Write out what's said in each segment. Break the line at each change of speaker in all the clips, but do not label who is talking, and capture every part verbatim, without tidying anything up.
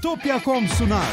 itopya nokta com sunar.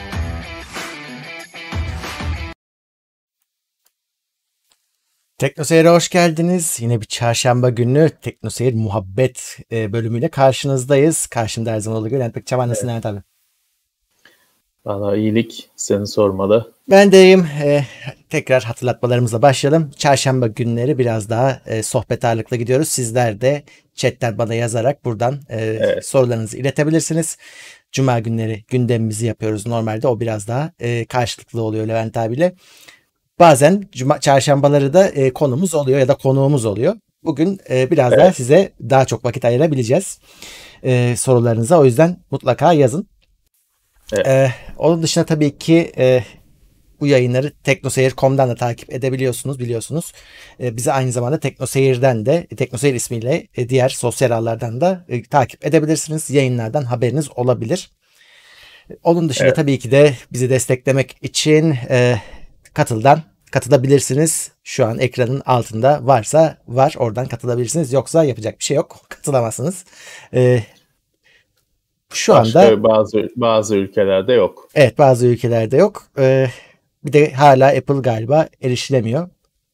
Teknoseyir'e hoş geldiniz. Yine bir çarşamba günü Teknoseyir muhabbet e, bölümüyle karşınızdayız. Karşımda her zaman olduğu gibi Levent Bekçam. Nasılsın Levent abi?
Valla iyilik, seni sormalı.
Ben deyim. E, tekrar hatırlatmalarımıza başlayalım. Çarşamba günleri biraz daha e, sohbet ağırlıklı gidiyoruz. Sizler de chatten bana yazarak buradan e,
Evet.
sorularınızı iletebilirsiniz. Cuma günleri gündemimizi yapıyoruz normalde. O biraz daha e, karşılıklı oluyor Levent abiyle. Bazen cuma, çarşambaları da e, konumuz oluyor ya da konuğumuz oluyor. Bugün e, biraz daha
Evet.
size daha çok vakit ayırabileceğiz e, sorularınıza. O yüzden mutlaka yazın.
Evet.
E, onun dışında tabii ki e, bu yayınları teknoseyir nokta com'dan da takip edebiliyorsunuz, biliyorsunuz. E, bizi aynı zamanda Teknoseyir'den de, Teknoseyir ismiyle e, diğer sosyal ağlardan da e, takip edebilirsiniz. Yayınlardan haberiniz olabilir. Onun dışında
Evet.
tabii ki de bizi desteklemek için e, Katıl'dan katılabilirsiniz. Şu an ekranın altında varsa var, oradan katılabilirsiniz. Yoksa yapacak bir şey yok. Katılamazsınız. E, şu
Başka
anda
bazı bazı ülkelerde yok.
evet, bazı ülkelerde yok. E, bir de hala Apple galiba erişilemiyor.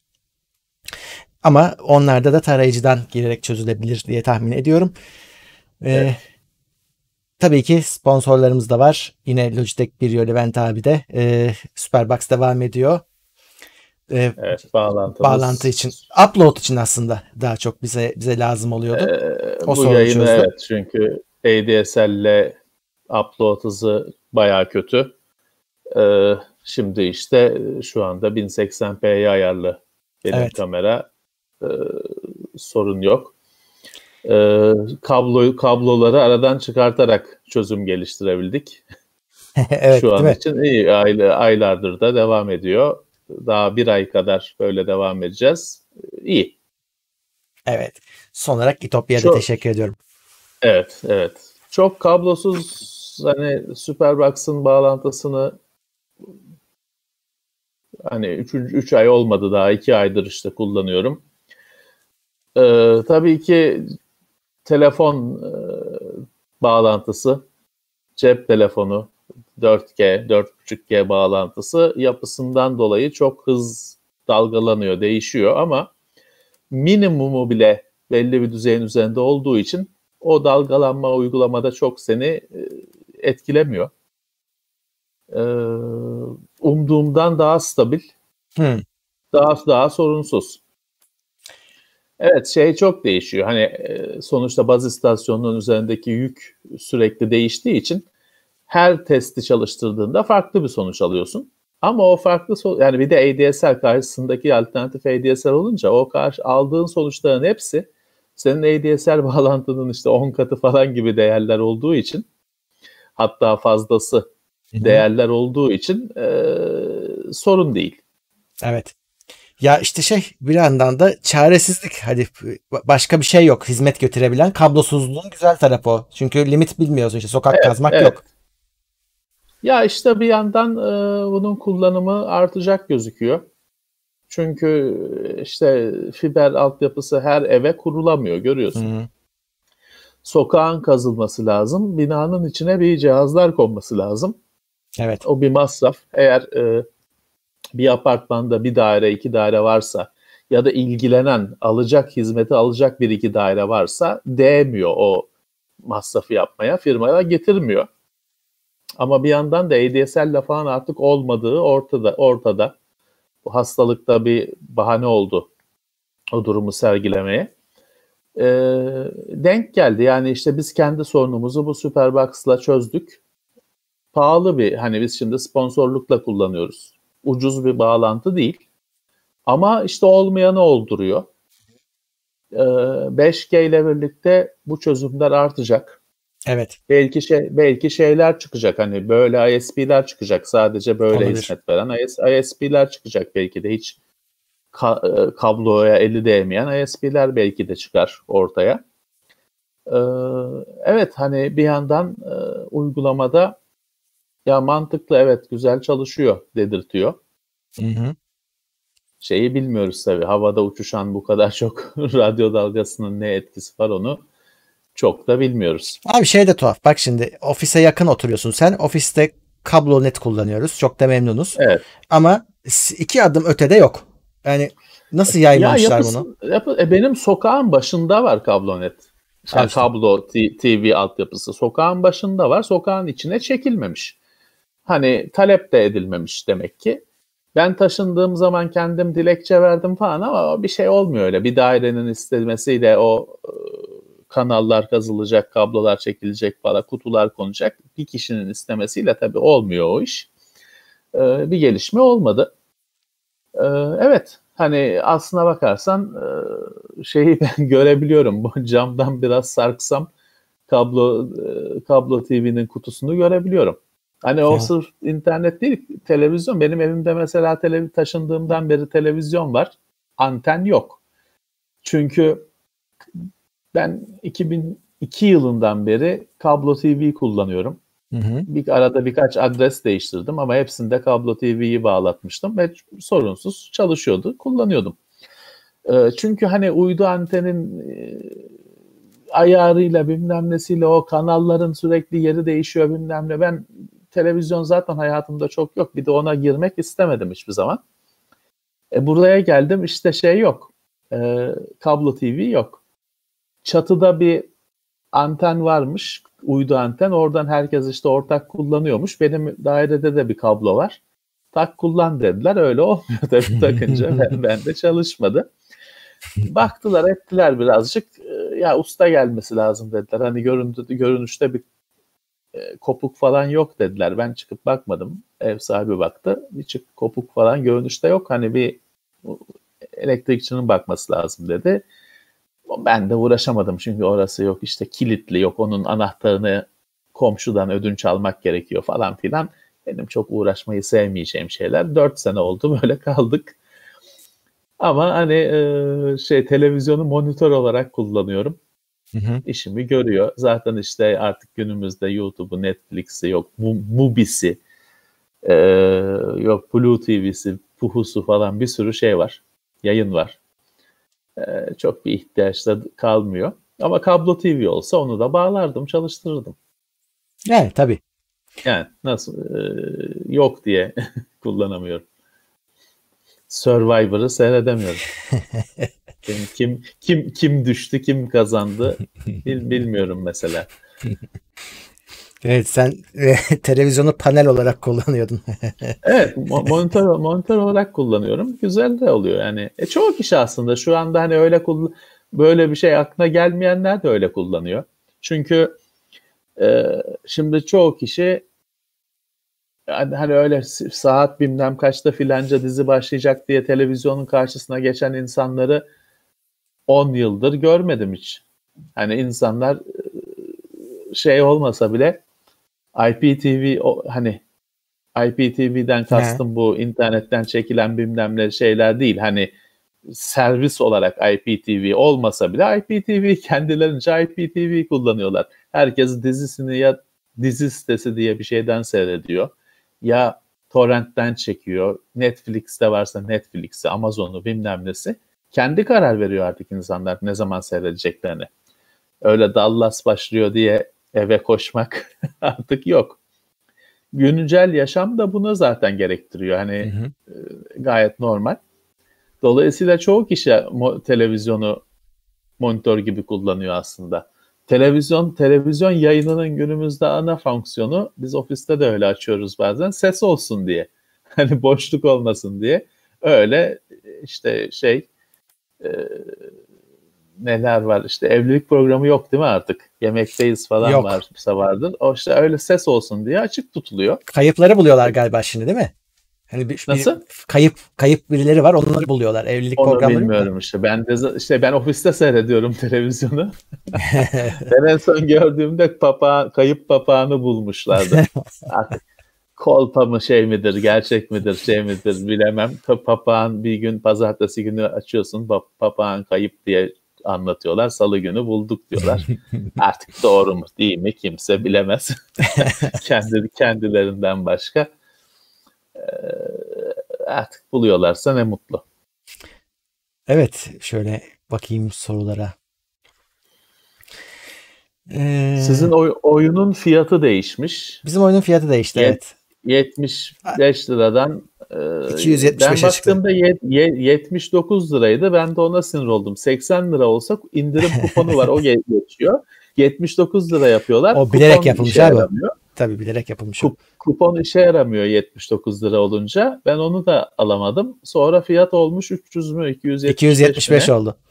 Ama onlarda da tarayıcıdan girerek çözülebilir diye tahmin ediyorum. E,
Evet.
Tabii ki sponsorlarımız da var. Yine Logitech bir Levent abi de. E, Superbox devam ediyor. E,
Evet, bağlantımız.
bağlantı için, upload için aslında daha çok bize bize lazım oluyordu.
Ee,
O
bu
sorunu
yayını
çözdü.
evet, çünkü A D S L ile upload hızı bayağı kötü. Ee, şimdi işte şu anda bin seksen p'ye ayarlı benim
Evet.
kamera. Ee, sorun yok. Ee, kabloyu kabloları aradan çıkartarak çözüm geliştirebildik.
Evet,
Şu an
değil mi?
için iyi. Ayla, aylardır da devam ediyor. Daha bir ay kadar böyle devam edeceğiz. İyi.
Evet. Son olarak İtopya'ya da
Çok,
teşekkür ediyorum.
evet, evet. Çok kablosuz, hani Superbox'ın bağlantısını hani üç ay olmadı, daha iki aydır işte kullanıyorum. Ee, tabii ki telefon e, bağlantısı, cep telefonu, dört G, dört buçuk G bağlantısı yapısından dolayı çok hız dalgalanıyor, değişiyor ama minimumu bile belli bir düzeyin üzerinde olduğu için o dalgalanma uygulamada çok seni e, etkilemiyor. Ee, umduğumdan daha stabil,
Hmm.
daha daha sorunsuz. Evet, şey çok değişiyor. Hani e, sonuçta baz istasyonunun üzerindeki yük sürekli değiştiği için her testi çalıştırdığında farklı bir sonuç alıyorsun. Ama o farklı so- yani bir de A D S L karşısındaki alternatif A D S L olunca o karşı aldığın sonuçların hepsi senin A D S L bağlantının işte on katı falan gibi değerler olduğu için, hatta fazlası
Hı-hı.
değerler olduğu için e, sorun değil.
Evet. Ya işte şey, bir yandan da çaresizlik. Hadi başka bir şey yok. Hizmet götürebilen kablosuzluğun güzel tarafı o. Çünkü limit bilmiyorsun, işte sokak
Evet,
kazmak
evet.
yok.
Ya işte bir yandan e, bunun kullanımı artacak gözüküyor. Çünkü işte fiber altyapısı her eve kurulamıyor, görüyorsun.
Hı-hı.
Sokağın kazılması lazım. Binanın içine bir cihazlar konması lazım.
Evet.
O bir masraf. Eğer e, bir apartmanda bir daire, iki daire varsa ya da ilgilenen, alacak, hizmeti alacak bir iki daire varsa değmiyor o masrafı yapmaya. Firmalar getirmiyor. Ama bir yandan da A D S L ile falan artık olmadığı ortada. ortada. Bu hastalıkta bir bahane oldu o durumu sergilemeye. E, denk geldi. Yani işte biz kendi sorunumuzu bu Superbox'la çözdük. Pahalı bir, hani biz şimdi sponsorlukla kullanıyoruz. Ucuz bir bağlantı değil. Ama işte olmayanı olduruyor. E, beş G ile birlikte bu çözümler artacak.
Evet.
Belki şey, belki şeyler çıkacak. Hani böyle I S P'ler çıkacak. Sadece böyle
Olabilir.
hizmet veren I S P'ler çıkacak belki de, hiç ka- kabloya eli değmeyen I S P'ler belki de çıkar ortaya. Ee, evet, hani bir yandan e, uygulamada ya mantıklı, evet güzel çalışıyor dedirtiyor.
Hı-hı.
Şeyi bilmiyoruz tabii, havada uçuşan bu kadar çok radyo dalgasının ne etkisi var onu çok da bilmiyoruz.
Abi şey de tuhaf. Bak şimdi ofise yakın oturuyorsun sen. Ofiste kablo net kullanıyoruz. Çok da memnunuz.
Evet.
Ama iki adım ötede yok. Yani nasıl
Ya
yaymamışlar
yapısı,
bunu?
yapı, e, benim sokağın başında var kablonet.
Al
Yani
işte.
kablo T- TV altyapısı sokağın başında var. Sokağın içine çekilmemiş. Hani talep de edilmemiş demek ki. Ben taşındığım zaman kendim dilekçe verdim falan ama bir şey olmuyor öyle. Bir dairenin istemesiyle o e, kanallar kazılacak, kablolar çekilecek falan, kutular konacak. Bir kişinin istemesiyle tabii olmuyor o iş. E, bir gelişme olmadı. E, evet, hani aslına bakarsan e, şeyi ben görebiliyorum. Bu camdan biraz sarksam kablo e, kablo T V'nin kutusunu görebiliyorum. Hani o
Ya.
sırf internet değil, televizyon. Benim evimde mesela televiz taşındığımdan beri televizyon var. Anten yok. Çünkü ben iki bin iki yılından beri kablo T V kullanıyorum.
Hı hı.
Bir arada birkaç adres değiştirdim ama hepsinde kablo T V'yi bağlatmıştım ve sorunsuz çalışıyordu, kullanıyordum. E, çünkü hani uydu antenin e, ayarıyla bilmem nesiyle o kanalların sürekli yeri değişiyor bilmem ne. Ben televizyon zaten hayatımda çok yok. Bir de ona girmek istemedim hiçbir zaman. E, buraya geldim işte şey yok. E, kablo T V yok. Çatıda bir anten varmış. Uydu anten. Oradan herkes işte ortak kullanıyormuş. Benim dairede de bir kablo var. Tak kullan dediler. Öyle olmuyor tabii takınca. Ben, ben de çalışmadı. Baktılar ettiler birazcık. Ya usta gelmesi lazım dediler. Hani görüntü, görünüşte bir e, kopuk falan yok dediler. Ben çıkıp bakmadım. Ev sahibi baktı. Bir çık kopuk falan görünüşte yok. Hani bir elektrikçinin bakması lazım dedi. Ben de uğraşamadım çünkü orası yok işte kilitli yok. Onun anahtarını komşudan ödünç almak gerekiyor falan filan. Benim çok uğraşmayı sevmeyeceğim şeyler. Dört sene oldu böyle kaldık. Ama hani e, şey televizyonu monitör olarak kullanıyorum.
Hı hı.
İşimi görüyor. Zaten işte artık günümüzde YouTube'u, Netflix'i yok, Mubi'si, e, yok Blue T V'si, Puhu'su falan bir sürü şey var. Yayın var. E, çok bir ihtiyaç da kalmıyor. Ama kablo T V olsa onu da bağlardım, çalıştırırdım.
Yani tabii.
Yani nasıl e, yok diye kullanamıyorum. Survivor'ı seyredemiyorum. Kim kim kim kim düştü, kim kazandı bil, bilmiyorum mesela.
Evet sen e, televizyonu panel olarak kullanıyordun.
Evet, mo- monitör monitör olarak kullanıyorum. Güzel de oluyor yani. E, çoğu kişi aslında şu anda hani öyle kull- böyle bir şey aklına gelmeyenler de öyle kullanıyor. Çünkü e, şimdi çoğu kişi yani hani öyle saat bilmem kaçta filanca dizi başlayacak diye televizyonun karşısına geçen insanları on yıldır görmedim hiç. Hani insanlar şey olmasa bile I P T V o, hani I P T V'den
Ha.
kastım bu internetten çekilen bilmem ne şeyler değil. Hani servis olarak I P T V olmasa bile I P T V kendilerince I P T V kullanıyorlar. Herkes dizisini ya dizi sitesi diye bir şeyden seyrediyor. Ya torrentten çekiyor. Netflix'te varsa Netflix'i, Amazon'u bilmem nesi. Kendi karar veriyor artık insanlar ne zaman seyredeceklerini. Öyle Dallas başlıyor diye eve koşmak artık yok. Güncel yaşam da bunu zaten gerektiriyor. Hani
Hı hı.
e, gayet normal. Dolayısıyla çoğu kişi mo- televizyonu monitör gibi kullanıyor aslında. Televizyon televizyon yayınının günümüzde ana fonksiyonu biz ofiste de öyle açıyoruz bazen ses olsun diye. Hani boşluk olmasın diye. Öyle işte şey e, neler var işte evlilik programı yok değil mi artık? Yemekteyiz falan
Yok.
varsa vardır. O işte öyle ses olsun diye açık tutuluyor.
Kayıpları buluyorlar galiba şimdi değil mi? Hani bir, bir
Nasıl?
kayıp kayıp birileri var onları buluyorlar. Evlilik
Onu
programları yok da.
bilmiyorum işte. Ben de işte ben ofiste seyrediyorum televizyonu. Ben en son gördüğümde papağan, kayıp papağanı bulmuşlardı. Artık kolpa mı şey midir, gerçek midir, şey midir bilemem. Papağan bir gün pazartesi günü açıyorsun, papağan kayıp diye anlatıyorlar. Salı günü bulduk diyorlar. Artık doğru mu değil mi kimse bilemez. Kendi kendilerinden başka. Ee, artık buluyorlarsa ne mutlu.
Evet, şöyle bakayım sorulara. Ee,
Sizin oy- oyunun fiyatı değişmiş.
bizim oyunun fiyatı değişti,
Yet-
evet.
yetmiş beş liradan e,
iki yüz yetmiş
ben
beşe çıktı.
baktığımda ye- ye- yetmiş dokuz liraydı. Ben de ona sinir oldum. seksen lira olsa indirim kuponu var. O ge- geçiyor. yetmiş dokuz lira yapıyorlar.
O bilerek
Kupon
yapılmış
işe
abi.
yaramıyor.
Tabii bilerek yapılmış o.
Kup- kupon işe yaramıyor yetmiş dokuz lira olunca. Ben onu da alamadım. Sonra fiyat olmuş üç yüz mü iki yüz yetmiş beş
iki yüz yetmiş beş
mi?
oldu.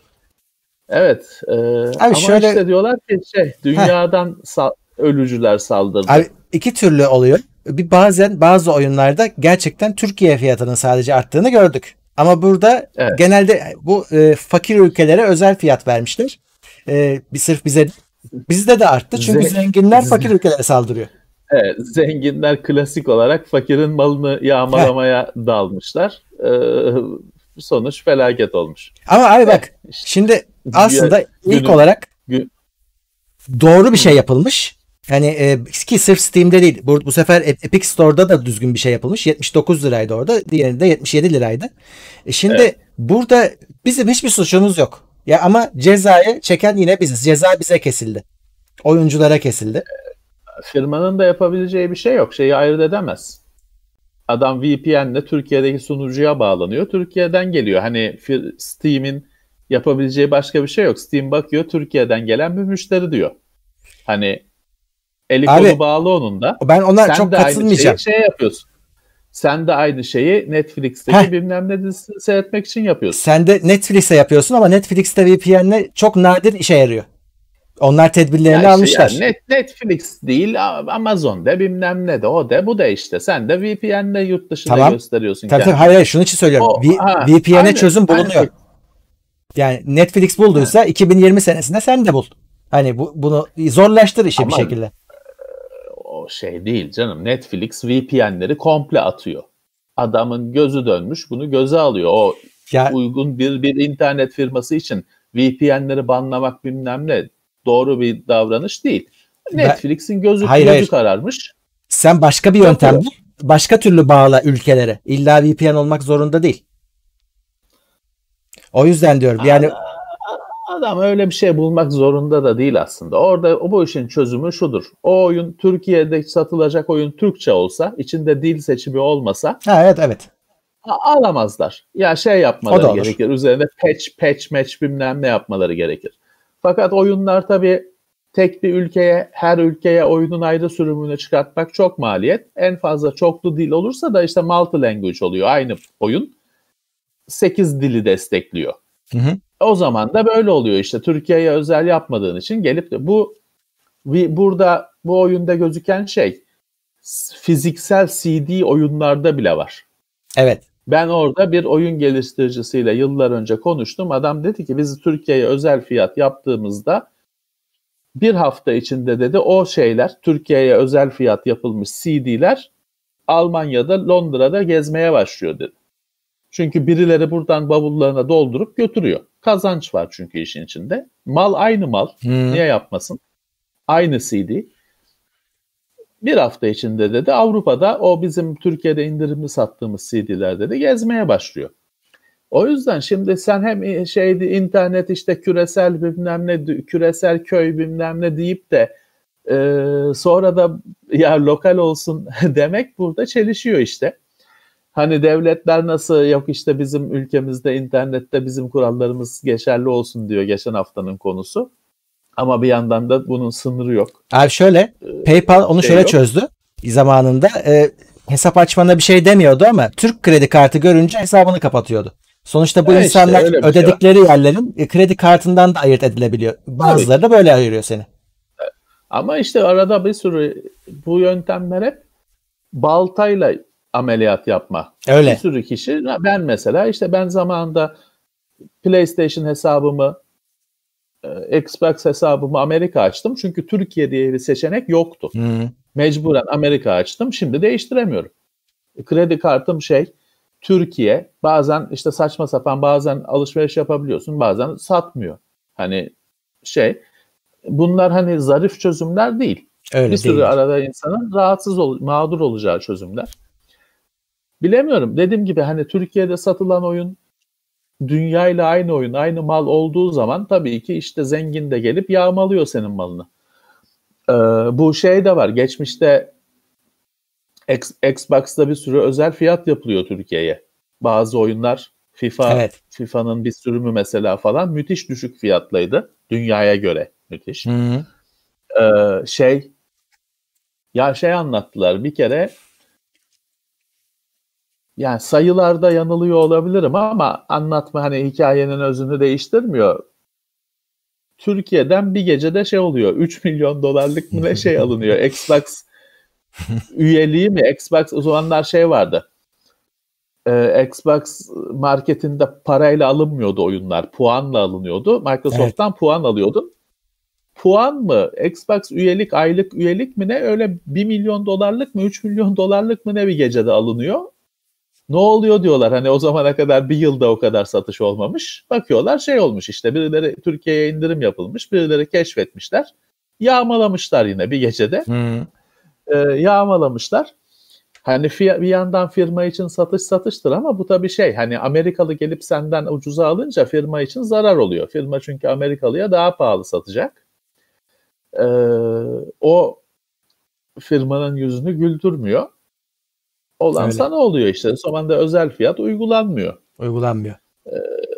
Evet. e, ama
şöyle-
işte diyorlar ki şey dünyadan sa- ölücüler saldırdı.
Abi iki türlü oluyor. Bir bazen bazı oyunlarda gerçekten Türkiye fiyatının sadece arttığını gördük. Ama burada
Evet.
genelde bu e, fakir ülkelere özel fiyat vermişler. E, bir sırf bize bizde de arttı çünkü
Ze-
zenginler fakir ülkelere saldırıyor.
Evet, zenginler klasik olarak fakirin malını yağmalamaya dalmışlar. Ee, sonuç felaket olmuş.
Ama abi bak
İşte
şimdi aslında ilk
günün-
olarak
gün-
doğru bir şey yapılmış. Yani e, ki sırf Steam'de değil. Bu, bu sefer Epic Store'da da düzgün bir şey yapılmış. yetmiş dokuz liraydı orada. Diğerinde yetmiş yedi liraydı. E şimdi
Evet.
burada bizim hiçbir suçumuz yok. Ya ama cezayı çeken yine biziz. Ceza bize kesildi. Oyunculara kesildi.
firmanın da yapabileceği bir şey yok. Şeyi ayırt edemez. Adam V P N'le Türkiye'deki sunucuya bağlanıyor. Türkiye'den geliyor. Hani fir- Steam'in yapabileceği başka bir şey yok. Steam bakıyor Türkiye'den gelen bir müşteri diyor. Hani eli
Abi,
kolu bağlı onun da.
Ben ona
Sen
çok
de aynı
katılmayacağım.
şeyi şey yapıyorsun. Sen de aynı şeyi Netflix'teki
Heh.
bilmem ne dizisini seyretmek için yapıyorsun.
Sen de Netflix'e yapıyorsun ama Netflix'te V P N'le çok nadir işe yarıyor. Onlar tedbirlerini
Ya işte
almışlar.
yani Net, Netflix değil, Amazon de bilmem ne de o de bu da işte. Sen de V P N'le yurt dışında
Tamam.
gösteriyorsun
Tabii tabii.
kendini.
Hayır hayır şunun için söylüyorum.
O-
V-
ha,
V P N'e
aynı-
çözüm
aynı
bulunuyor.
şey.
Yani Netflix bulduysa iki bin yirmi senesinde sen de bul. Hani bu, bunu zorlaştır işi bir
Ama-
şekilde.
O şey değil canım. Netflix V P N'leri komple atıyor. Adamın gözü dönmüş bunu göze alıyor. O
Ya
uygun bir bir internet firması için V P N'leri banlamak bilmem ne doğru bir davranış değil.
Ben-
Netflix'in gözü,
Hayır,
gözü
hayır.
kararmış.
sen başka bir
Yapıyor.
yöntem bul. Başka türlü bağla ülkelere. İlla V P N olmak zorunda değil. O yüzden diyorum. Yani
Adam öyle bir şey bulmak zorunda da değil aslında. Orada o bu işin çözümü şudur. O oyun Türkiye'de satılacak oyun Türkçe olsa, içinde dil seçimi olmasa
ha, evet evet.
a- alamazlar. Ya şey
O da
yapmaları
olur.
gerekir. Üzerine patch, patch, match bilmem ne yapmaları gerekir. Fakat oyunlar tabii tek bir ülkeye, her ülkeye oyunun ayrı sürümünü çıkartmak çok maliyet. En fazla çoklu dil olursa da işte multi language oluyor. Aynı oyun sekiz dili destekliyor.
Hı hı.
O zaman da böyle oluyor işte. Türkiye'ye özel yapmadığın için gelip de bu vi- burada bu oyunda gözüken şey s- fiziksel C D oyunlarda bile var.
Evet.
Ben orada bir oyun geliştiricisiyle yıllar önce konuştum. Adam dedi ki biz Türkiye'ye özel fiyat yaptığımızda bir hafta içinde dedi o şeyler Türkiye'ye özel fiyat yapılmış C D'ler Almanya'da, Londra'da gezmeye başlıyor dedi. Çünkü birileri buradan bavullarına doldurup götürüyor. Kazanç var çünkü işin içinde. Mal aynı mal.
Hı.
Niye yapmasın? Aynı C D. Bir hafta içinde dedi Avrupa'da o bizim Türkiye'de indirimli sattığımız C D'ler dedi gezmeye başlıyor. O yüzden şimdi sen hem şeydi internet işte küresel bilmem ne küresel köy bilmem ne deyip de e, sonra da ya lokal olsun demek burada çelişiyor işte. Hani devletler nasıl yok işte bizim ülkemizde internette bizim kurallarımız geçerli olsun diyor geçen haftanın konusu. Ama bir yandan da bunun sınırı yok.
Abi şöyle PayPal onu
şey
şöyle
yok.
çözdü zamanında. E, hesap açmana bir şey demiyordu ama Türk kredi kartı görünce hesabını kapatıyordu. Sonuçta bu
Evet işte,
insanlar
öyle bir şey
ödedikleri yerlerin e, kredi kartından da ayırt edilebiliyor. Bazıları da böyle ayırıyor seni.
Ama işte arada bir sürü bu yöntemler hep baltayla ameliyat yapma.
Öyle.
Bir sürü kişi ben mesela işte ben zamanında PlayStation hesabımı Xbox hesabımı Amerika açtım. Çünkü Türkiye diye bir seçenek yoktu.
Hı.
Mecburen Amerika açtım. Şimdi değiştiremiyorum. Kredi kartım şey Türkiye bazen işte saçma sapan bazen alışveriş yapabiliyorsun bazen satmıyor. Hani şey bunlar hani zarif çözümler değil.
Öyle
bir sürü
değil.
arada insanın rahatsız ol, mağdur olacağı çözümler. Bilemiyorum. Dediğim gibi hani Türkiye'de satılan oyun dünyayla aynı oyun, aynı mal olduğu zaman tabii ki işte zengin de gelip yağmalıyor senin malını. Ee, bu şey de var. Geçmişte X, Xbox'ta bir sürü özel fiyat yapılıyor Türkiye'ye. Bazı oyunlar FIFA
Evet.
FIFA'nın bir sürümü mesela falan müthiş düşük fiyatlıydı. Dünyaya göre müthiş.
Hı-hı.
Ee, şey ya şey anlattılar bir kere, yani sayılarda yanılıyor olabilirim ama anlatma hani hikayenin özünü değiştirmiyor. Türkiye'den bir gecede şey oluyor. üç milyon dolarlık mı ne şey alınıyor. Xbox üyeliği mi? Xbox o zamanlar şey vardı. Ee, Xbox marketinde parayla alınmıyordu oyunlar. Puanla alınıyordu. Microsoft'tan evet. Puan alıyordun. Puan mı? Xbox üyelik, aylık üyelik mi ne? Öyle bir milyon dolarlık mı? üç milyon dolarlık mı ne bir gecede alınıyor? Ne oluyor diyorlar. Hani o zamana kadar bir yılda o kadar satış olmamış. Bakıyorlar şey olmuş işte. Birileri Türkiye'ye indirim yapılmış. Birileri keşfetmişler. Yağmalamışlar yine bir gecede.
Hmm.
Ee, yağmalamışlar. Hani bir yandan firma için satış satıştır ama bu tabii şey, hani Amerikalı gelip senden ucuza alınca firma için zarar oluyor. Firma çünkü Amerikalıya daha pahalı satacak. Ee, o firmanın yüzünü güldürmüyor. Olansa ne oluyor işte? O zaman da özel fiyat uygulanmıyor.
Uygulanmıyor.
Ee,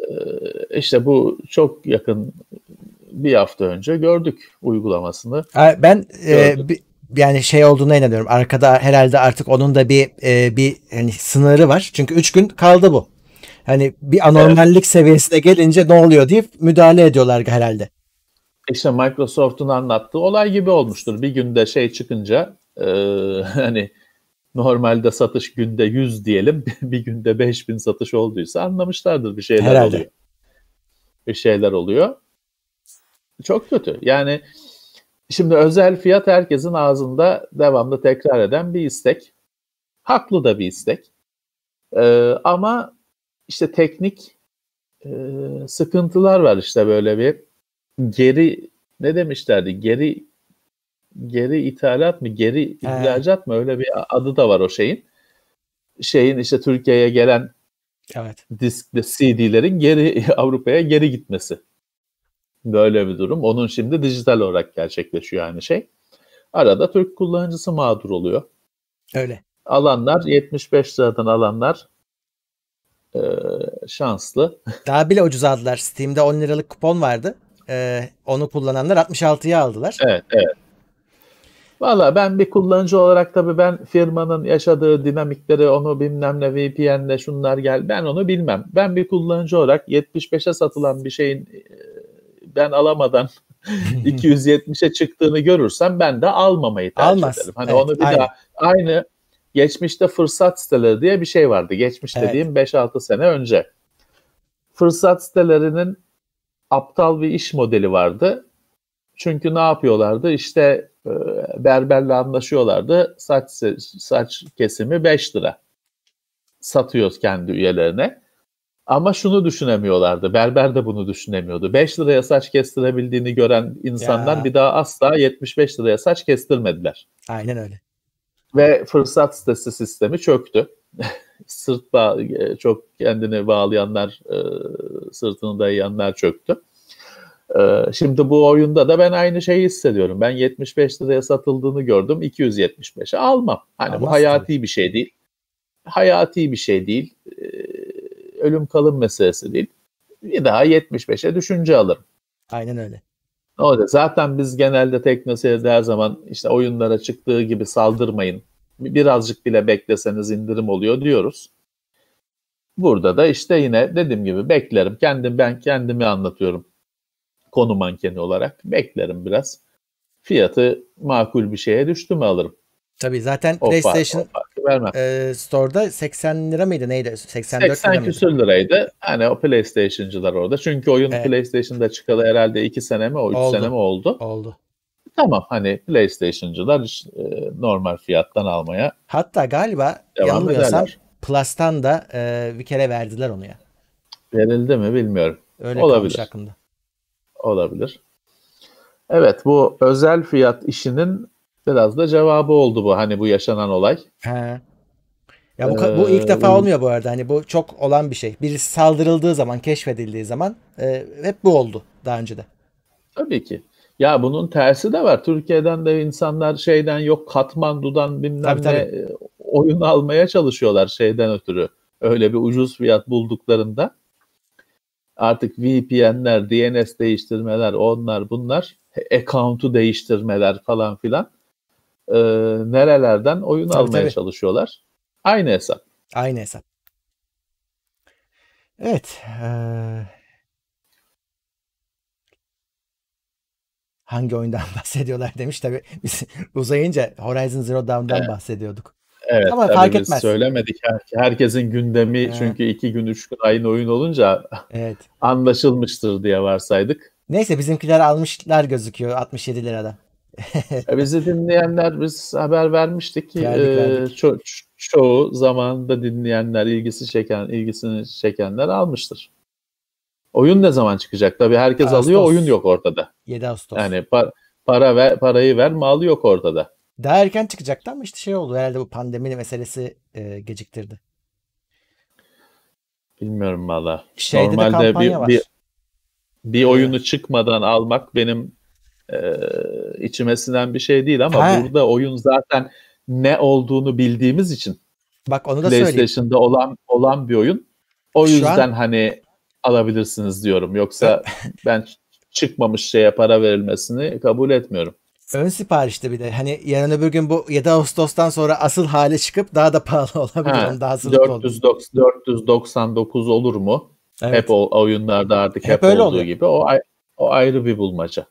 işte bu çok yakın bir hafta önce gördük uygulamasını.
Ben e, bir, yani şey olduğuna inanıyorum. Arkada herhalde artık onun da bir e, bir hani sınırı var. Çünkü üç gün kaldı bu. Hani bir anormallik evet. seviyesine gelince ne oluyor deyip müdahale ediyorlar herhalde.
İşte Microsoft'un anlattığı olay gibi olmuştur. Bir günde şey çıkınca e, hani normalde satış günde yüz diyelim, bir günde beş bin satış olduysa anlamışlardır bir şeyler herhalde. Oluyor. Bir şeyler oluyor. Çok kötü. Yani şimdi özel fiyat herkesin ağzında devamlı tekrar eden bir istek. Haklı da bir istek. Ee, ama işte teknik e, sıkıntılar var, işte böyle bir geri ne demişlerdi? Geri geri ithalat mı? Geri ihracat mı? Öyle bir adı da var o şeyin. Şeyin işte Türkiye'ye gelen
evet.
diskli C D'lerin geri Avrupa'ya geri gitmesi. Böyle bir durum. Onun şimdi dijital olarak gerçekleşiyor yani şey. Arada Türk kullanıcısı mağdur oluyor.
Öyle.
Alanlar yetmiş beş liradan alanlar e, şanslı.
Daha bile ucuz aldılar. Steam'de on liralık kupon vardı. Ee, onu kullananlar altmış altıya aldılar.
Evet, evet. Valla ben bir kullanıcı olarak tabii ben firmanın yaşadığı dinamikleri, onu bilmem ne V P N'le şunlar gel, ben onu bilmem. Ben bir kullanıcı olarak yetmiş beşe satılan bir şeyin ben alamadan iki yüz yetmişe çıktığını görürsem ben de almamayı tercih Almaz. ederim. Hani evet, onu bir aynı. daha aynı geçmişte fırsat siteleri diye bir şey vardı. Geçmiş evet. dediğim beş altı sene önce. Fırsat sitelerinin aptal bir iş modeli vardı. Çünkü ne yapıyorlardı? İşte e, berberle anlaşıyorlardı. Saç saç kesimi beş lira. Satıyoruz kendi üyelerine. Ama şunu düşünemiyorlardı. Berber de bunu düşünemiyordu. beş liraya saç kestirebildiğini gören insanlar ya. Bir daha asla yetmiş beş liraya saç kestirmediler.
Aynen öyle.
Ve fırsat sitesi sistemi çöktü. Sırt bağ, çok kendini bağlayanlar, sırtını dayayanlar çöktü. Şimdi bu oyunda da ben aynı şeyi hissediyorum. Ben yetmiş beş liraya satıldığını gördüm. iki yüz yetmiş beşe almam. Hani Almaz bu hayati tabii. bir şey değil. Hayati bir şey değil. Ölüm kalım meselesi değil. Bir daha yetmiş beşe düşünce alırım.
Aynen öyle.
O zaten biz genelde TeknoSeyir'de her zaman işte oyunlara çıktığı gibi saldırmayın. Birazcık bile bekleseniz indirim oluyor diyoruz. Burada da işte yine dediğim gibi beklerim. Kendim ben kendimi anlatıyorum. Konu mankeni olarak beklerim biraz. Fiyatı makul bir şeye düştü mü alırım.
Tabii zaten o PlayStation fark, e, Store'da seksen lira mıydı neydi? seksen dört
seksen
lira mıydı?
küsür liraydı. Hani o PlayStation'cılar orada. Çünkü oyun evet. PlayStation'da çıkalı herhalde iki sene mi o üç oldu. sene mi oldu?
Oldu.
Tamam, hani PlayStation'cılar e, normal fiyattan almaya
hatta galiba yanılmıyorsam Plus'tan da e, bir kere verdiler onu ya.
Verildi mi bilmiyorum.
Öyle
olabilir.
Hakkında.
Olabilir. Evet, bu özel fiyat işinin biraz da cevabı oldu bu. Hani bu yaşanan olay.
He. Ya bu, ee, bu ilk defa bu, olmuyor bu arada. Hani bu çok olan bir şey. Birisi saldırıldığı zaman, keşfedildiği zaman e, hep bu oldu daha önce de.
Tabii ki. Ya bunun tersi de var. Türkiye'den de insanlar şeyden yok Katmandu'dan bilmem
Tabii,
ne
tabii.
e, oyun almaya çalışıyorlar şeyden ötürü. Öyle bir ucuz fiyat bulduklarında artık V P N'ler, D N S değiştirmeler, onlar bunlar, account'u değiştirmeler falan filan e, nerelerden oyun
Tabii,
almaya
tabii.
çalışıyorlar. Aynı hesap.
Aynı hesap. Evet. eee, hangi oyundan bahsediyorlar demiş. Tabii biz uzayınca Horizon Zero Dawn'dan
Evet,
bahsediyorduk.
evet
Ama
tabii
fark
biz
etmez.
söylemedik. Her- Herkesin gündemi
Ee,
çünkü iki gün, üç gün aynı oyun olunca
evet.
anlaşılmıştır diye varsaydık.
Neyse bizimkiler almışlar gözüküyor altmış yedi liradan.
E, bizi dinleyenler biz haber vermiştik ki e,
Verdik, verdik.
ço- ço- çoğu zamanında dinleyenler, ilgisi çeken, ilgisini çekenler almıştır. Oyun ne zaman çıkacak? Tabii herkes alıyor, oyun
Ağustos.
yok ortada.
yedi Ağustos.
Yani pa- para ver, parayı ver, malı yok ortada.
Daha erken çıkacaktı ama işte şey oldu. Herhalde bu pandemi meselesi e, geciktirdi.
Bilmiyorum valla.
Şeyde de
Normalde
kampanya
bir, bir
var.
bir
Ee,
oyunu çıkmadan almak benim e, içime sinen bir şey değil ama
ha,
burada oyun zaten ne olduğunu bildiğimiz için
bak onu da söyleyeyim.
PlayStation'da olan olan bir oyun. O
Şu an
yüzden hani alabilirsiniz diyorum.
ö-
Yoksa ben çıkmamış şeye para verilmesini kabul etmiyorum.
ön siparişte bir de hani yarın öbür gün bu yedi Ağustos'tan sonra asıl hale çıkıp daha da pahalı olabilir.
Ha,
Onun da hazırlıklı olması.
dört yüz doksan, dört yüz doksan dokuz olur mu? Hep
Evet.
o oyunlarda artık
Hep
hep
öyle
olduğu
oluyor.
gibi. O, ay- o ayrı bir bulmaca.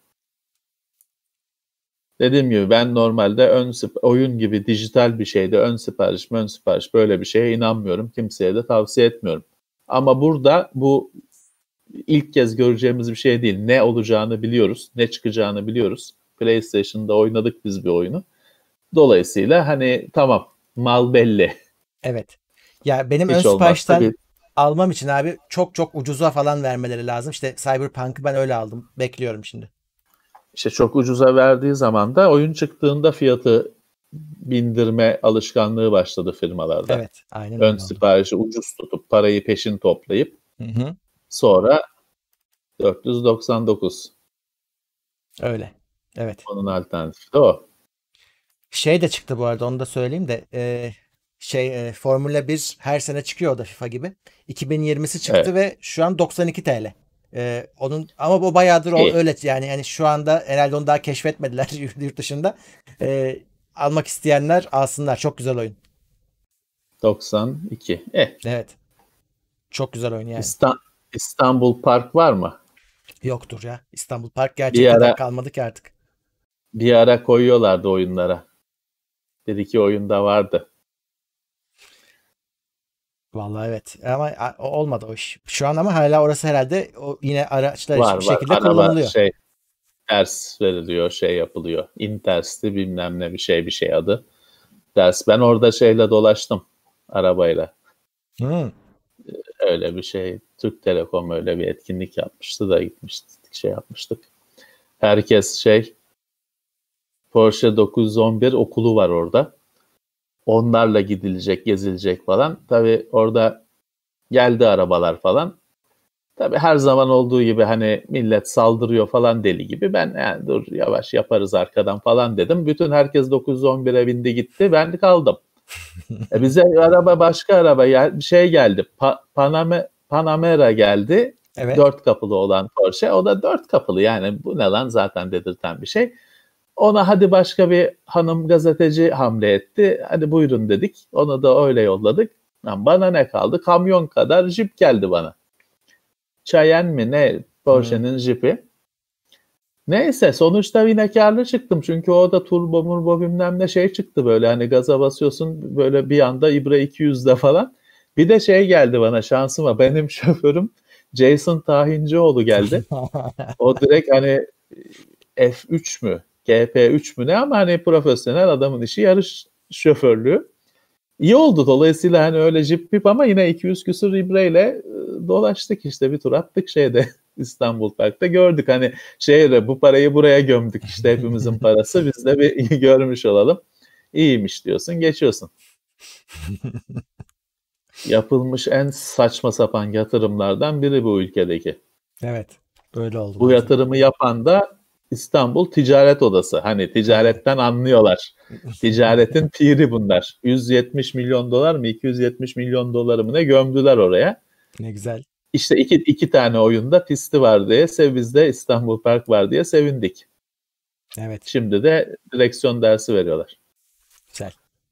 Dediğim gibi ben normalde ön sip- oyun gibi dijital bir şeyde ön sipariş, ön sipariş böyle bir şeye inanmıyorum. Kimseye de tavsiye etmiyorum. Ama burada bu ilk kez göreceğimiz bir şey değil. Ne olacağını biliyoruz, ne çıkacağını biliyoruz. PlayStation'da oynadık biz bir oyunu. Dolayısıyla hani tamam, mal belli.
Evet. Ya benim ön
Hiç olmazsa
siparişten
bir
almam için abi çok çok ucuza falan vermeleri lazım. İşte Cyberpunk'ı ben öyle aldım. Bekliyorum şimdi.
işte çok ucuza verdiği zaman da oyun çıktığında fiyatı bindirme alışkanlığı başladı firmalarda.
Evet. Aynen
Ön
öyle oldu.
siparişi ucuz tutup parayı peşin toplayıp
Hı hı.
sonra dört yüz doksan dokuz.
Öyle. Evet.
Onun alternatifi de o.
Şey de çıktı bu arada onu da söyleyeyim de e, şey e, Formula bir her sene çıkıyor o da FIFA gibi. iki bin yirmisi çıktı
Evet.
ve şu an doksan iki T L. E, onun ama bu bayağıdır o,
İyi.
öyle yani yani şu anda herhalde onu daha keşfetmediler yurt yurt dışında. E, almak isteyenler alsınlar. Çok güzel oyun.
doksan iki. Eh.
Evet. Çok güzel oyun yani.
İsta- İstanbul Park var mı?
Yoktur ya. İstanbul Park
Bir
gerçekte de
ara
kalmadı ki artık.
bir ara koyuyorlardı oyunlara. Bir iki oyunda vardı.
Vallahi evet. Ama a- olmadı o iş. Şu an ama hala orası herhalde o yine araçlar için
Var
bir
var.
şekilde
Araba
kullanılıyor.
şey ders veriliyor, şey yapılıyor. Intersti bilmem ne bir şey bir şey adı. Ders. Ben orada şeyle dolaştım arabayla.
Hmm.
Öyle bir şey. Türk Telekom öyle bir etkinlik yapmıştı da gitmiştik, şey yapmıştık. Herkes şey Porsche dokuz yüz on bir okulu var orada. Onlarla gidilecek, gezilecek falan. Tabii orada geldi arabalar falan. Tabii her zaman olduğu gibi hani millet saldırıyor falan deli gibi. Ben yani dur yavaş yaparız arkadan falan dedim. Bütün herkes dokuz yüz on bire bindi gitti. Ben kaldım. E bize araba başka araba gel bir şey geldi. Pa- Paname Panamera geldi.
Evet.
Dört kapılı olan Porsche. O da dört kapılı yani bu ne lan zaten dedirten bir şey. Ona hadi başka bir hanım gazeteci hamle etti. Hadi buyurun dedik. Onu da öyle yolladık. Lan bana ne kaldı? Kamyon kadar jip geldi bana. Cayenne mi ne
Hmm.
Porsche'nin jipi. Neyse sonuçta yine karlı çıktım. Çünkü o da turbo murbo bilmem ne şey çıktı böyle. Hani gaza basıyorsun böyle bir anda İbre iki yüzde falan. Bir de şey geldi bana şansıma. Benim şoförüm Jason Tahincioğlu geldi. O direkt hani F üç mü G P üç mü ne ama hani profesyonel adamın işi yarış şoförlüğü. İyi oldu dolayısıyla hani öyle jip pip ama yine iki yüz küsur ibreyle e, dolaştık işte bir tur attık şeyde İstanbul Park'ta gördük hani şehre bu parayı buraya gömdük işte hepimizin parası biz de bir görmüş olalım. İyiymiş diyorsun geçiyorsun. Yapılmış en saçma sapan yatırımlardan biri bu ülkedeki.
Evet. Böyle oldu
Bu
bazen.
yatırımı yapan da İstanbul Ticaret Odası. Hani ticaretten anlıyorlar. Ticaretin piri bunlar. yüz yetmiş milyon dolar mı iki yüz yetmiş milyon doları mı ne gömdüler oraya.
Ne güzel.
İşte iki, iki tane oyunda pisti var diye sev biz de İstanbul Park var diye sevindik.
Evet.
Şimdi de direksiyon dersi veriyorlar.
Güzel.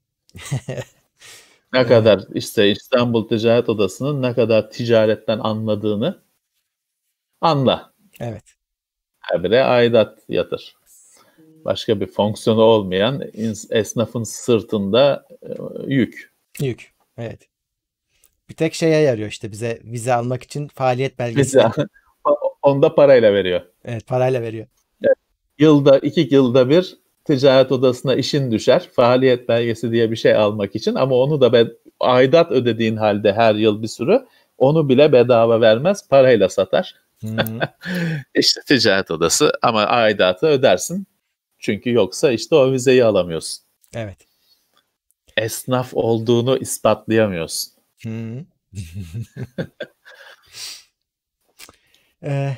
Ne evet. kadar işte İstanbul Ticaret Odası'nın ne kadar ticaretten anladığını anla.
Evet.
Her bire aidat yatır. Başka bir fonksiyonu olmayan esnafın sırtında yük.
Yük. Evet. Bir tek şeye yarıyor işte bize vize almak için faaliyet belgesi.
Vize. Onda parayla veriyor.
Evet, parayla veriyor.
Evet. Yılda iki yılda bir ticaret odasına işin düşer. Faaliyet belgesi diye bir şey almak için ama onu da be, aidat ödediğin halde her yıl bir sürü onu bile bedava vermez. Parayla satar. İşte ticaret odası ama aidatı ödersin. Çünkü yoksa işte o vizeyi alamıyorsun.
Evet.
Esnaf olduğunu ispatlayamıyorsun.
ee,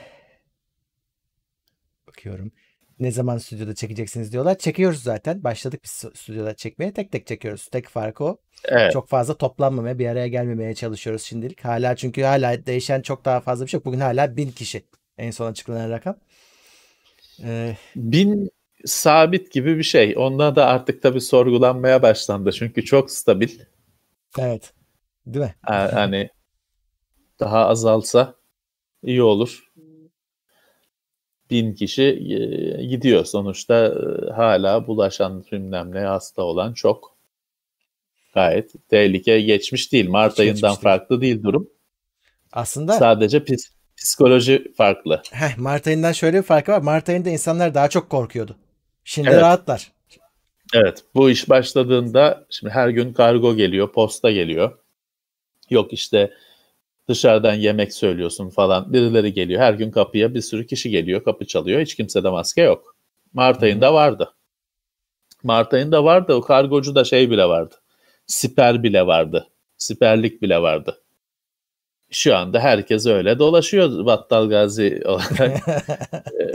bakıyorum. Ne zaman stüdyoda çekeceksiniz diyorlar. Çekiyoruz zaten. Başladık biz stüdyoda çekmeye. Tek tek çekiyoruz. Tek farkı o.
Evet.
Çok fazla toplanmamaya, bir araya gelmemeye çalışıyoruz şimdilik. Hala çünkü hala değişen çok daha fazla bir şey yok. Bugün hala bin kişi. En son açıklanan rakam.
Ee, bin sabit gibi bir şey. Onda da artık tabii sorgulanmaya başlandı. Çünkü çok stabil.
Evet. Değil mi?
Yani daha azalsa iyi olur. Bin kişi gidiyor. Sonuçta hala bulaşan bilmem ne hasta olan çok. Gayet tehlike geçmiş değil. Mart geçmiş ayından değil. Farklı değil durum.
Aslında
sadece pis, psikoloji farklı.
Heh, Mart ayından şöyle bir farkı var. Mart ayında insanlar daha çok korkuyordu. Şimdi evet. rahatlar.
Evet. Bu iş başladığında şimdi her gün kargo geliyor, posta geliyor. Yok işte dışarıdan yemek söylüyorsun falan. Birileri geliyor. Her gün kapıya bir sürü kişi geliyor. Kapı çalıyor. Hiç kimsede maske yok. Mart Hı-hı. ayında vardı. Mart ayında vardı. O kargocu da şey bile vardı. Siper bile vardı. Siperlik bile vardı. Şu anda herkes öyle dolaşıyor Battal Gazi olarak. e,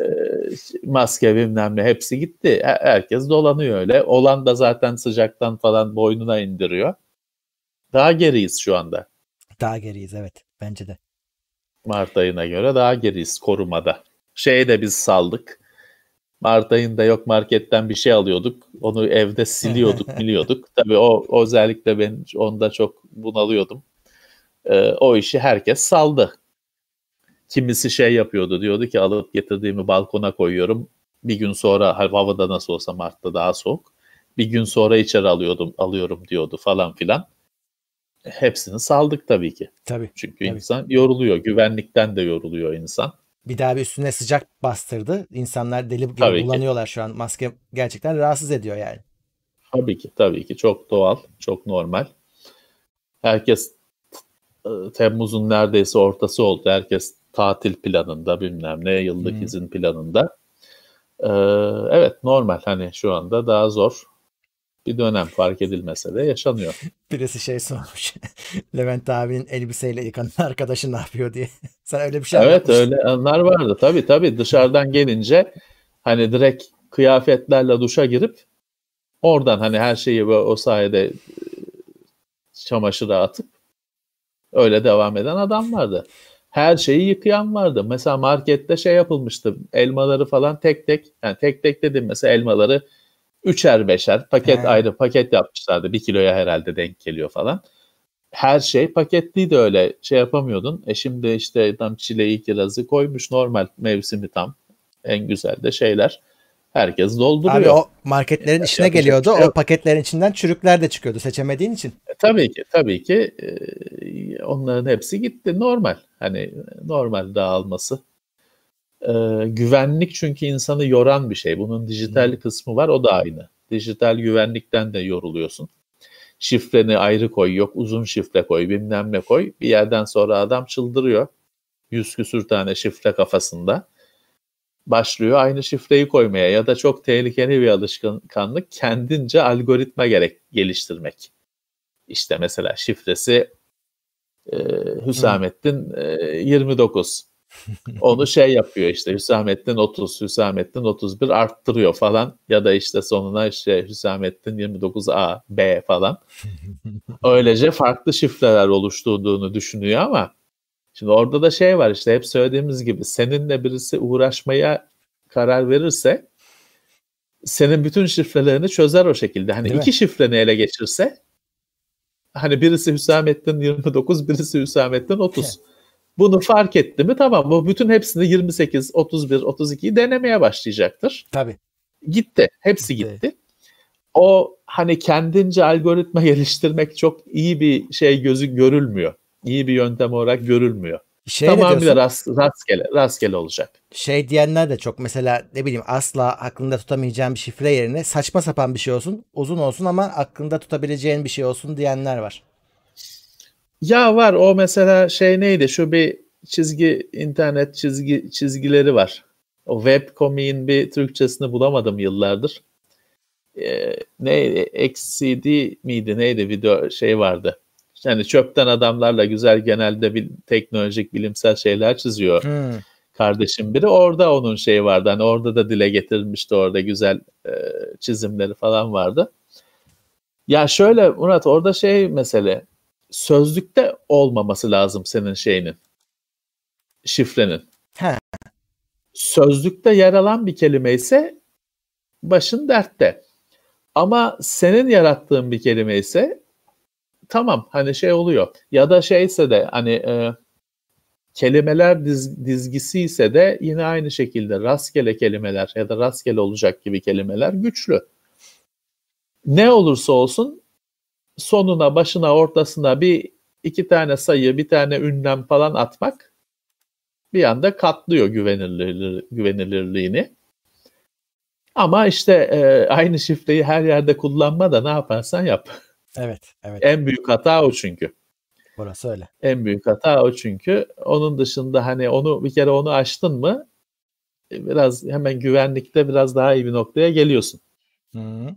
maske bilmem ne hepsi gitti. Herkes dolanıyor öyle. Olan da zaten sıcaktan falan boynuna indiriyor. Daha geriyiz şu anda.
Daha geriyiz evet. Bence de.
Mart ayına göre daha geriyiz korumada. Şeyi de biz saldık. Mart ayında yok marketten bir şey alıyorduk. Onu evde siliyorduk, biliyorduk. Tabii o, o özellikle ben onda çok bunalıyordum. Ee, o işi herkes saldı. Kimisi şey yapıyordu, diyordu ki alıp getirdiğimi balkona koyuyorum. Bir gün sonra havada nasıl olsa Mart'ta daha soğuk. Bir gün sonra içeri alıyordum, alıyorum diyordu falan filan. Hepsini saldık tabii ki.
Tabii.
Çünkü
tabii.
insan yoruluyor. Güvenlikten de yoruluyor insan.
Bir daha bir üstüne sıcak bastırdı. İnsanlar deli gibi tabii bulanıyorlar ki. Şu an. Maske gerçekten rahatsız ediyor yani.
Tabii ki, tabii ki. Çok doğal, çok normal. Herkes Temmuz'un neredeyse ortası oldu. Herkes tatil planında bilmem ne yıllık hmm. izin planında. Ee, evet normal hani şu anda daha zor bir dönem fark edilmese de yaşanıyor.
Birisi şey sormuş. Levent abinin elbiseyle yıkanan arkadaşı ne yapıyor diye. Sen öyle bir şey
Evet öyle anlar vardı. Tabii tabii dışarıdan gelince hani direkt kıyafetlerle duşa girip oradan hani her şeyi o sayede çamaşıra atıp öyle devam eden adam vardı. Her şeyi yıkayan vardı. Mesela markette şey yapılmıştı. Elmaları falan tek tek, yani tek tek dedim mesela elmaları üçer beşer paket He. ayrı paket yapmışlardı. Bir kiloya herhalde denk geliyor falan. Her şey paketliydi öyle. Şey yapamıyordun. E şimdi işte tam çileği kirazı koymuş normal mevsimi tam. En güzel de şeyler. Herkes dolduruyor.
Abi o marketlerin işine geliyordu. Şey o paketlerin içinden çürükler de çıkıyordu seçemediğin için.
E, tabii ki tabii ki e, onların hepsi gitti. Normal. Hani normal dağılması. E, güvenlik çünkü insanı yoran bir şey. Bunun dijital hmm. kısmı var. O da aynı. Dijital güvenlikten de yoruluyorsun. Şifreni ayrı koy. Yok uzun şifre koy. Bilmem ne koy. Bir yerden sonra adam çıldırıyor. Yüz küsür tane şifre kafasında. Başlıyor aynı şifreyi koymaya ya da çok tehlikeli bir alışkanlık kendince algoritma gerek geliştirmek. İşte mesela şifresi e, Hüsamettin e, yirmi dokuz. Onu şey yapıyor işte Hüsamettin otuz, Hüsamettin otuz bir arttırıyor falan ya da işte sonuna işte Hüsamettin yirmi dokuz A, B falan. Öylece farklı şifreler oluşturduğunu düşünüyor ama şimdi orada da şey var işte hep söylediğimiz gibi seninle birisi uğraşmaya karar verirse senin bütün şifrelerini çözer o şekilde. Hani
Değil
iki
mi?
şifreni ele geçirse hani birisi Hüsamettin yirmi dokuz, birisi Hüsamettin otuz. Bunu fark etti mi tamam bu bütün hepsini yirmi sekiz, otuz bir, otuz ikiyi denemeye başlayacaktır.
Tabii.
Gitti. Hepsi
Gitti.
gitti. O hani kendince algoritma geliştirmek çok iyi bir şey gözü görülmüyor. İyi bir yöntem olarak görülmüyor.
Şey ne
Tamamıyla
diyorsun?
rast, rastgele, rastgele olacak.
Şey diyenler de çok, mesela ne bileyim asla aklında tutamayacağın bir şifre yerine saçma sapan bir şey olsun, uzun olsun ama aklında tutabileceğin bir şey olsun diyenler var.
Ya var o mesela şey neydi şu bir çizgi internet çizgi çizgileri var. O webcomic'in bir Türkçesini bulamadım yıllardır. Ee, neydi? X C D miydi? Neydi? Video şey vardı. Yani çöpten adamlarla güzel genelde bir teknolojik bilimsel şeyler çiziyor.
Hmm.
Kardeşim biri orada onun şeyi vardı. Hani orada da dile getirmişti orada güzel e, çizimleri falan vardı. Ya şöyle Murat orada şey mesele sözlükte olmaması lazım senin şeyinin. Şifrenin.
He.
Sözlükte yer alan bir kelime ise başın dertte. Ama senin yarattığın bir kelime ise tamam hani şey oluyor. Ya da şeyse de hani e, kelimeler diz, dizgisi ise de yine aynı şekilde rastgele kelimeler ya da rastgele olacak gibi kelimeler güçlü. Ne olursa olsun sonuna, başına, ortasına bir iki tane sayı, bir tane ünlem falan atmak bir anda katlıyor güvenilirliğini. güvenilirliğini. Ama işte e, aynı şifreyi her yerde kullanma da ne yaparsan yap.
Evet, evet.
En büyük hata o çünkü.
Orası öyle.
En büyük hata o çünkü. Onun dışında hani onu bir kere onu aştın mı biraz hemen güvenlikte biraz daha iyi bir noktaya geliyorsun.
Hı.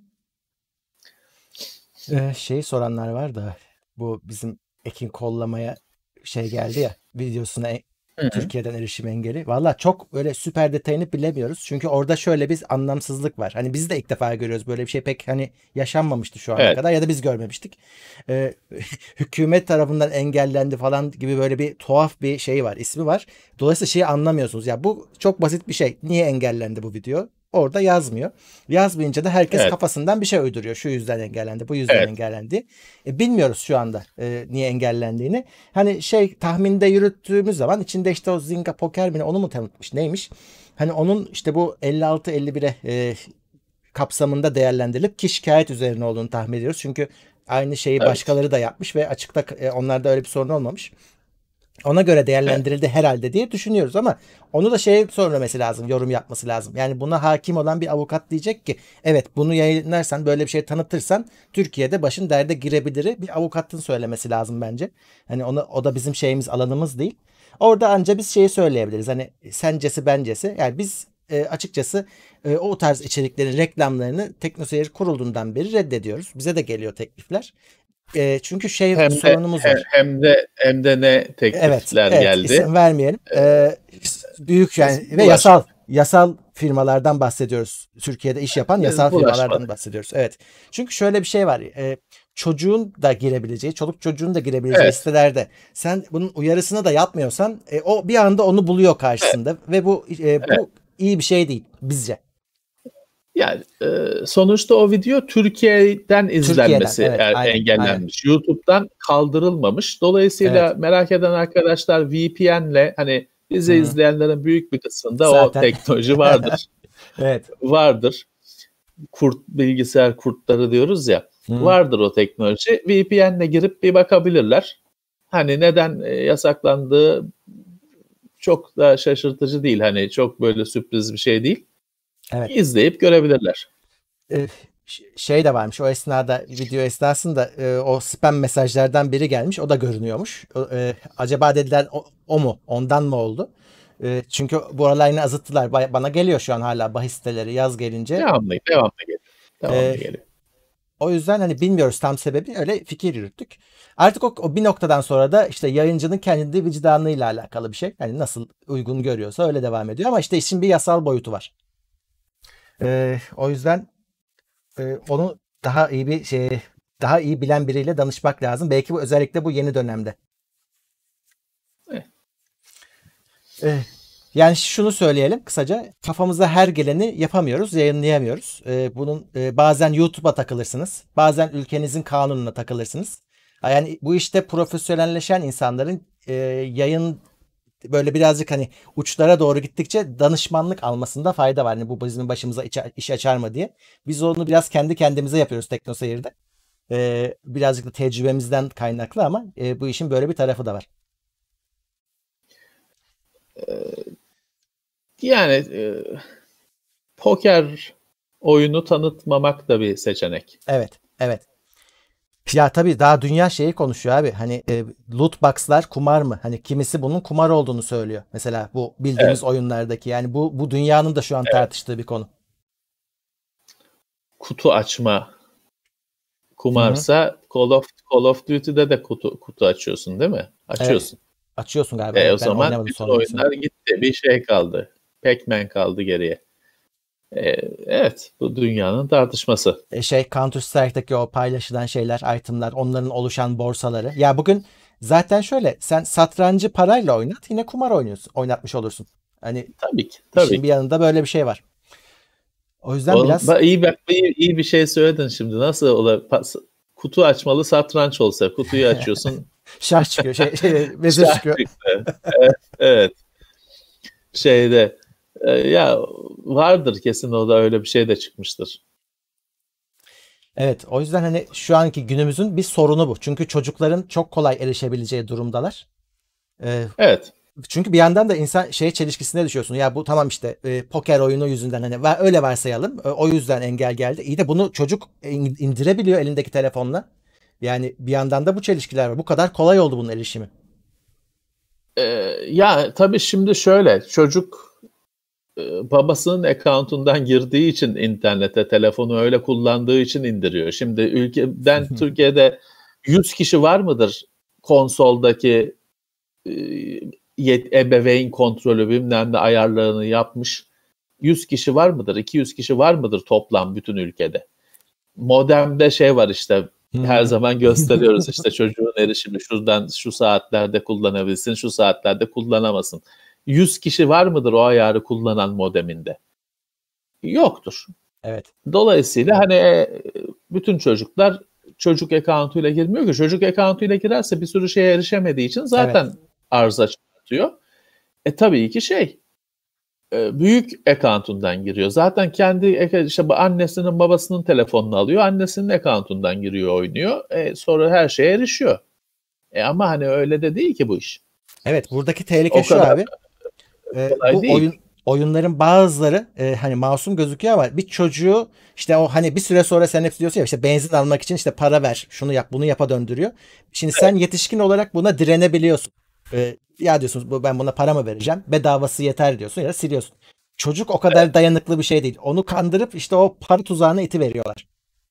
Ee, şeyi soranlar var da bu bizim Ekin kollamaya şey geldi ya videosuna e-
Hı hı.
Türkiye'den erişim engeli. Valla çok böyle süper detayını bilemiyoruz. Çünkü orada şöyle bir anlamsızlık var. Hani biz de ilk defa görüyoruz, böyle bir şey pek hani yaşanmamıştı şu ana
Evet.
kadar ya da biz görmemiştik. Ee, hükümet tarafından engellendi falan gibi böyle bir tuhaf bir şey var, ismi var. Dolayısıyla şeyi anlamıyorsunuz. Ya bu çok basit bir şey. Niye engellendi bu video? Orada yazmıyor. Yazmayınca da herkes
Evet.
kafasından bir şey uyduruyor. Şu yüzden engellendi, bu yüzden
Evet.
engellendi. E, bilmiyoruz şu anda e, niye engellendiğini. Hani şey tahminde yürüttüğümüz zaman içinde işte o Zynga Poker mi ne, onu mu tanıtmış neymiş? Hani onun işte bu elli altı elli bire e, kapsamında değerlendirilip ki şikayet üzerine olduğunu tahmin ediyoruz. Çünkü aynı şeyi
Evet.
başkaları da yapmış ve açıkta e, onlarda öyle bir sorun olmamış. Ona göre değerlendirildi evet. herhalde diye düşünüyoruz ama onu da şeye söylemesi lazım, yorum yapması lazım. Yani buna hakim olan bir avukat diyecek ki evet bunu yayınlarsan, böyle bir şey tanıtırsan Türkiye'de başın derde girebilir. Bir avukatın söylemesi lazım bence. Hani onu, o da bizim şeyimiz, alanımız değil. Orada anca biz şeyi söyleyebiliriz. Hani sencesi bencesi. Yani biz e, açıkçası e, o tarz içeriklerin reklamlarını TeknoSeyir kurulduğundan beri reddediyoruz. Bize de geliyor teklifler. E, çünkü şey
Hem de
sorunumuz
hem,
var.
hem de hem de ne
Evet,
teklifler
evet
geldi.
isim vermeyelim. Ee, büyük yani
Biz
ve
bulaş,
yasal yasal firmalardan bahsediyoruz. Türkiye'de iş yapan
biz
yasal firmalardan
bulaşmadık.
bahsediyoruz. Evet. Çünkü şöyle bir şey var. E, çocuğun da girebileceği, çoluk çocuğun da girebileceği
Evet.
sitelerde sen bunun uyarısını da yapmıyorsan e, o bir anda onu buluyor karşısında ve bu e, bu iyi bir şey değil bizce.
Yani e, sonuçta o video Türkiye'den izlenmesi
Türkiye'den, evet,
er,
aynen,
engellenmiş. YouTube'dan kaldırılmamış. Dolayısıyla
evet.
merak eden arkadaşlar V P N'le hani bizi
Hı.
izleyenlerin büyük bir kısmında o
Zaten
teknoloji vardır.
evet.
Vardır. Kurt bilgisayar kurtları diyoruz ya.
Hı.
Vardır o teknoloji. V P N'le girip bir bakabilirler. Hani neden e, yasaklandığı çok da şaşırtıcı değil. Hani çok böyle sürpriz bir şey değil.
Evet.
İzleyip görebilirler.
Ee, şey de varmış o esnada, video esnasında e, o spam mesajlardan biri gelmiş, o da görünüyormuş. O, e, acaba dediler o, o mu, ondan mı oldu? E, çünkü bu aralar yine azıttılar. Ba- bana geliyor şu an hala bahis siteleri yaz gelince.
Devamlı, devamlı geliyor. Devamlı
E,
geliyor.
O yüzden hani bilmiyoruz tam sebebi, öyle fikir yürüttük. Artık o, o bir noktadan sonra da işte yayıncının kendi vicdanıyla alakalı bir şey. Hani nasıl uygun görüyorsa öyle devam ediyor ama işte işin bir yasal boyutu var. Ee, o yüzden e, onu daha iyi bir şey, daha iyi bilen biriyle danışmak lazım. Belki bu özellikle bu yeni dönemde.
Evet.
Ee, yani şunu söyleyelim kısaca, kafamıza her geleni yapamıyoruz, yayınlayamıyoruz. Ee, bunun e, bazen YouTube'a takılırsınız, bazen ülkenizin kanununa takılırsınız. Yani bu işte profesyonelleşen insanların e, yayın böyle birazcık hani uçlara doğru gittikçe danışmanlık almasında fayda var. Yani bu bizim başımıza iş, iş açar mı diye. Biz onu biraz kendi kendimize yapıyoruz TeknoSeyir'de. Ee, birazcık da tecrübemizden kaynaklı ama e, bu işin böyle bir tarafı da var.
Yani e, poker oyunu tanıtmamak da bir seçenek.
Evet, evet. Ya tabii daha dünya şeyi konuşuyor abi. Hani e, loot box'lar kumar mı? Hani kimisi bunun kumar olduğunu söylüyor. Mesela bu bildiğimiz
Evet,
oyunlardaki. Yani bu bu dünyanın da şu an
evet.
tartıştığı bir konu.
Kutu açma
Hı hı.
kumarsa Call of Call of Duty'de de kutu kutu açıyorsun değil mi?
Evet.
Açıyorsun.
Açıyorsun galiba.
E, o
Evet, ben
zaman
oynamadım
bütün
sonuncusunu.
oyunlar gitti. Bir şey kaldı. Pac-Man kaldı geriye. E, evet, bu dünyanın tartışması.
E, şey Counter Strike'daki o paylaşılan şeyler, itemler, onların oluşan borsaları. Ya bugün zaten şöyle, sen satrancı parayla oynat, yine kumar oynuyorsun, oynatmış olursun. Hani
Tabii ki, tabii
işin bir
ki.
yanında böyle bir şey var. O yüzden
O,
biraz
ba- iyi, bak, iyi, iyi bir şey söyledin şimdi. Nasıl ola, pas- kutu açmalı satranç olsa kutuyu açıyorsun,
şah çıkıyor, şey, şey vezir
şah
çıkıyor.
çıktı. Evet, evet. Şeyde e, ya vardır kesin, o da öyle bir şey de çıkmıştır.
Evet, o yüzden hani şu anki günümüzün bir sorunu bu. Çünkü çocukların çok kolay erişebileceği durumdalar. Ee,
Evet.
çünkü bir yandan da insan şey çelişkisine düşüyorsun. Ya bu tamam işte e, poker oyunu yüzünden hani va- öyle varsayalım. E, o yüzden engel geldi. İyi de bunu çocuk in- indirebiliyor elindeki telefonla. Yani bir yandan da bu çelişkiler var. Bu kadar kolay oldu bunun erişimi.
E, ya tabii şimdi şöyle, çocuk e, babasının account'undan girdiği için internete, telefonu öyle kullandığı için indiriyor. Şimdi ülkeden Türkiye'de yüz kişi var mıdır konsoldaki e, yet- ebeveyn kontrolü bilmem ne ayarlarını yapmış? yüz kişi var mıdır? iki yüz kişi var mıdır toplam bütün ülkede? Modemde şey var işte, her zaman gösteriyoruz işte çocuğun erişimi şuradan şu saatlerde kullanabilsin, şu saatlerde kullanamasın. yüz kişi var mıdır o ayarı kullanan modeminde? Yoktur.
Evet.
Dolayısıyla hani e, bütün çocuklar çocuk account'uyla girmiyor ki. Çocuk account'uyla girerse bir sürü şeye erişemediği için
Evet.
zaten arıza çıkartıyor. E tabii ki şey, e, büyük account'undan giriyor. Zaten kendi işte annesinin babasının telefonunu alıyor. Annesinin account'undan giriyor, oynuyor. E, sonra her şeye erişiyor. E ama hani öyle de değil ki bu iş.
Evet. Buradaki tehlike
O
şu
kadar
abi. E,
kolay
bu
değil.
oyun oyunların bazıları e, hani masum gözüküyor ama bir çocuğu işte o hani bir süre sonra sen hep diyorsun ya işte benzin almak için işte para ver, şunu yap, bunu yapa döndürüyor. Şimdi sen yetişkin olarak buna direnebiliyorsun. E, ya diyorsunuz bu ben buna para mı vereceğim? Bedavası yeter diyorsun ya da siliyorsun. Çocuk o kadar dayanıklı bir şey değil. Onu kandırıp işte o para tuzağına iti veriyorlar.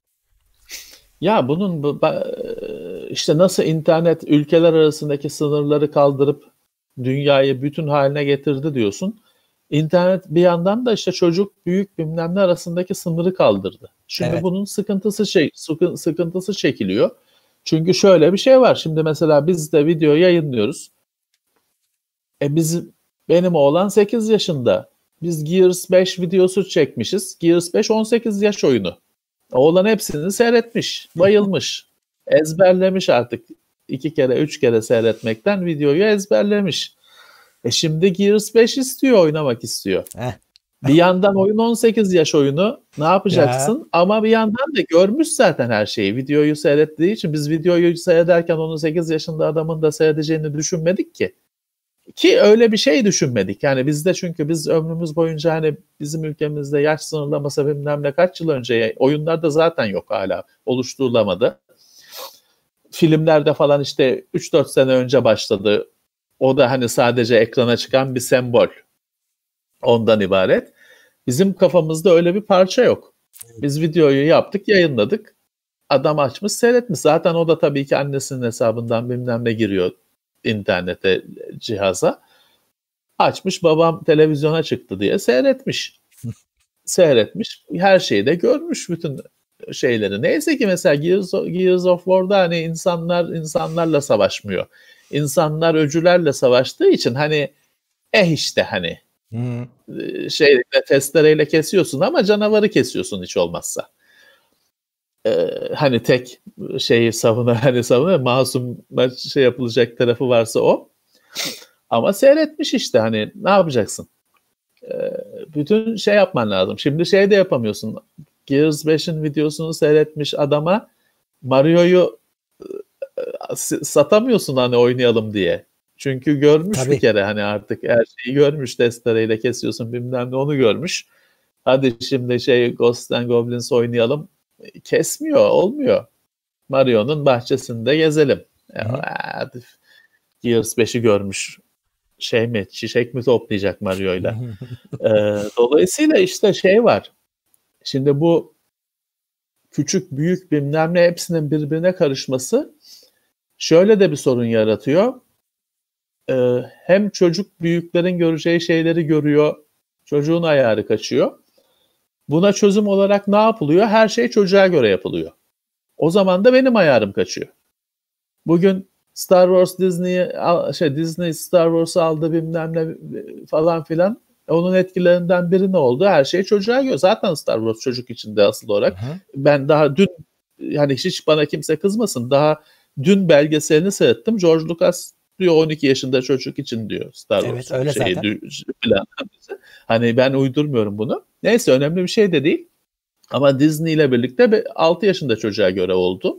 Ya bunun bu- ba- işte nasıl internet ülkeler arasındaki sınırları kaldırıp dünyayı bütün haline getirdi diyorsun. İnternet bir yandan da işte çocuk büyük bilmem ne arasındaki sınırı kaldırdı. Şimdi
Evet.
bunun sıkıntısı şey sıkı- sıkıntısı çekiliyor. Çünkü şöyle bir şey var. Şimdi mesela biz de video yayınlıyoruz. E biz benim oğlan sekiz yaşında. Biz Gears beş videosu çekmişiz. Gears beş on sekiz yaş oyunu. Oğlan hepsini seyretmiş, bayılmış, ezberlemiş artık. iki kere, üç kere seyretmekten videoyu ezberlemiş. E şimdi Gears beş istiyor, oynamak istiyor.
Heh.
Bir yandan oyun on sekiz yaş oyunu, ne
Ya.
yapacaksın? Ama bir yandan da görmüş zaten her şeyi. Videoyu seyrettiği için biz videoyu seyrederken onun sekiz yaşında adamın da seyredeceğini düşünmedik ki. Ki öyle bir şey düşünmedik. Yani bizde, çünkü biz ömrümüz boyunca hani bizim ülkemizde yaş sınırlaması bilmem ne kaç yıl önce oyunlarda zaten yok, hala oluşturulamadı. Filmlerde falan işte üç dört sene önce başladı. O da hani sadece ekrana çıkan bir sembol. Ondan ibaret. Bizim kafamızda öyle bir parça yok. Biz videoyu yaptık, yayınladık. Adam açmış seyretmiş. Zaten o da tabii ki annesinin hesabından bilmem ne giriyor internete, cihaza. Açmış, babam televizyona çıktı diye seyretmiş. Seyretmiş. Her şeyi de görmüş, bütün şeyleri. Neyse ki mesela Gears of, Gears of War'da hani insanlar insanlarla savaşmıyor. İnsanlar öcülerle savaştığı için hani eh işte hani
hmm.
şeyle, testereyle kesiyorsun ama canavarı kesiyorsun hiç olmazsa. Ee, hani tek şeyi savuna hani savuna masum şey yapılacak tarafı varsa o. Ama seyretmiş işte, hani ne yapacaksın? Ee, bütün şey yapman lazım. Şimdi şey de yapamıyorsun. Gears beşin videosunu seyretmiş adama Mario'yu e, satamıyorsun hani oynayalım diye. Çünkü görmüş
Tabii.
bir kere, hani artık her şeyi görmüş, testereyle kesiyorsun bilmem ne, onu görmüş. Hadi şimdi şey Ghosts and Goblins oynayalım. Kesmiyor, olmuyor. Mario'nun bahçesinde gezelim. Ya, Gears beşi görmüş. Şey mi, çiçek mi toplayacak Mario'yla? ee, dolayısıyla işte şey var. Şimdi bu küçük, büyük bilmem ne hepsinin birbirine karışması şöyle de bir sorun yaratıyor. Ee, hem çocuk büyüklerin göreceği şeyleri görüyor. Çocuğun ayarı kaçıyor. Buna çözüm olarak ne yapılıyor? Her şey çocuğa göre yapılıyor. O zaman da benim ayarım kaçıyor. Bugün Star Wars Disney'i şey Disney Star Wars'ı aldı bilmem ne falan filan. Onun etkilerinden biri ne oldu? Her şey çocuğa göre. Zaten Star Wars çocuk içinde asıl olarak. Hı hı. Ben daha dün, yani hiç bana kimse kızmasın, daha dün belgeselini seyrettim. George Lucas diyor on iki yaşında çocuk için diyor Star Wars.
Evet, öyle
şeyi,
zaten.
Falan. Hani ben uydurmuyorum bunu. Neyse, önemli bir şey de değil. Ama Disney ile birlikte altı yaşında çocuğa göre oldu.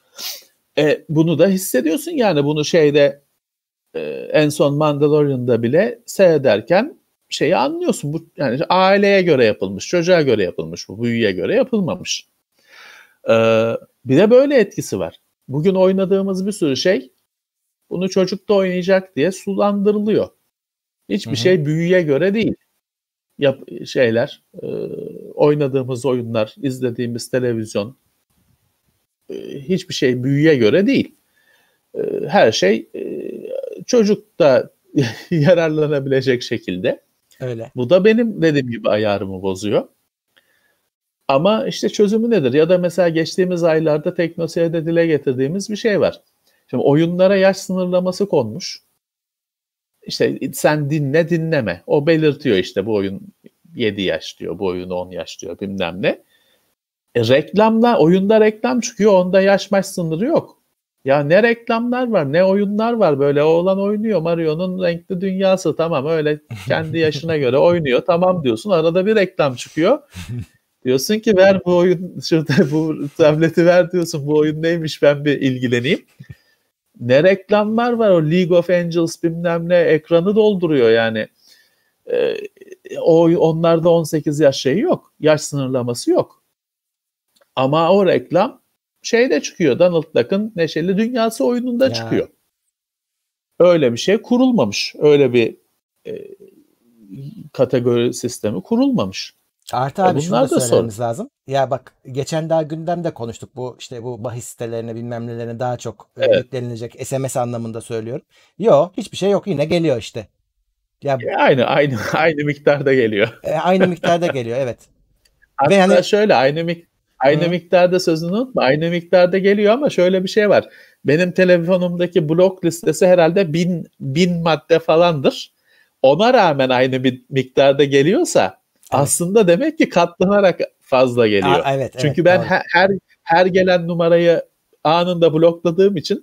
E, bunu da hissediyorsun yani, bunu şeyde e, en son Mandalorian'da bile seyrederken şeyi anlıyorsun. Bu yani aileye göre yapılmış, çocuğa göre yapılmış, bu büyüye göre yapılmamış. E, bir de böyle etkisi var. Bugün oynadığımız bir sürü şey bunu çocuk da oynayacak diye sulandırılıyor. Hiçbir Hı-hı. şey büyüye göre değil. Yap, şeyler, e, oynadığımız oyunlar, izlediğimiz televizyon, e, hiçbir şey büyüye göre değil. E, her şey e, çocuk da yararlanabilecek şekilde.
Öyle.
Bu da benim dediğim gibi ayarımı bozuyor. Ama işte çözümü nedir? Ya da mesela geçtiğimiz aylarda TeknoSeyir'de dile getirdiğimiz bir şey var. Şimdi oyunlara yaş sınırlaması konmuş. İşte sen dinle dinleme. O belirtiyor işte, bu oyun yedi yaş diyor, bu oyun on yaş diyor bilmem ne. E, reklamlar, oyunda reklam çıkıyor, onda yaş maş sınırı yok. Ya ne reklamlar var, ne oyunlar var, böyle oğlan oynuyor Mario'nun renkli dünyası, tamam, öyle kendi yaşına göre oynuyor, tamam diyorsun, arada bir reklam çıkıyor. Diyorsun ki ver bu oyun, şurada bu tableti ver diyorsun, bu oyun neymiş, ben bir ilgileneyim. Ne reklamlar var, o League of Angels bilmem ne ekranı dolduruyor yani. Ee, o onlarda on sekiz yaş şeyi yok, yaş sınırlaması yok. Ama o reklam şeyde çıkıyor, Donald Duck'ın Neşeli Dünyası oyununda ya. çıkıyor. Öyle bir şey kurulmamış. Öyle bir e, kategori sistemi kurulmamış.
Artı abi, şunu da söylememiz sorun. lazım. Ya bak, geçen daha gündemde konuştuk. Bu işte bu bahis sitelerine bilmem nelerine daha çok evet. yüklenilecek S M S anlamında söylüyorum. Yok, hiçbir şey yok, yine geliyor işte.
Ya e, aynı aynı aynı miktarda geliyor.
E, aynı miktarda geliyor, evet.
Hatta Ve hani şöyle aynı miktarda Aynı Hı. miktarda sözünü unutma. Aynı miktarda geliyor ama şöyle bir şey var. Benim telefonumdaki blok listesi herhalde bin, bin madde falandır. Ona rağmen aynı bir miktarda geliyorsa evet. aslında demek ki katlanarak fazla geliyor.
Aa, evet,
Çünkü
evet,
ben
doğru.
her her gelen numarayı anında blokladığım için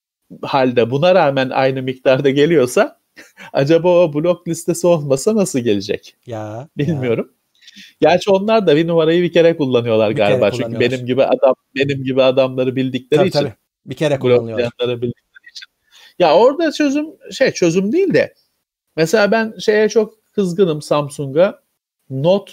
halde buna rağmen aynı miktarda geliyorsa acaba o blok listesi olmasa nasıl gelecek?
Ya,
bilmiyorum. Ya. Gerçi onlar da bir numarayı bir kere kullanıyorlar bir galiba. Kere Çünkü benim gibi adam benim gibi adamları bildikleri
tabii,
için.
Tabii. Bir kere kullanıyorlar.
Bildikleri için. Ya orada çözüm şey çözüm değil de mesela ben şeye çok kızgınım, Samsung'a. Note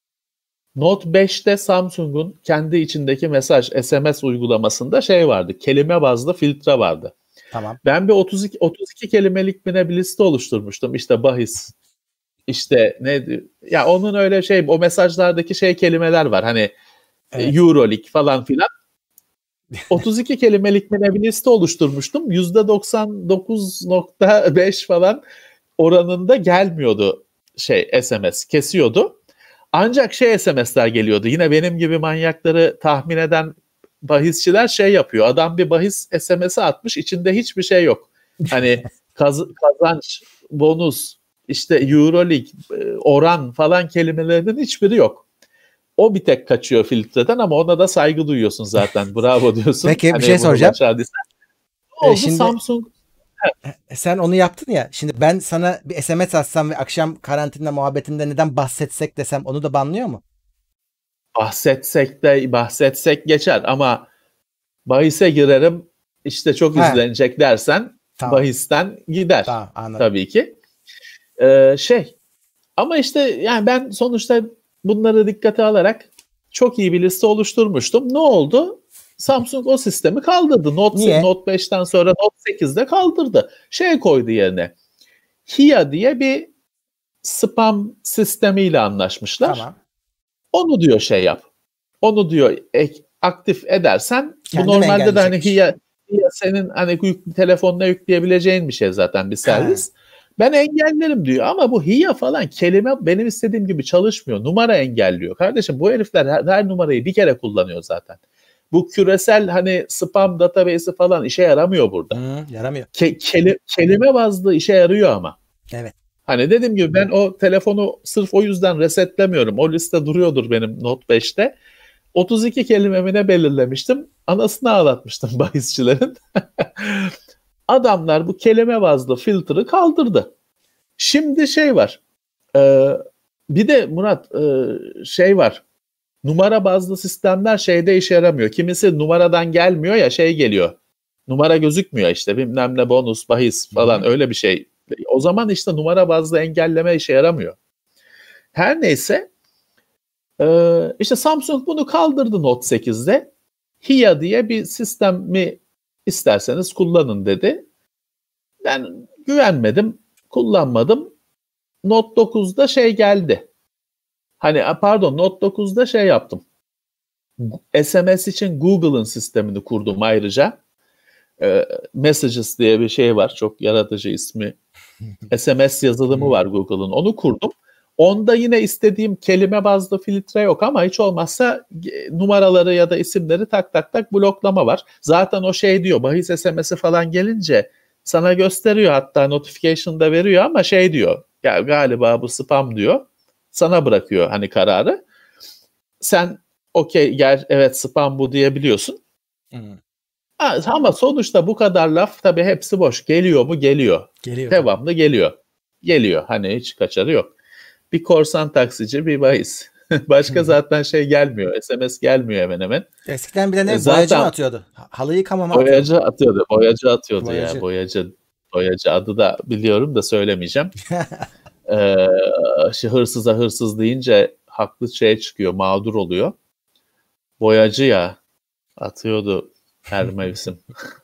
Note beşte Samsung'un kendi içindeki mesaj S M S uygulamasında şey vardı. Kelime bazlı filtre vardı.
Tamam.
Ben bir otuz iki otuz iki kelimelik bir liste oluşturmuştum. İşte bahis, İşte ne ya onun öyle şey, o mesajlardaki şey kelimeler var hani evet. Euroleague falan filan. otuz iki kelimelik bir bir liste oluşturmuştum. yüzde doksan dokuz nokta beş falan oranında gelmiyordu şey S M S, kesiyordu. Ancak şey S M S'ler geliyordu. Yine benim gibi manyakları tahmin eden bahisçiler şey yapıyor. Adam bir bahis S M S'i atmış, içinde hiçbir şey yok. Hani kaz- kazanç, bonus, işte Euroleague, oran falan kelimelerinin hiçbiri yok. O bir tek kaçıyor filtreden ama ona da saygı duyuyorsun zaten. Bravo diyorsun.
Peki bir
hani
şey soracağım.
Oldu
e, şimdi,
Samsung.
Sen onu yaptın ya. Şimdi ben sana bir S M S atsam ve akşam karantina muhabbetinde neden bahsetsek desem onu da banlıyor mu?
Bahsetsek de bahsetsek geçer ama bahise girerim işte çok He. izlenecek dersen tamam. bahisten gider. Tamam, anladım. Tabii ki. Ee, şey ama işte yani ben sonuçta bunları dikkate alarak çok iyi bir liste oluşturmuştum. Ne oldu? Samsung o sistemi kaldırdı. Note, Note beşten sonra Note sekizde kaldırdı. Şey koydu yerine. Hia diye bir spam sistemiyle anlaşmışlar. Tamam. Onu diyor şey yap. Onu diyor ek, aktif edersen Kendim bu normalde de hani Hia, Hia senin hani telefonuna yükleyebileceğin bir şey zaten bir servis. He. Ben engellerim diyor ama bu Hia falan kelime benim istediğim gibi çalışmıyor. Numara engelliyor. Kardeşim bu herifler her, her numarayı bir kere kullanıyor zaten. Bu küresel hani spam database'i falan işe yaramıyor burada.
Hı, yaramıyor.
Ke- keli- kelime bazlı işe yarıyor ama.
Evet.
Hani dediğim gibi ben o telefonu sırf o yüzden resetlemiyorum. O liste duruyordur benim Note beşte. otuz iki kelimemi ne belirlemiştim? Anasını ağlatmıştım bahisçilerin. Adamlar bu kelime bazlı filtre'ı kaldırdı. Şimdi şey var. E, bir de Murat e, şey var. Numara bazlı sistemler şeyde işe yaramıyor. Kimisi numaradan gelmiyor ya şey geliyor. Numara gözükmüyor işte bilmem ne bonus, bahis falan öyle bir şey. O zaman işte numara bazlı engelleme işe yaramıyor. Her neyse işte Samsung bunu kaldırdı Note sekizde. Hia diye bir sistemi isterseniz kullanın dedi. Ben güvenmedim, kullanmadım. Note dokuzda şey geldi. Hani pardon Note dokuzda şey yaptım. S M S için Google'ın sistemini kurdum ayrıca. E, Messages diye bir şey var. Çok yaratıcı ismi. S M S yazılımı var Google'ın. Onu kurdum. Onda yine istediğim kelime bazlı filtre yok ama hiç olmazsa numaraları ya da isimleri tak tak tak bloklama var. Zaten o şey diyor bahis S M S'i falan gelince sana gösteriyor hatta notification da veriyor ama şey diyor ya galiba bu spam diyor. Sana bırakıyor hani kararı. Sen okey gel evet spam bu diyebiliyorsun. Hmm. Ha, ama sonuçta bu kadar laf tabii hepsi boş. Geliyor mu? Geliyor. Geliyor. Devamlı geliyor. Geliyor. Hani hiç kaçarı yok. Bir korsan taksici, bir bahis. Başka zaten şey gelmiyor. S M S gelmiyor hemen hemen.
Eskiden bir de ne? Zaten boyacı mı atıyordu? Halı yıkamama
boyacı atıyordu. atıyordu. Boyacı atıyordu boyacı. ya. Boyacı. Boyacı adı da biliyorum da söylemeyeceğim. ee, hırsıza hırsız deyince haklı şeye çıkıyor. Mağdur oluyor. Boyacı ya. Atıyordu her mevsim.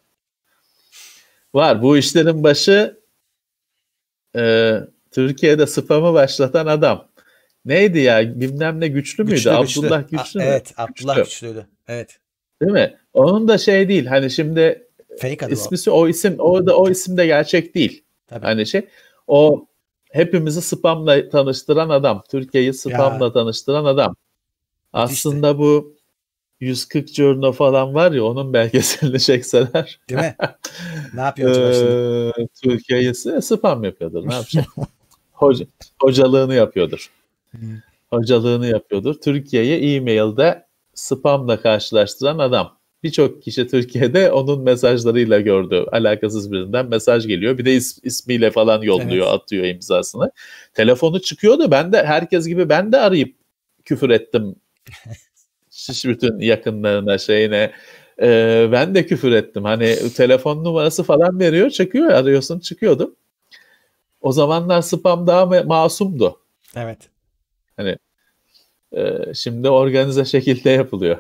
Var. Bu işlerin başı e, Türkiye'de spamı başlatan adam. Neydi ya? Bilmem ne güçlü müydü? Güçlü, Abdullah güçlü, güçlü mü?
Evet. Abdullah güçlü. güçlüydü. Evet.
Değil mi? Onun da şey değil. Hani şimdi fake ismisi o. o isim o da o isim de gerçek değil. Tabii. Hani şey o hepimizi spamla tanıştıran adam. Türkiye'yi spamla ya. tanıştıran adam. Aslında işte. Bu yüz kırk Journal falan var ya onun belgeselini çekseler.
Değil mi? Ne yapıyor acaba şimdi?
Türkiye'yi spam yapıyordur. Ne yapacak? Hoca, hocalığını yapıyordur. Hmm. Hocalığını yapıyordur. Türkiye'yi e-mail'de spamla karşılaştıran adam. Birçok kişi Türkiye'de onun mesajlarıyla gördü. Alakasız birinden mesaj geliyor. Bir de is, ismiyle falan yolluyor, evet. atıyor imzasını. Telefonu çıkıyordu. Ben de herkes gibi ben de arayıp küfür ettim. Şiş bütün yakınlarına şeyine. Ee, ben de küfür ettim. Hani telefon numarası falan veriyor, çıkıyor. Arıyorsun, çıkıyordu. O zamanlar spam daha ma- masumdu.
Evet.
Hani e, şimdi organize şekilde yapılıyor.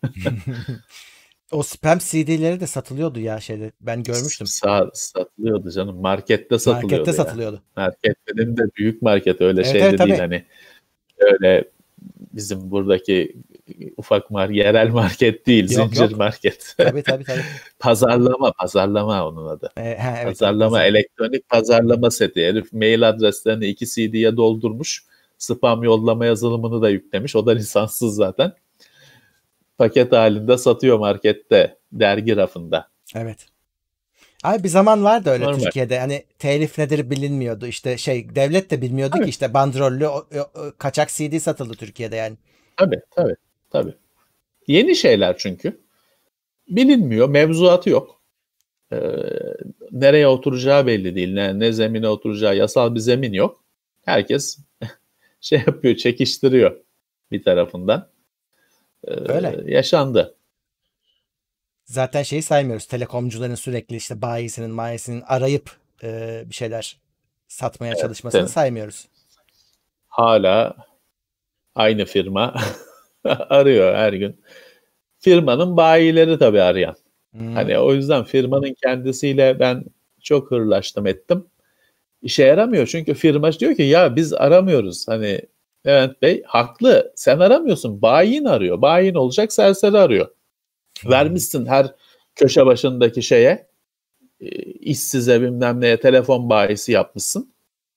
O spam C D'leri de satılıyordu ya şeyde. Ben görmüştüm.
Sa- satılıyordu canım. Markette satılıyordu.
Markette
ya.
satılıyordu.
Market dedim de büyük market öyle
evet,
şeyde
evet,
değil
tabii.
hani. Öyle bizim buradaki ufak market, yerel market değil, yok, zincir yok. market.
Tabii tabii tabii.
pazarlama, pazarlama onun adı.
Ee, he, evet,
pazarlama, tabii, elektronik pazarlama seti. Herif mail adreslerini iki C D'ye doldurmuş. Spam yollama yazılımını da yüklemiş. O da lisanssız zaten. Paket halinde satıyor markette, dergi rafında.
Evet. Abi bir zaman vardı öyle
Normal.
Türkiye'de. Hani telif nedir bilinmiyordu. İşte şey devlet de bilmiyordu
tabii.
ki işte bandrollü o, o, kaçak C D satıldı Türkiye'de yani.
Tabii tabii tabii. Yeni şeyler çünkü. Bilinmiyor, mevzuatı yok. Ee, nereye oturacağı belli değil. Ne, ne zemine oturacağı, yasal bir zemin yok. Herkes şey yapıyor, çekiştiriyor bir tarafından. Ee,
Öyle.
Yaşandı.
Zaten şeyi saymıyoruz. Telekomcuların sürekli işte bayisinin, mayisinin arayıp e, bir şeyler satmaya evet, çalışmasını evet. saymıyoruz.
Hala aynı firma arıyor her gün. Firmanın bayileri tabii arayan. Hmm. Hani o yüzden firmanın kendisiyle ben çok hırlaştım ettim. İşe yaramıyor çünkü firma diyor ki ya biz aramıyoruz. Hani Levent Bey haklı. Sen aramıyorsun. Bayin arıyor. Bayin olacak serseri arıyor. Hmm. Vermişsin her köşe başındaki şeye, işsize bilmem neye telefon bayisi yapmışsın.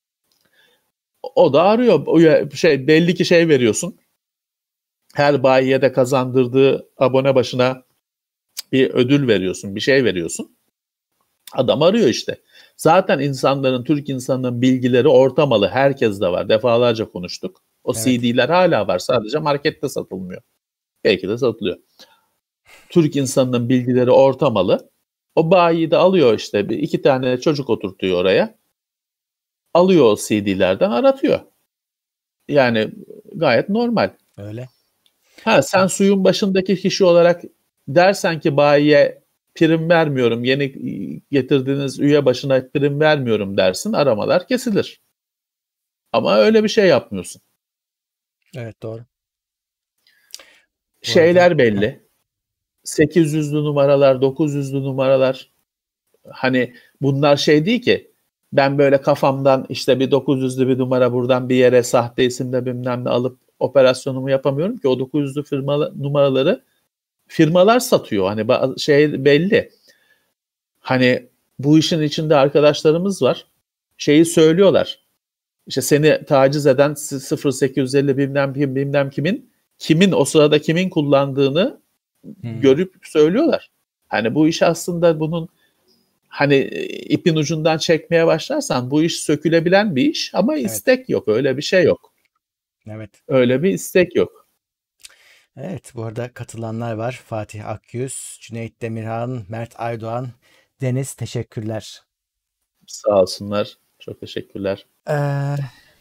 O da arıyor. O şey belli ki şey veriyorsun. Her bayiye de kazandırdığı abone başına bir ödül veriyorsun, bir şey veriyorsun. Adam arıyor işte. Zaten insanların, Türk insanının bilgileri ortamalı. Herkes de var. Defalarca konuştuk. O evet. C D'ler hala var. Sadece markette satılmıyor. Belki de satılıyor. Türk insanının bilgileri ortamalı. O bayiyi de alıyor işte. Bir, iki tane çocuk oturtuyor oraya. Alıyor o C D'lerden aratıyor. Yani gayet normal.
Öyle.
Ha sen suyun başındaki kişi olarak dersen ki bayiye prim vermiyorum, yeni getirdiğiniz üye başına prim vermiyorum dersin, aramalar kesilir. Ama öyle bir şey yapmıyorsun.
Evet doğru.
Şeyler arada, belli. Ha. sekiz yüzlü numaralar, dokuz yüzlü numaralar. Hani bunlar şey değil ki ben böyle kafamdan işte bir dokuz yüzlü bir numara buradan bir yere sahte isimle bilmem ne alıp operasyonumu yapamıyorum ki o dokuz yüzlü firma numaraları firmalar satıyor. Hani şey belli. Hani bu işin içinde arkadaşlarımız var. Şeyi söylüyorlar. İşte seni taciz eden sıfır sekiz yüz elli bilmem kim bilmem kimin kimin o sırada kimin kullandığını hmm. görüp söylüyorlar. Hani bu iş aslında bunun hani ipin ucundan çekmeye başlarsan bu iş sökülebilen bir iş ama evet. istek yok. Öyle bir şey yok.
Evet.
Öyle bir istek yok.
Evet, bu arada katılanlar var. Fatih Akyüz, Cüneyt Demirhan, Mert Aydoğan, Deniz teşekkürler.
Sağ olsunlar. Çok teşekkürler.
Ee,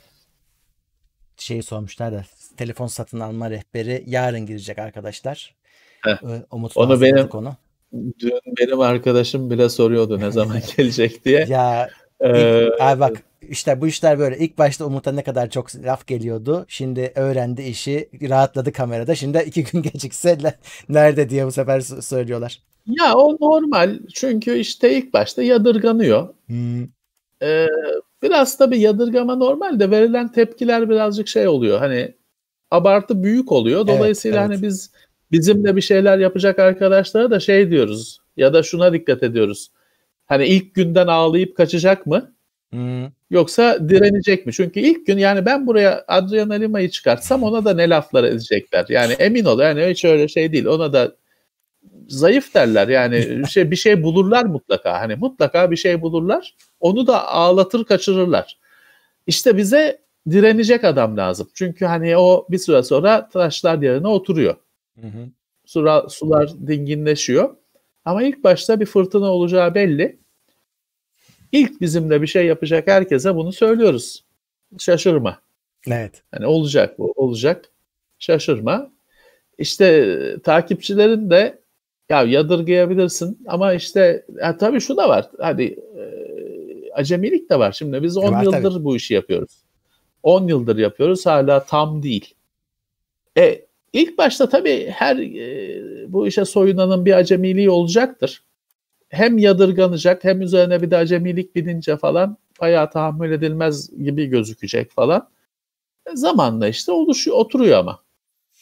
şeyi sormuşlar da telefon satın alma rehberi yarın girecek arkadaşlar.
Heh, Umut onu benim
onu.
Dün benim arkadaşım bile soruyordu ne zaman gelecek diye.
Ya ee, ilk, abi bak işte bu işler böyle. İlk başta Umut'a ne kadar çok laf geliyordu. Şimdi öğrendi işi. Rahatladı kamerada. Şimdi iki gün gecikse nerede diye bu sefer söylüyorlar.
Ya o normal. Çünkü işte ilk başta yadırganıyor. Hmm. Ee, biraz tabii yadırgama normal de verilen tepkiler birazcık şey oluyor. Hani abartı büyük oluyor. Dolayısıyla evet, evet. hani biz bizimle bir şeyler yapacak arkadaşlara da şey diyoruz. Ya da şuna dikkat ediyoruz. Hani ilk günden ağlayıp kaçacak mı? Hmm. Yoksa direnecek mi? Çünkü ilk gün yani ben buraya Adriana Lima'yı çıkartsam ona da ne laflar edecekler. Yani emin ol yani hiç öyle şey değil. Ona da zayıf derler. Yani bir şey, bir şey bulurlar mutlaka. Hani mutlaka bir şey bulurlar. Onu da ağlatır kaçırırlar. İşte bize direnecek adam lazım. Çünkü hani o bir süre sonra taşlar yerine oturuyor. Hı hı. Sura, sular dinginleşiyor. Ama ilk başta bir fırtına olacağı belli. İlk bizimle bir şey yapacak herkese bunu söylüyoruz. Şaşırma.
Evet.
Hani olacak bu, olacak. Şaşırma. İşte takipçilerin de ya yadırgayabilirsin ama işte ya tabii şu da var. Hadi e, acemilik de var. Şimdi biz on yıldır tabii. bu işi yapıyoruz. on yıldır yapıyoruz. Hala tam değil. E ilk başta tabii her e, bu işe soyunanın bir acemiliği olacaktır. Hem yadırganacak hem üzerine bir de acemilik binince falan bayağı tahammül edilmez gibi gözükecek falan. E, zamanla işte oluşuyor, oturuyor ama.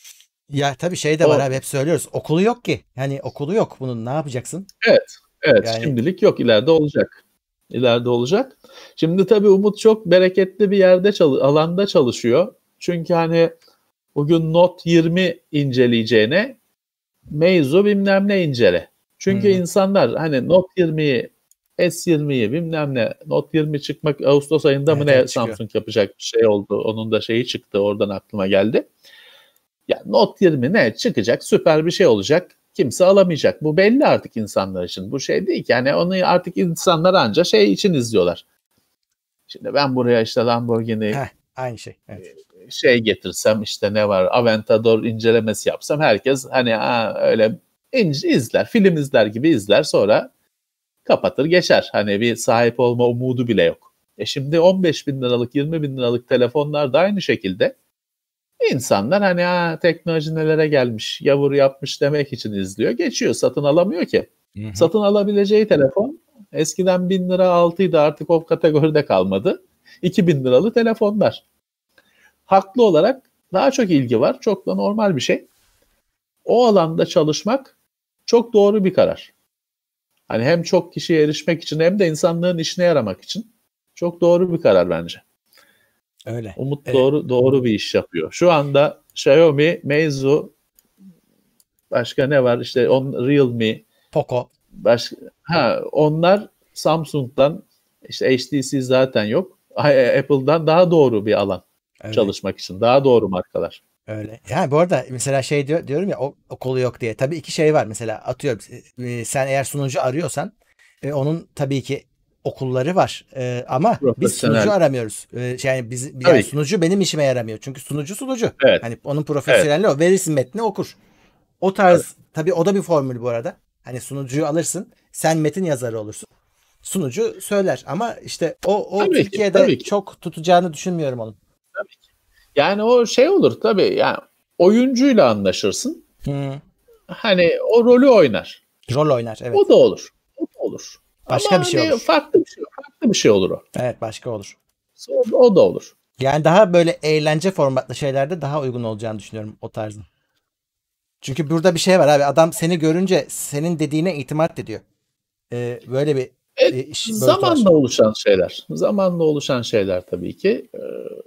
Ya tabii şey de var
O
abi, hep söylüyoruz. Okulu yok ki. Yani okulu yok bunun, ne yapacaksın?
evet, evet
Yani
şimdilik yok, ileride olacak. İleride olacak. Şimdi tabii Umut çok bereketli bir yerde çalı- alanda çalışıyor. Çünkü hani bugün Note yirmi inceleyeceğine mevzu bilmem ne incele. Çünkü
hmm,
insanlar hani Note yirmiyi, S yirmiyi bilmem ne, Note yirmi çıkmak Ağustos ayında mı
evet
ne
evet çıkıyor.
Samsung yapacak bir şey oldu. Onun da şeyi çıktı, oradan aklıma geldi. Ya Note yirmi ne çıkacak, süper bir şey olacak. Kimse alamayacak. Bu belli artık insanlar için. Bu şey değil ki. Yani onu artık insanlar anca şey için izliyorlar. Şimdi ben buraya işte Lamborghini
Heh, aynı şey. Evet.
şey getirsem, işte ne var, Aventador incelemesi yapsam, herkes hani ha, öyle ince izler, film izler gibi izler, sonra kapatır geçer. Hani bir sahip olma umudu bile yok. E şimdi on beş bin liralık, yirmi bin liralık telefonlar da aynı şekilde insanlar hani ha, teknoloji nelere gelmiş, yavur yapmış demek için izliyor. Geçiyor, satın alamıyor ki.
Hı hı.
Satın alabileceği telefon eskiden bin lira altıydı, artık o kategoride kalmadı. iki bin liralı telefonlar. Haklı olarak daha çok ilgi var. Çok da normal bir şey. O alanda çalışmak çok doğru bir karar. Hani hem çok kişiye erişmek için hem de insanlığın işine yaramak için çok doğru bir karar bence.
Öyle.
Umut
E,
doğru doğru bir iş yapıyor. Şu anda Xiaomi, Meizu, başka ne var? İşte on, Realme,
Poco.
başka ha onlar Samsung'dan, işte H T C zaten yok. Apple'dan daha doğru bir alan
Öyle.
çalışmak için. Daha doğru markalar.
Öyle. Yani bu arada mesela şey diyor, diyorum ya, o, okulu yok diye. Tabii iki şey var. Mesela atıyorum, e, sen eğer sunucu arıyorsan e, onun tabii ki okulları var. E, ama biz sunucu
Profesyonel.
aramıyoruz. E, yani biz, yani
Tabii ki.
sunucu benim işime yaramıyor. Çünkü sunucu sunucu.
Evet.
Hani onun
Evet.
profesyonelliği o. Verirsin metni, okur. O
Tabii.
tarz, tabii o da bir formül bu arada. Hani sunucuyu alırsın. Sen metin yazarı olursun. Sunucu söyler ama işte o o
Tabii ki.
Türkiye'de
Tabii ki.
çok tutacağını düşünmüyorum onun.
Tabii ki. Yani o şey olur tabii. Yani oyuncuyla anlaşırsın.
Hı.
Hani o rolü oynar.
Rol oynar,
O
evet.
da olur. O da olur. Ama
Başka bir şey
hani
olur.
farklı bir şey, farklı bir şey olur o.
Evet, başka olur.
O, o da olur.
Yani daha böyle eğlence formatlı şeylerde daha uygun olacağını düşünüyorum o tarzın. Çünkü burada bir şey var abi. Adam seni görünce senin dediğine itimat ediyor. Ee, böyle bir
E,
e, iş boyutu var.
zamanla oluşan şeyler. Zamanla oluşan şeyler tabii ki. Ee,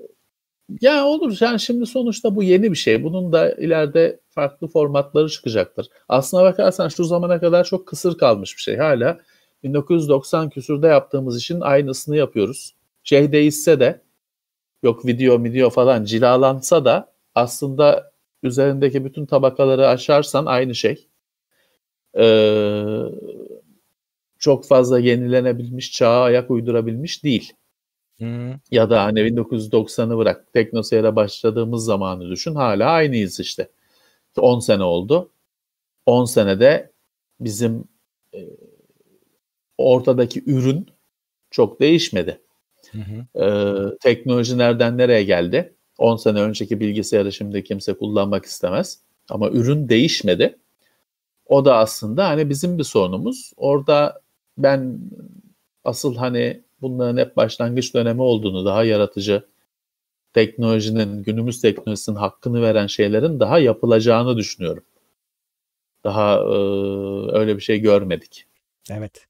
ya olur. Yani şimdi sonuçta bu yeni bir şey. Bunun da ileride farklı formatları çıkacaktır. Aslına bakarsan şu zamana kadar çok kısır kalmış bir şey. Hala bin dokuz yüz doksan küsürde yaptığımız işin aynısını yapıyoruz. Şey değişse de, yok video video falan cilalansa da, aslında üzerindeki bütün tabakaları aşarsan aynı şey. Ee, çok fazla yenilenebilmiş, çağa ayak uydurabilmiş değil.
Hı.
Ya da hani bin dokuz yüz doksanı bırak, TeknoSeyir'e başladığımız zamanı düşün, hala aynıyız işte. on sene oldu. on senede bizim e, ortadaki ürün çok değişmedi.
Hı hı.
Ee, teknoloji nereden nereye geldi? on sene önceki bilgisayarı şimdi kimse kullanmak istemez. Ama ürün değişmedi. O da aslında hani bizim bir sorunumuz. Orada ben asıl hani bunların hep başlangıç dönemi olduğunu, daha yaratıcı teknolojinin, günümüz teknolojisinin hakkını veren şeylerin daha yapılacağını düşünüyorum. Daha e, öyle bir şey görmedik.
Evet.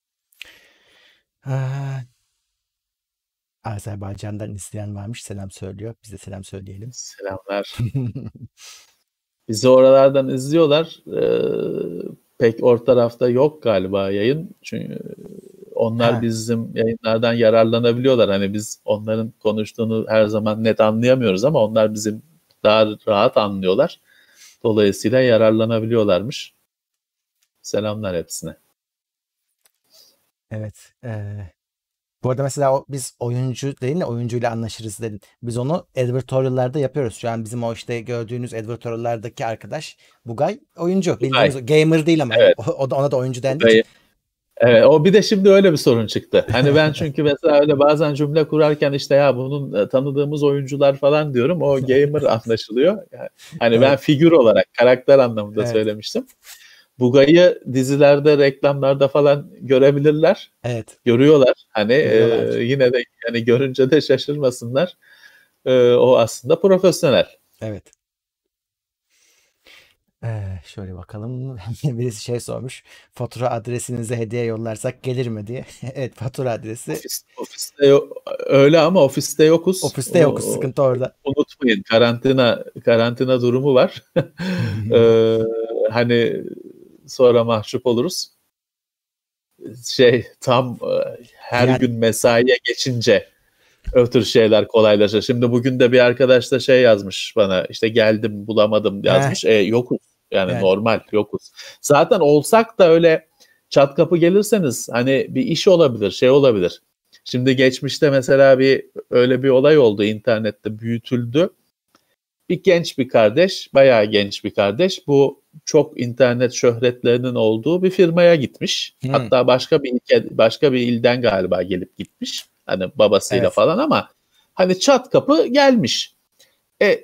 Ha, Azerbaycan'dan izleyen varmış. Selam söylüyor. Biz de selam söyleyelim.
Selamlar. Bizi oralardan izliyorlar. Ee, pek orta tarafta yok galiba yayın. Çünkü onlar
Ha,
bizim yayınlardan yararlanabiliyorlar. Hani biz onların konuştuğunu her zaman net anlayamıyoruz ama onlar bizim daha rahat anlıyorlar. Dolayısıyla yararlanabiliyorlarmış. Selamlar hepsine.
evet. Ee, bu arada mesela o, biz oyuncu değil de oyuncuyla anlaşırız dedin. Biz onu advertorial'larda yapıyoruz. Şu an bizim o işte gördüğünüz advertorial'lardaki arkadaş Bugay oyuncu.
Tugay.
Bildiğimiz o. Gamer değil ama yani
Evet.
o, o da, ona da oyuncu dendiği için.
Tugay. Evet, o bir de şimdi öyle bir sorun çıktı. Hani ben çünkü mesela öyle bazen cümle kurarken işte ya bunun e, tanıdığımız oyuncular falan diyorum. O gamer anlaşılıyor. Yani hani ben
Evet.
figür olarak, karakter anlamında
Evet.
söylemiştim. Bugay'ı dizilerde, reklamlarda falan görebilirler.
Evet.
Görüyorlar. Hani e,
Görüyorlardır.
yine de yani görünce de şaşırmasınlar. E, o aslında profesyonel.
Evet. Ee, şöyle bakalım. Birisi şey sormuş. Fatura adresinize hediye yollarsak gelir mi diye. Evet, fatura adresi.
Ofis, ofiste yo- öyle ama ofiste yokuz.
Ofiste yokuz.
Onu
Sıkıntı orada.
unutmayın. Karantina karantina durumu var. Ee, hani sonra mahcup oluruz. Şey tam e, her
Yani
gün mesaiye geçince o tür şeyler kolaylaşır. Şimdi bugün de bir arkadaş da şey yazmış bana, işte geldim bulamadım
heh,
yazmış. E, yokuz. Yani
yani
normal yokuz. Zaten olsak da öyle çat kapı gelirseniz hani bir iş olabilir, şey olabilir. Şimdi geçmişte mesela bir öyle bir olay oldu, internette büyütüldü. Bir genç bir kardeş, bayağı genç bir kardeş, bu çok internet şöhretlerinin olduğu bir firmaya gitmiş.
hı,
Hatta başka bir ilke, başka bir ilden galiba gelip gitmiş. Hani babasıyla
evet.
falan ama hani çat kapı gelmiş. E,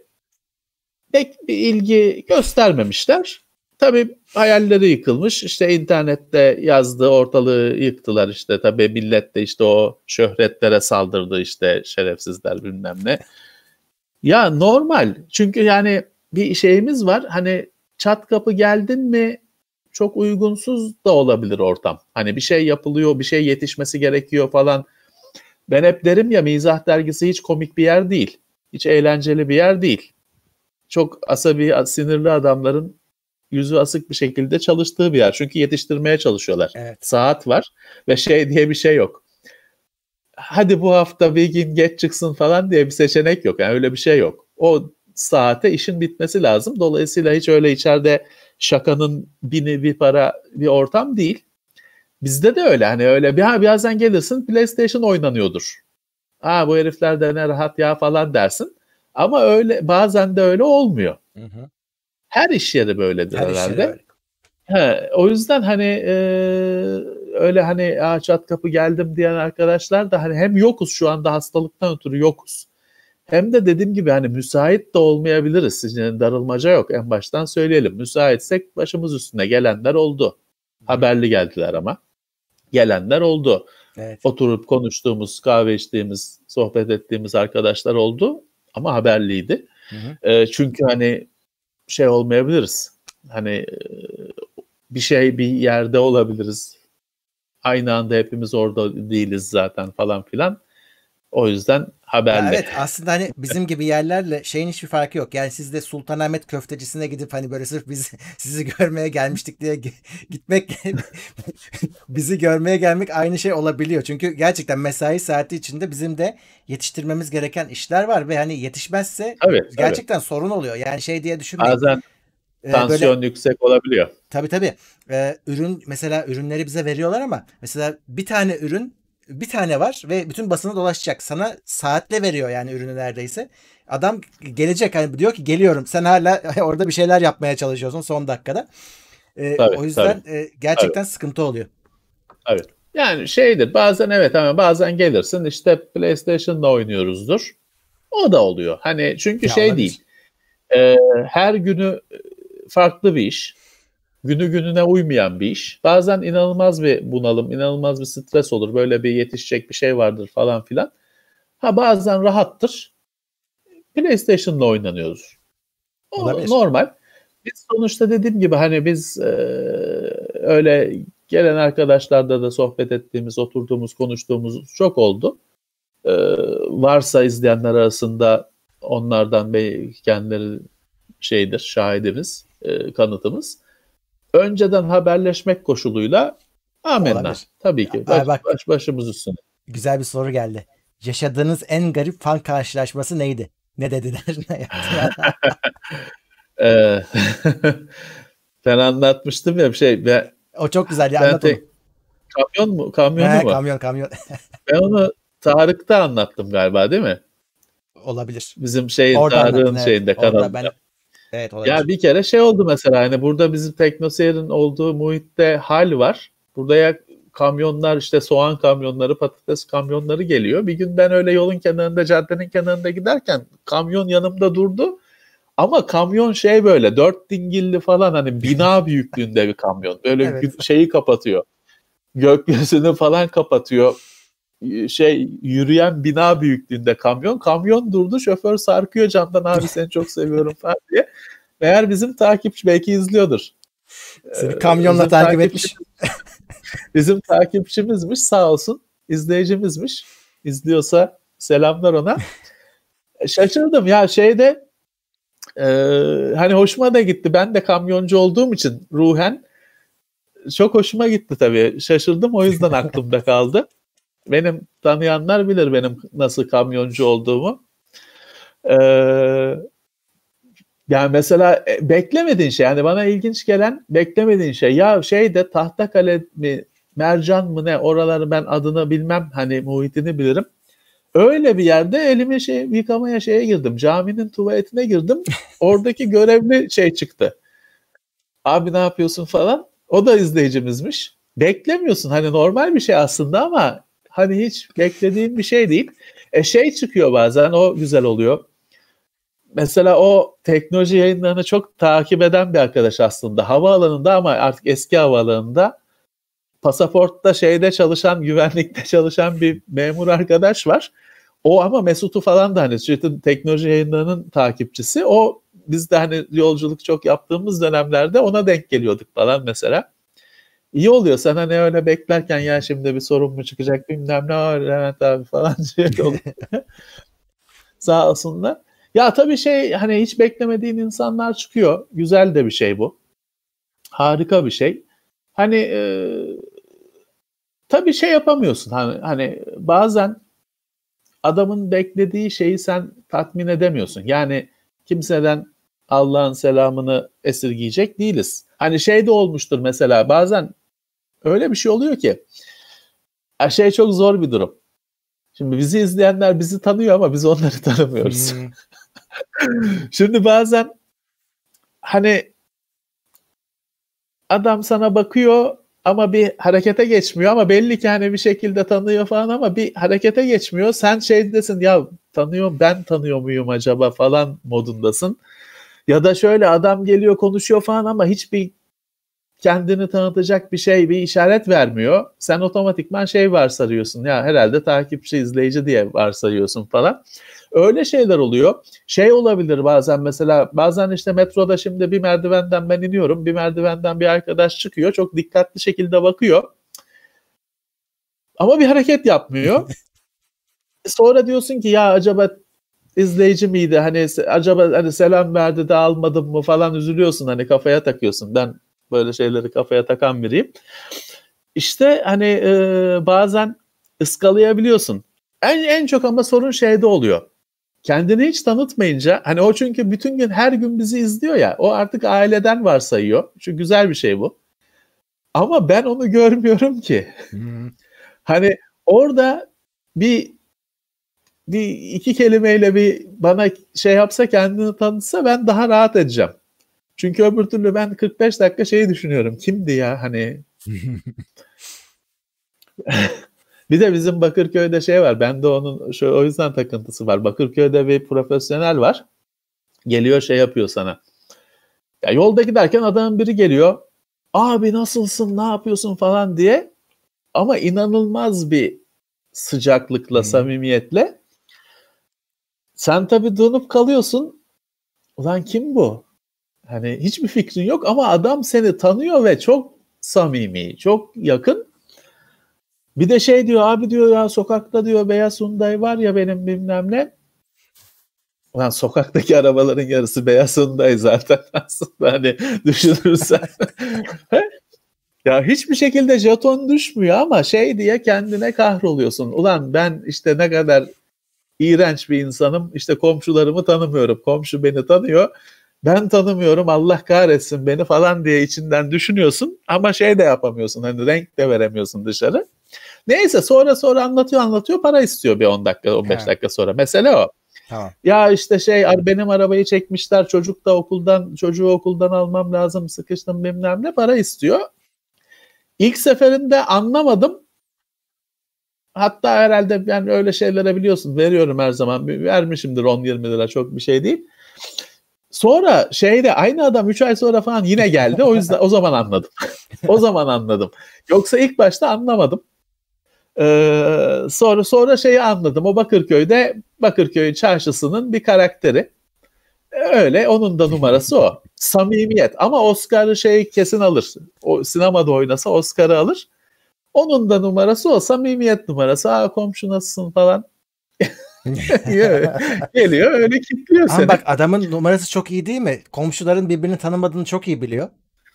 pek bir ilgi göstermemişler. Tabii hayalleri yıkılmış. İşte internette yazdı, ortalığı yıktılar işte. Tabii millet de işte o şöhretlere saldırdı, işte şerefsizler bilmem ne. Ya normal. Çünkü yani bir şeyimiz var. Hani çat kapı geldin mi çok uygunsuz da olabilir ortam. Hani bir şey yapılıyor, bir şey yetişmesi gerekiyor falan. Ben hep derim ya, Mizah Dergisi hiç komik bir yer değil. Hiç eğlenceli bir yer değil. Çok asabi, sinirli adamların yüzü asık bir şekilde çalıştığı bir yer. Çünkü yetiştirmeye çalışıyorlar.
Evet.
Saat var ve şey diye bir şey yok. Hadi bu hafta bir gün geç çıksın falan diye bir seçenek yok. Yani öyle bir şey yok. O saate işin bitmesi lazım. Dolayısıyla hiç öyle içeride şakanın bini bir para bir ortam değil. Bizde de öyle, hani öyle bir ha birazdan gelirsin PlayStation oynanıyordur. Ha bu herifler de ne rahat ya falan dersin. Ama öyle bazen de öyle olmuyor.
Hı hı.
Her iş yeri böyledir
Her iş yeri
herhalde.
öyle.
He, o yüzden hani e, öyle hani "Aa, çat kapı geldim" diyen arkadaşlar da hani hem yokuz, şu anda hastalıktan ötürü yokuz. Hem de dediğim gibi hani müsait de olmayabiliriz. Sizin darılmaca yok, en baştan söyleyelim. Müsaitsek başımız üstüne gelenler oldu.
Hı hı.
Haberli geldiler ama. Gelenler oldu.
Evet.
Oturup konuştuğumuz, kahve içtiğimiz, sohbet ettiğimiz arkadaşlar oldu ama haberliydi.
Hı hı.
E, çünkü hani şey olmayabiliriz. Hani e, bir şey bir yerde olabiliriz. Aynı anda hepimiz orada değiliz zaten falan filan. O yüzden
Ya
haberli.
evet, aslında hani bizim gibi yerlerle şeyin hiçbir farkı yok. Yani siz de Sultanahmet köftecisine gidip hani böyle sırf biz sizi görmeye gelmiştik diye gi- gitmek bizi görmeye gelmek aynı şey olabiliyor. Çünkü gerçekten mesai saati içinde bizim de yetiştirmemiz gereken işler var ve hani yetişmezse
Tabii tabii.
gerçekten sorun oluyor. Yani şey diye düşünmeyin.
Bazen
Ee, böyle
tansiyon yüksek olabiliyor.
tabii tabii. Ee, ürün mesela ürünleri bize veriyorlar ama mesela bir tane ürün bir tane var ve bütün basına dolaşacak. Sana saatle veriyor yani ürünü neredeyse. Adam gelecek hani diyor ki geliyorum. Sen hala orada bir şeyler yapmaya çalışıyorsun son dakikada. Ee,
Tabii
o
tabii.
yüzden e,
Tabii.
gerçekten sıkıntı oluyor.
Tabii. Yani şeydir bazen, evet, ama bazen gelirsin işte PlayStation'da oynuyoruzdur. O da oluyor. Hani çünkü
Ya
şey değil.
olabilir.
E, her günü farklı bir iş. Günü gününe uymayan bir iş. Bazen inanılmaz bir bunalım, inanılmaz bir stres olur. Böyle bir yetişecek bir şey vardır falan filan. Ha bazen rahattır. PlayStation'la oynanıyoruz. O
Olabilir.
normal. Biz sonuçta dediğim gibi hani biz e, öyle gelen arkadaşlarla da sohbet ettiğimiz, oturduğumuz, konuştuğumuz çok oldu. E, varsa izleyenler arasında onlardan belki kendileri şeydir, şahidimiz, e, kanıtımız. Önceden haberleşmek koşuluyla amenna.
Olabilir.
Tabii ki.
Ay
Baş,
bak,
baş, başımız üstüne.
güzel bir soru geldi. Yaşadığınız en garip fan karşılaşması neydi? Ne dediler? Ne yaptılar?
Ee, ben anlatmıştım ya bir şey. Ben,
O çok güzel ya,
ben
anlat onu.
tek kamyon mu? Kamyonu
He,
mu?
kamyon kamyon.
Ben onu Tarık'ta anlattım galiba, değil mi?
Olabilir.
Bizim şeyin,
Orada anlattın,
Tarık'ın
evet.
şeyinde,
Orada
kanalında.
ben, evet,
Ya
olabilir.
bir kere şey oldu mesela, hani burada bizim TeknoSeyir'in olduğu muhitte hal var. Buraya kamyonlar, işte soğan kamyonları, patates kamyonları geliyor. Bir gün ben öyle yolun kenarında, caddenin kenarında giderken kamyon yanımda durdu. Ama kamyon şey böyle dört dingilli falan, hani bina büyüklüğünde bir kamyon. Böyle
Evet.
gü- şeyi kapatıyor. Gökyüzünü falan kapatıyor. Şey, yürüyen bina büyüklüğünde kamyon. Kamyon durdu, şoför sarkıyor camdan, abi seni çok seviyorum falan diye. Meğer bizim takipçi belki izliyordur.
Seni kamyonla
Bizim
takip etmiş.
Bizim takipçimizmiş, sağ olsun, izleyicimizmiş. İzliyorsa selamlar ona. Şaşırdım ya şeyde e, hani hoşuma da gitti. Ben de kamyoncu olduğum için ruhen çok hoşuma gitti tabii. Şaşırdım, o yüzden aklımda kaldı. Benim tanıyanlar bilir benim nasıl kamyoncu olduğumu. Eee Yani mesela beklemediğin şey, yani bana ilginç gelen beklemediğin şey, ya şeyde Tahtakale mi Mercan mı ne, oraları ben adını bilmem, hani muhitini bilirim. Öyle bir yerde elimi şey yıkamaya şeye girdim, caminin tuvaletine girdim, oradaki görevli şey çıktı. Abi ne yapıyorsun falan, o da izleyicimizmiş. Beklemiyorsun, hani normal bir şey aslında ama hani hiç beklediğin bir şey değil. E şey çıkıyor bazen, o güzel oluyor. Mesela o teknoloji yayınlarını çok takip eden bir arkadaş aslında. Havaalanında, ama artık eski havaalanında, pasaportta şeyde çalışan, güvenlikte çalışan bir memur arkadaş var. O ama Mesut'u falan da hani çünkü teknoloji yayınlarının takipçisi. O biz de hani yolculuk çok yaptığımız dönemlerde ona denk geliyorduk falan mesela. İyi oluyor, sen hani öyle beklerken ya şimdi bir sorun mu çıkacak bilmem ne var Levent abi falan şey oluyor. Sağ olsunlar. Ya tabii şey, hani hiç beklemediğin insanlar çıkıyor. Güzel de bir şey bu. Harika bir şey. Hani e, tabii şey yapamıyorsun. Hani, hani bazen adamın beklediği şeyi sen tatmin edemiyorsun. Yani kimseden Allah'ın selamını esirgeyecek değiliz. Hani şey de olmuştur mesela, bazen öyle bir şey oluyor ki şey çok zor bir durum. Şimdi bizi izleyenler bizi tanıyor ama biz onları tanımıyoruz. Hmm. Şimdi bazen hani adam sana bakıyor ama bir harekete geçmiyor, ama belli ki hani bir şekilde tanıyor falan ama bir harekete geçmiyor. Sen şeydesin, ya tanıyor, ben tanıyor muyum acaba falan modundasın. Ya da şöyle, adam geliyor konuşuyor falan ama hiçbir kendini tanıtacak bir şey, bir işaret vermiyor. Sen otomatikman şey varsayıyorsun, ya herhalde takipçi, izleyici diye varsayıyorsun falan. Öyle şeyler oluyor. Şey olabilir bazen, mesela bazen işte metroda şimdi bir merdivenden ben iniyorum, bir merdivenden bir arkadaş çıkıyor, çok dikkatli şekilde bakıyor. Ama bir hareket yapmıyor. Sonra diyorsun ki ya acaba izleyici miydi? Hani acaba hani selam verdi de almadım mı falan, üzülüyorsun, hani kafaya takıyorsun. Ben böyle şeyleri kafaya takan biriyim. İşte hani e, bazen ıskalayabiliyorsun. En, en çok ama sorun şeyde oluyor. Kendini hiç tanıtmayınca, hani o çünkü bütün gün her gün bizi izliyor ya, o artık aileden varsayıyor. Şu güzel bir şey bu. Ama ben onu görmüyorum ki. Hmm. Hani orada bir bir iki kelimeyle bir bana şey yapsa, kendini tanıtsa, ben daha rahat edeceğim. Çünkü öbür türlü ben kırk beş dakika şeyi düşünüyorum. Kimdi ya hani? Bir de bizim Bakırköy'de şey var. Bende onun şu, o yüzden takıntısı var. Bakırköy'de bir profesyonel var. Geliyor şey yapıyor sana. Ya yolda giderken adamın biri geliyor. Abi nasılsın, ne yapıyorsun falan diye. Ama inanılmaz bir sıcaklıkla, hmm. samimiyetle. Sen tabii donup kalıyorsun. Ulan kim bu? Hani hiçbir fikrin yok ama adam seni tanıyor ve çok samimi, çok yakın. Bir de şey diyor, abi diyor ya sokakta diyor beyaz Hyundai var ya benim bilmem ne. Ulan sokaktaki arabaların yarısı beyaz Hyundai zaten aslında, hani düşünürsen. Ya hiçbir şekilde jeton düşmüyor ama şey diye kendine kahroluyorsun. Ulan ben işte ne kadar iğrenç bir insanım, işte komşularımı tanımıyorum, komşu beni tanıyor. Ben tanımıyorum, Allah kahretsin beni falan diye içinden düşünüyorsun ama şey de yapamıyorsun, hani renk de veremiyorsun dışarı. Neyse sonra sonra anlatıyor anlatıyor para istiyor bir on dakika on beş evet. dakika sonra. Mesele o. Tamam. Ya işte şey, benim arabayı çekmişler, çocuk da okuldan çocuğu okuldan almam lazım, sıkıştım bilmem ne, para istiyor. İlk seferinde anlamadım. Hatta herhalde yani öyle şeylere biliyorsun veriyorum her zaman, vermişimdir on yirmi lira, çok bir şey değil. Sonra şeyde aynı adam üç ay sonra falan yine geldi. O yüzden o zaman anladım. o zaman anladım. Yoksa ilk başta anlamadım. Ee, sonra sonra şeyi anladım. O Bakırköy'de Bakırköy çarşısının bir karakteri. Öyle, onun da numarası o. Samimiyet. Ama Oscar'ı şey kesin alır. O sinemada oynasa Oscar'ı alır. Onun da numarası o. Samimiyet numarası. Aa, komşu nasılsın falan. Geliyor öyle kilitliyor seni.
Ama bak, adamın numarası çok iyi değil mi? Komşuların birbirini tanımadığını çok iyi biliyor.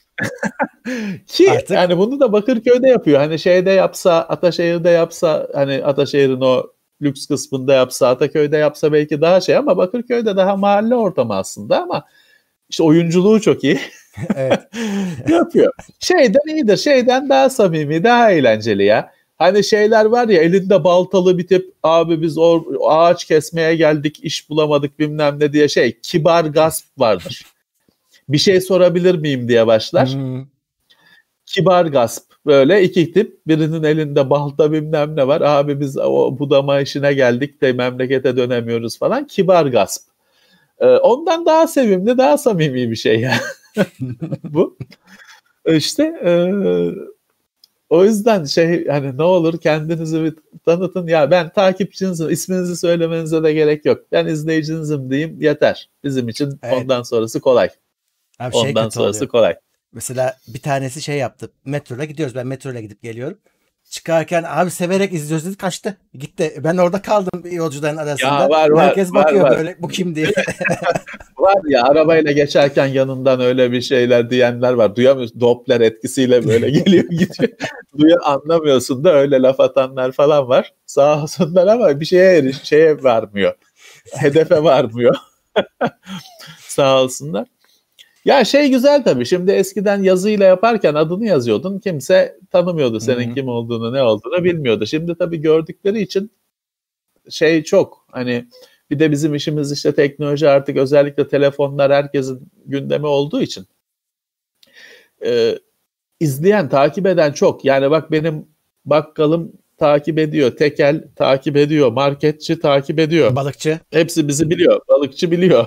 Ki
Artık.
yani bunu da Bakırköy'de yapıyor. Hani şeyde yapsa, Ataşehir'de yapsa, hani Ataşehir'in o lüks kısmında yapsa, Ataköy'de yapsa belki daha şey, ama Bakırköy'de daha mahalle ortamı aslında, ama işte oyunculuğu çok iyi.
Evet.
Yapıyor. Şeyden iyidir. Şeyden daha samimi, daha eğlenceli ya. Hani şeyler var ya, elinde baltalı bir tip, abi biz o ağaç kesmeye geldik, iş bulamadık bilmem ne diye, şey, kibar gasp vardır. Bir şey sorabilir miyim diye başlar.
Hmm.
Kibar gasp. Böyle iki tip, birinin elinde balta bilmem ne var. Abi biz o budama işine geldik de memlekete dönemiyoruz falan. Kibar gasp. Ee, ondan daha sevimli, daha samimi bir şey ya. Bu. İşte e, o yüzden şey, hani ne olur kendinizi bir tanıtın. Ya ben takipçinizim, isminizi söylemenize de gerek yok. Ben izleyicinizim diyeyim yeter. Bizim için
Evet.
ondan sonrası kolay.
Abi şey
ondan
kötü
sonrası
oluyor.
kolay.
Mesela bir tanesi şey yaptı. Metroyla gidiyoruz. Ben metroyla gidip geliyorum. Çıkarken abi severek izliyoruz dedi, kaçtı. Gitti. Ben orada kaldım yolcuların arasında.
Ya var var.
Herkes
var,
bakıyor
var.
böyle, bu kim diye.
Var ya, arabayla geçerken yanından öyle bir şeyler diyenler var. Duyamıyorsun. Doppler etkisiyle böyle geliyor gidiyor. Duya anlamıyorsun da öyle laf atanlar falan var. Sağ olsunlar ama bir şeye eriş, şeye varmıyor. Hedefe varmıyor. Sağ olsunlar. Ya şey güzel tabii. Şimdi eskiden yazıyla yaparken adını yazıyordun. Kimse tanımıyordu senin
Hı-hı.
kim olduğunu, ne olduğunu bilmiyordu. Şimdi tabii gördükleri için şey çok, hani bir de bizim işimiz işte teknoloji, artık özellikle telefonlar herkesin gündemi olduğu için e, izleyen, takip eden çok. Yani bak, benim bakkalım takip ediyor, tekel takip ediyor, marketçi takip ediyor.
Balıkçı.
Hepsi bizi biliyor. Balıkçı biliyor.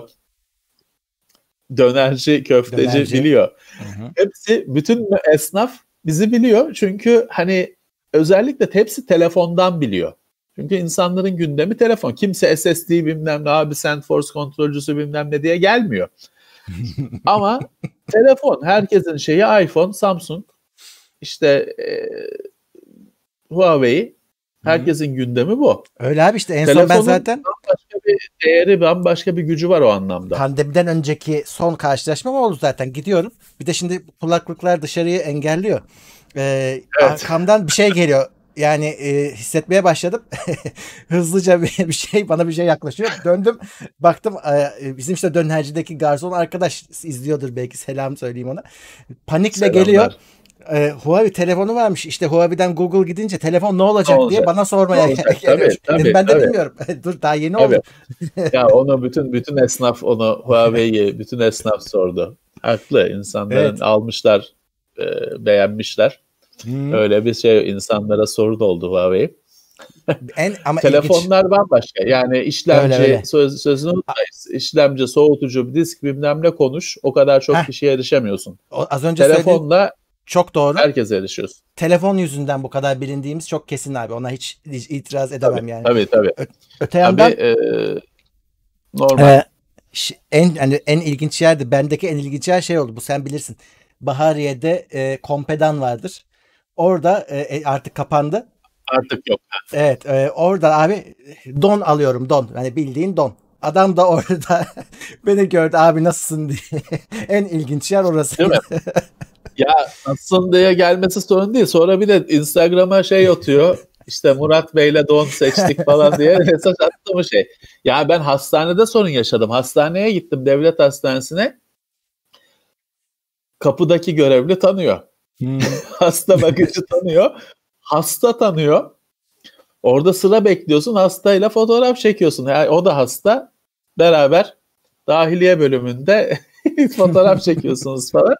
Dönerci, köfteci
Dönerci.
biliyor.
Hı-hı.
Hepsi, bütün esnaf bizi biliyor. Çünkü hani özellikle hepsi telefondan biliyor. Çünkü insanların gündemi telefon. Kimse S S D bilmem ne, abi SandForce kontrolcüsü bilmem ne diye gelmiyor. Ama telefon. Herkesin şeyi iPhone, Samsung, işte e, Huawei. Herkesin Hı-hı. gündemi bu.
Öyle abi, işte en
Telefonun
son ben zaten
bambaşka bir değeri, bambaşka bir gücü var o anlamda.
Pandemiden önceki son karşılaşmam oldu zaten. Gidiyorum. Bir de şimdi kulaklıklar dışarıyı engelliyor. Ee,
Evet.
Arkamdan bir şey geliyor. Yani e, hissetmeye başladım. Hızlıca bir, bir şey bana bir şey yaklaşıyor. Döndüm, baktım e, bizim işte dönercideki garson arkadaş izliyordur belki, selam söyleyeyim ona. Panikle
Selamlar.
geliyor. E, Huawei telefonu varmış. İşte Huawei'den Google gidince telefon ne olacak,
Ne olacak?
diye bana sormaya geliyor.
Tabii, tabii,
ben de
tabii.
bilmiyorum. Dur, daha yeni
tabii.
oldu.
Ya onu bütün bütün esnaf, onu Huawei'yi bütün esnaf sordu. Haklı, insanların
Evet.
almışlar, e, beğenmişler.
Hmm.
Öyle bir şey, insanlara soru doldu Huawei.
En, ama
telefonlar
ilginç.
bambaşka. Yani işlemci,
Öyle, öyle.
söz, sözünü unutmayız. İşlemci, soğutucu, disk bilmem ne konuş. O kadar çok
Heh.
kişiye erişemiyorsun.
O, az önce söylediğin
Telefonla
çok doğru.
herkese erişiyorsun.
Telefon yüzünden bu kadar bilindiğimiz çok kesin abi. Ona hiç, hiç itiraz edemem
Tabii,
yani.
tabii tabii.
Ö- öte yandan
Tabii, e, normal.
E, en hani en ilginç yerde, bendeki en ilginç yer şey oldu. Bu sen bilirsin. Bahariye'de e, Kompedan vardır. Orada e, artık kapandı.
Artık yok.
Evet, e, orada abi don alıyorum, don. Hani bildiğin don. Adam da orada beni gördü, abi nasılsın diye. En ilginç yer orası.
Değil mi? Ya nasılsın diye gelmesi sorun değil. Sonra bir de Instagram'a şey atıyor. İşte Murat Bey'le don seçtik falan diye mesaj attı mı şey. Ya ben hastanede sorun yaşadım. Hastaneye gittim, devlet hastanesine. Kapıdaki görevli tanıyor.
Hmm.
Hasta bakıcı tanıyor. Hasta tanıyor. Orada sıra bekliyorsun. Hastayla fotoğraf çekiyorsun. Yani o da hasta. Beraber dahiliye bölümünde fotoğraf çekiyorsunuz falan.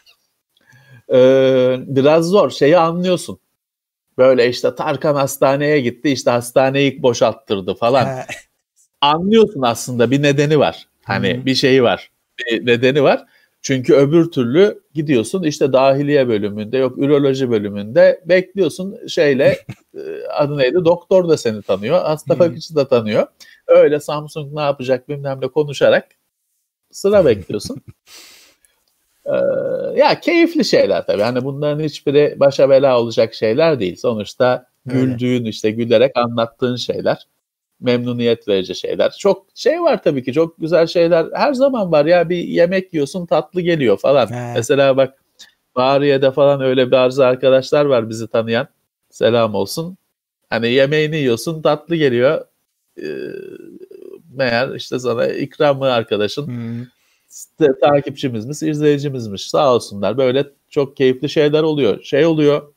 Ee, biraz zor. Şeyi anlıyorsun. Böyle işte Tarkan hastaneye gitti, işte hastaneyi boşalttırdı falan. Anlıyorsun aslında bir nedeni var. Hani hmm. bir şeyi var. Bir nedeni var. Çünkü öbür türlü gidiyorsun işte dahiliye bölümünde, yok üroloji bölümünde bekliyorsun, şeyle adı neydi, doktor da seni tanıyor, hasta bakıcı da tanıyor. Öyle Samsung ne yapacak bilmem ne konuşarak sıra bekliyorsun. Ee, ya keyifli şeyler tabii. Hani bunların hiçbiri başa bela olacak şeyler değil. Sonuçta güldüğün, öyle, işte gülerek anlattığın şeyler. Memnuniyet verici şeyler. Çok şey var tabii ki. Çok güzel şeyler her zaman var ya. Bir yemek yiyorsun, tatlı geliyor falan. He. Mesela bak Bahariye'de falan öyle bazı arkadaşlar var bizi tanıyan. Selam olsun. Hani yemeğini yiyorsun, tatlı geliyor. Ee, meğer işte sana ikramı arkadaşın. Hmm. Takipçimizmiş, izleyicimizmiş. Sağ olsunlar. Böyle çok keyifli şeyler oluyor. Şey oluyor.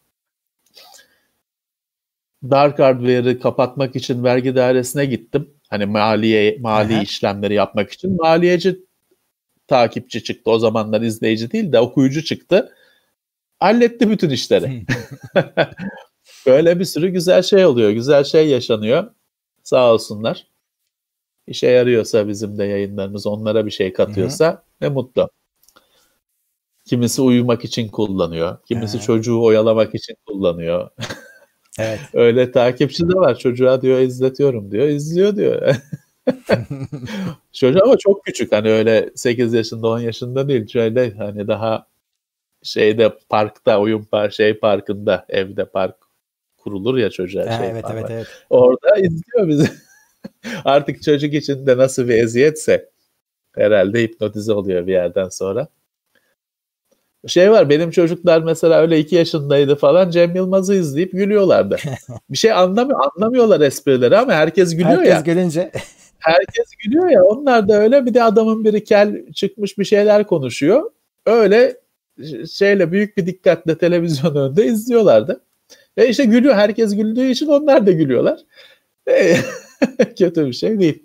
Dark Hardware'ı kapatmak için vergi dairesine gittim. Hani maliye mali Aha. işlemleri yapmak için. Maliyeci takipçi çıktı. O zamanlar izleyici değil de okuyucu çıktı. Halletti bütün işleri. Böyle bir sürü güzel şey oluyor. Güzel şey yaşanıyor. Sağ olsunlar. İşe yarıyorsa bizim de yayınlarımız, onlara bir şey katıyorsa Hı-hı. ne mutlu. Kimisi uyumak için kullanıyor. Kimisi Hı-hı. çocuğu oyalamak için kullanıyor. Evet. Öyle takipçi de var. Çocuğa diyor izletiyorum diyor. İzliyor diyor. Çocuk ama çok küçük. Hani öyle sekiz yaşında on yaşında değil. Şöyle hani daha şeyde parkta oyun park şey parkında evde park kurulur ya çocuğa ha, şey
evet, evet, evet.
Orada izliyor bizi. Artık çocuk için de nasıl bir eziyetse herhalde hipnotize oluyor bir yerden sonra. Şey var, benim çocuklar mesela öyle iki yaşındaydı falan, Cem Yılmaz'ı izleyip gülüyorlardı. Bir şey anlamıyor, anlamıyorlar esprileri ama herkes gülüyor
herkes
ya.
Herkes gülünce.
Herkes gülüyor ya, onlar da öyle. Bir de adamın biri kel çıkmış bir şeyler konuşuyor. Öyle şeyle büyük bir dikkatle televizyon önünde izliyorlardı. Ve işte gülüyor, herkes güldüğü için onlar da gülüyorlar. Kötü bir şey değil.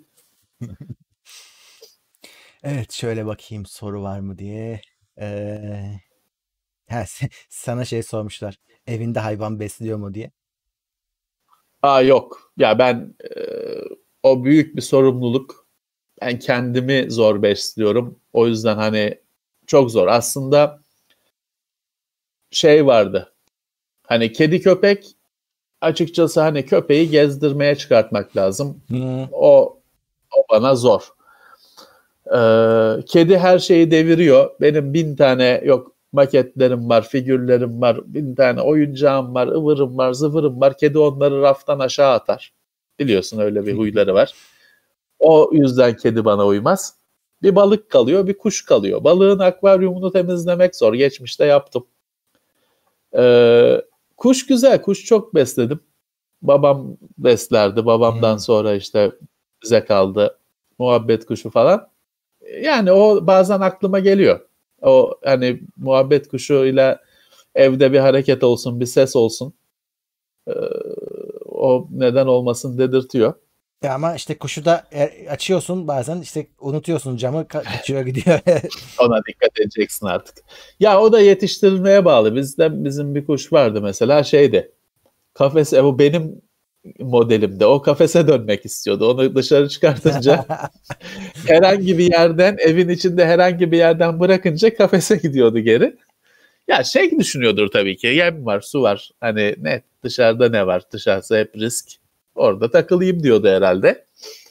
Evet, şöyle bakayım soru var mı diye. Ee, he, sana şey sormuşlar. Evinde hayvan besliyor mu diye.
Aa yok. Ya ben e, o büyük bir sorumluluk. Ben kendimi zor besliyorum. O yüzden hani çok zor. Aslında şey vardı. Hani kedi köpek, açıkçası hani köpeği gezdirmeye çıkartmak lazım. Hmm. O o bana zor. Ee, kedi her şeyi deviriyor. Benim bin tane yok maketlerim var, figürlerim var, bin tane oyuncağım var, ıvırım var, zıvırım var. Kedi onları raftan aşağı atar. Biliyorsun öyle bir huyları var. O yüzden kedi bana uymaz. Bir balık kalıyor, bir kuş kalıyor. Balığın akvaryumunu temizlemek zor. Geçmişte yaptım. Ee, kuş güzel, kuş çok besledim. Babam beslerdi. Babamdan hmm. sonra işte bize kaldı muhabbet kuşu falan. Yani o bazen aklıma geliyor. O hani muhabbet kuşuyla evde bir hareket olsun, bir ses olsun. Ee, o neden olmasın dedirtiyor.
Ya ama işte kuşu da açıyorsun, bazen işte unutuyorsun, camı kaçıyor gidiyor.
Ona dikkat edeceksin artık. Ya o da yetiştirilmeye bağlı. Bizde bizim bir kuş vardı mesela, şeydi. Kafese, bu benim modelimde. O kafese dönmek istiyordu. Onu dışarı çıkartınca herhangi bir yerden, evin içinde herhangi bir yerden bırakınca kafese gidiyordu geri. Ya şey düşünüyordur tabii ki. Yem var, su var. Hani ne, dışarıda ne var? Dışarısı hep risk. Orada takılayım diyordu herhalde.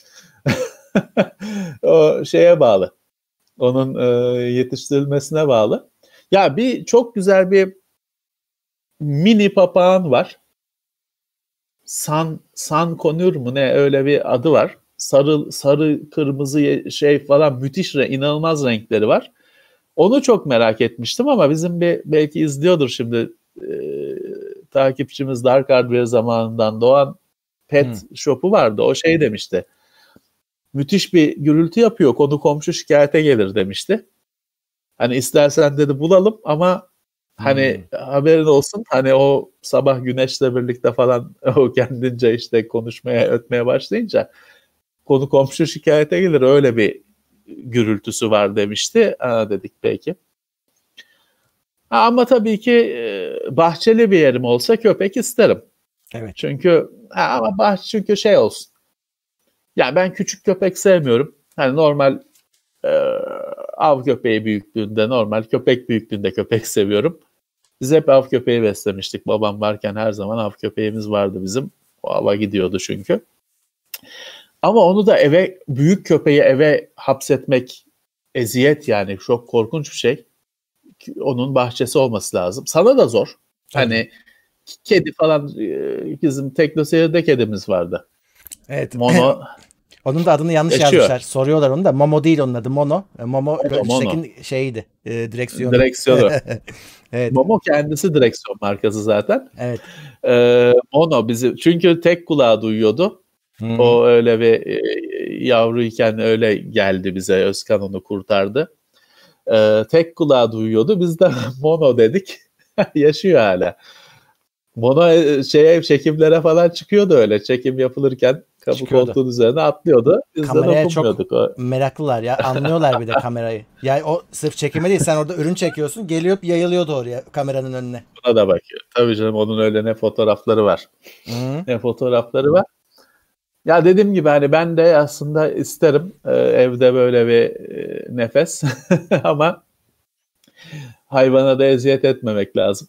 O şeye bağlı. Onun e, yetiştirilmesine bağlı. Ya bir çok güzel bir mini papağan var. San San Conur mu ne, öyle bir adı var. Sarı sarı kırmızı şey falan, müthiş re, inanılmaz renkleri var. Onu çok merak etmiştim ama bizim bir, belki izliyordur şimdi e, takipçimiz, Dark Hardware zamanından Doğan Pet hmm. Shop'u vardı. O şey demişti. Müthiş bir gürültü yapıyor. Konu komşu şikayete gelir demişti. Hani istersen dedi bulalım ama hani hmm. haberin olsun, hani o sabah güneşle birlikte falan o kendince işte konuşmaya, ötmeye başlayınca konu komşu şikayete gelir, öyle bir gürültüsü var demişti. Aa, dedik peki. Ama tabii ki bahçeli bir yerim olsa köpek isterim.
Evet.
Çünkü ama bahçe, çünkü şey olsun. Yani ben küçük köpek sevmiyorum. Hani normal e, av köpeği büyüklüğünde, normal köpek büyüklüğünde köpek seviyorum. Biz hep av köpeği beslemiştik. Babam varken her zaman av köpeğimiz vardı bizim. O ava gidiyordu çünkü. Ama onu da eve, büyük köpeği eve hapsetmek eziyet yani çok korkunç bir şey. Onun bahçesi olması lazım. Sana da zor. Hani evet. Kedi falan bizim TeknoSeyir'de kedimiz vardı.
Evet.
Mono.
Onun da adını yanlış yaşıyor. Yazmışlar. Soruyorlar onu da. Momo değil onun adı. Mono. Momo, Momo Logitech'in şeyiydi. E, direksiyonu.
Direksiyonu.
Evet.
Momo kendisi direksiyon markası zaten.
Evet.
Ee, Mono bizi çünkü tek kulağı duyuyordu. Hmm. O öyle bir e, yavruyken öyle geldi bize. Özkan onu kurtardı. Ee, tek kulağı duyuyordu. Biz de Mono dedik. Yaşıyor hala. Mono şeye çekimlere falan çıkıyordu öyle. Çekim yapılırken kapı koltuğun üzerine atlıyordu. Biz
kameraya
de
çok o. meraklılar ya. Anlıyorlar bir de kamerayı. Yani o sırf çekime değil. Sen orada ürün çekiyorsun. Geliyor yayılıyordu oraya kameranın önüne.
Buna da bakıyor. Tabii canım onun öyle ne fotoğrafları var. Hı-hı. Ne fotoğrafları var. Ya dediğim gibi hani ben de aslında isterim e, evde böyle bir e, nefes ama hayvana da eziyet etmemek lazım.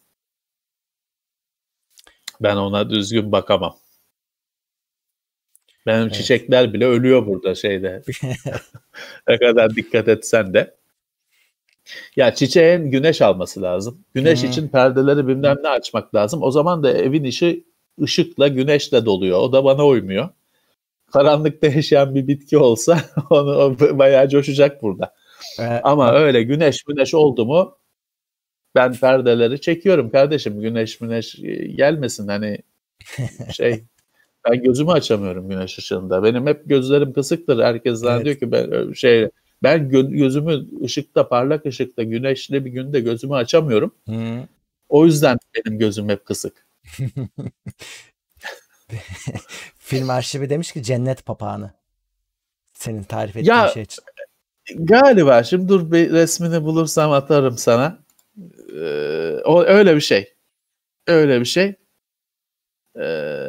Ben ona düzgün bakamam. Benim evet. Çiçekler bile ölüyor burada şeyde. Ne kadar dikkat etsen de. Ya çiçeğin güneş alması lazım. Güneş hmm. için perdeleri bilmem ne açmak lazım. O zaman da evin içi ışıkla, güneşle doluyor. O da bana uymuyor. Karanlıkta yaşayan bir bitki olsa onu o bayağı coşacak burada. Ee, Ama evet. öyle güneş güneş oldu mu ben perdeleri çekiyorum kardeşim. Güneş güneş gelmesin hani şey ben gözümü açamıyorum güneş ışığında. Benim hep gözlerim kısıktır. Herkes zannediyor evet. ki ben şey ben gö- gözümü ışıkta parlak ışıkta güneşli bir günde gözümü açamıyorum. Hmm. O yüzden benim gözüm hep kısık.
Film arşivi demiş ki cennet papağanı. Senin tarif ettiğin ya, şey için.
Galiba şimdi dur bir resmini bulursam atarım sana. Ee, o öyle bir şey. Öyle bir şey. Ee,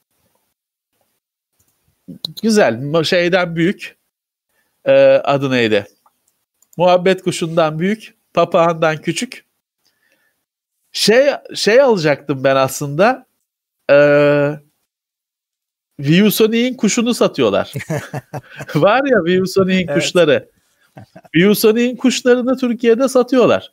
güzel. Şeyden büyük. Ee, adı neydi? Muhabbet kuşundan büyük. Papağandan küçük. Şey şey alacaktım ben aslında. Eee ViewSony'in kuşunu satıyorlar. Var ya ViewSony'in evet. kuşları. ViewSony'in kuşlarını Türkiye'de satıyorlar.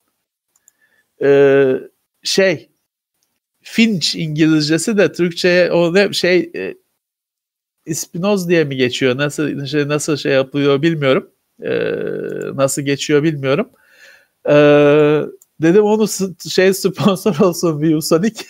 Ee, şey Finch İngilizcesi de Türkçe'ye o ne şey e, ispinoz diye mi geçiyor? Nasıl şey nasıl şey yapılıyor bilmiyorum. Ee, nasıl geçiyor bilmiyorum. Ee, dedim onu şey sponsor olsun ViewSonic.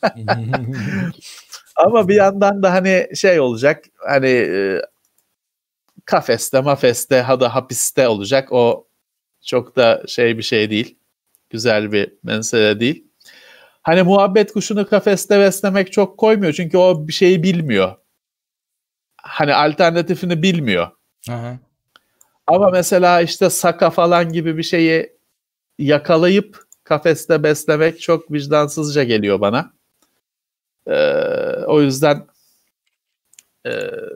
Ama bir yandan da hani şey olacak hani e, kafeste mafeste ya da hapiste olacak o çok da şey bir şey değil. Güzel bir mesele değil. Hani muhabbet kuşunu kafeste beslemek çok koymuyor çünkü o bir şeyi bilmiyor. Hani alternatifini bilmiyor. Aha. Ama mesela işte saka falan gibi bir şeyi yakalayıp kafeste beslemek çok vicdansızca geliyor bana. Ee, o yüzden e,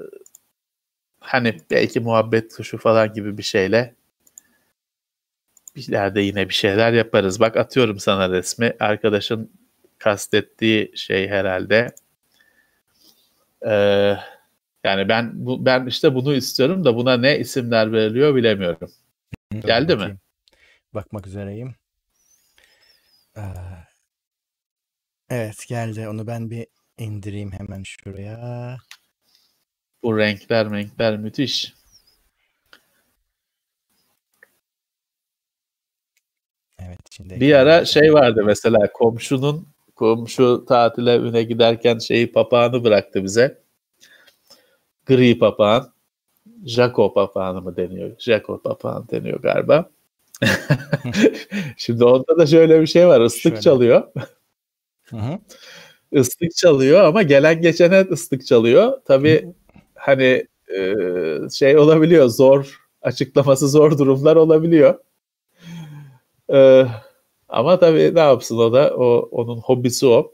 hani belki muhabbet kuşu falan gibi bir şeyle ileride yine bir şeyler yaparız. Bak atıyorum sana resmi. Arkadaşın kastettiği şey herhalde. Ee, yani ben bu ben işte bunu istiyorum da buna ne isimler veriliyor bilemiyorum. Geldi bakayım. Mi?
Bakmak üzereyim. Ee, evet geldi. Onu ben bir indireyim hemen şuraya.
Bu renkler renkler müthiş.
Evet, şimdi
bir ara şey vardı mesela komşunun komşu tatile üne giderken şeyi papağanı bıraktı bize. Gri papağan. Jaco papağanı mı deniyor? Jaco papağan deniyor galiba. Şimdi onda da şöyle bir şey var. Islık şöyle. Çalıyor. Hı hı. Islık çalıyor ama gelen geçene ıslık çalıyor. Tabii hı. hani e, şey olabiliyor. Zor açıklaması zor durumlar olabiliyor. Ee, ama tabii ne yapsın o da o onun hobisi o.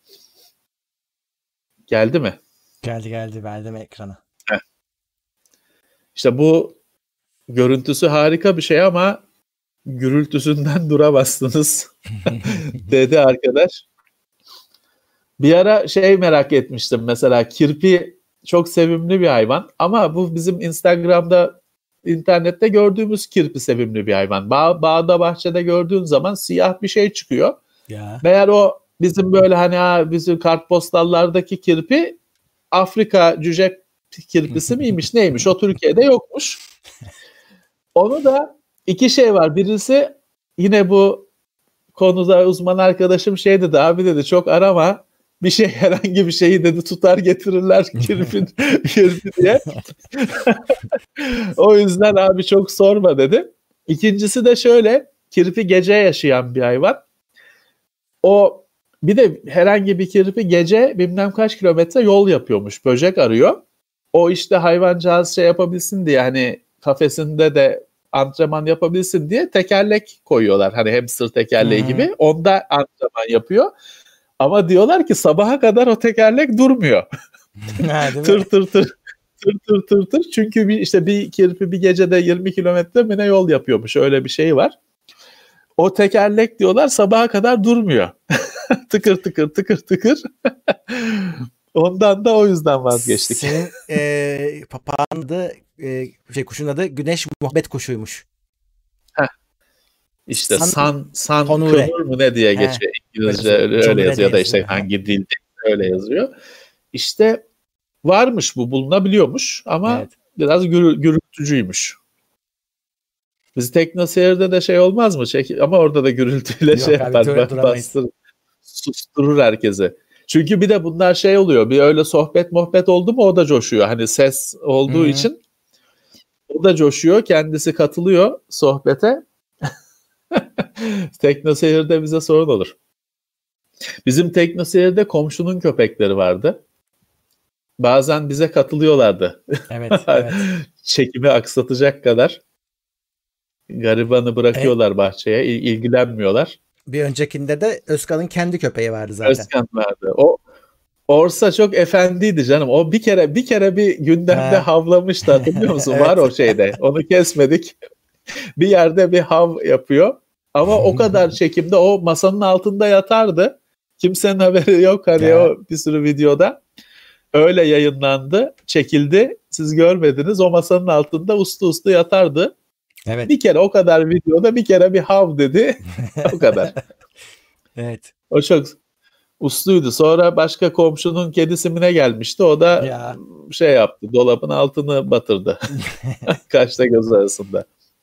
Geldi mi?
Geldi geldi verdim ekrana.
Heh. İşte bu görüntüsü harika bir şey ama gürültüsünden duramazsınız dedi arkadaş. Bir ara şey merak etmiştim mesela kirpi çok sevimli bir hayvan ama bu bizim Instagram'da internette gördüğümüz kirpi sevimli bir hayvan. Bağ, bağda bahçede gördüğün zaman siyah bir şey çıkıyor.
Ya.
Meğer o bizim böyle hani ha, bizim kartpostallardaki kirpi Afrika cüce kirpisi miymiş neymiş, o Türkiye'de yokmuş. Onu da iki şey var. Birisi yine bu konuda uzman arkadaşım şey dedi, abi dedi çok arama, bir şey herhangi bir şeyi dedi tutar getirirler kirpin kirpi diye. O yüzden abi çok sorma dedi. İkincisi de şöyle, kirpi gece yaşayan bir hayvan. O bir de herhangi bir kirpi gece bilmem kaç kilometre yol yapıyormuş, böcek arıyor. O işte hayvancağız şey yapabilsin diye, hani kafesinde de antrenman yapabilsin diye tekerlek koyuyorlar. Hani hamster tekerleği hmm. gibi. Onda antrenman yapıyor. Ama diyorlar ki sabaha kadar o tekerlek durmuyor. Ha, tır tır tır tır tır tır tır. Çünkü bir, işte bir kirpi bir gecede yirmi kilometre mi ne yol yapıyormuş. Öyle bir şey var. O tekerlek diyorlar sabaha kadar durmuyor. Tıkır tıkır tıkır tıkır. Ondan da o yüzden vazgeçtik.
Senin e, papağanın adı, e, şey, kuşun adı Güneş Muhabbet Kuşuymuş.
Heh. İşte san, san, san kömür mü ne diye geçiyor. İngilizce öyle, öyle yazıyor da işte hangi dilde öyle yazıyor. İşte varmış bu, bulunabiliyormuş ama evet. biraz gürül, gürültücüymüş. Biz TeknoSeyir'de de şey olmaz mı? Çek, ama orada da gürültüyle yok, şey yapar. Dur, bastırır, susturur herkesi. Çünkü bir de bunlar şey oluyor. Bir öyle sohbet muhabbet oldu mu o da coşuyor. Hani ses olduğu Hı-hı. için o da coşuyor. Kendisi katılıyor sohbete. TeknoSeyir'de bize sorun olur. Bizim TeknoSeyir'de komşunun köpekleri vardı. Bazen bize katılıyorlardı. Evet, evet. Çekimi aksatacak kadar garibanı bırakıyorlar evet. bahçeye, il- ilgilenmiyorlar.
Bir öncekinde de Özkan'ın kendi köpeği vardı zaten.
Özkan vardı. O Orsa çok efendiydi canım. O bir kere bir kere bir gündemde ha. havlamıştı, hatırlıyor musun? Evet. Var o şeyde. Onu kesmedik. Bir yerde bir hav yapıyor. Ama o kadar çekimde o masanın altında yatardı. Kimsenin haberi yok hani ya. O bir sürü videoda. Öyle yayınlandı, çekildi. Siz görmediniz. O masanın altında uslu uslu yatardı. Evet. Bir kere o kadar videoda bir kere bir hav dedi. O kadar.
Evet.
O çok usluydu. Sonra başka komşunun kedisi mi ne gelmişti. O da ya. şey yaptı. Dolabın altını batırdı. Kaçta göz arasında.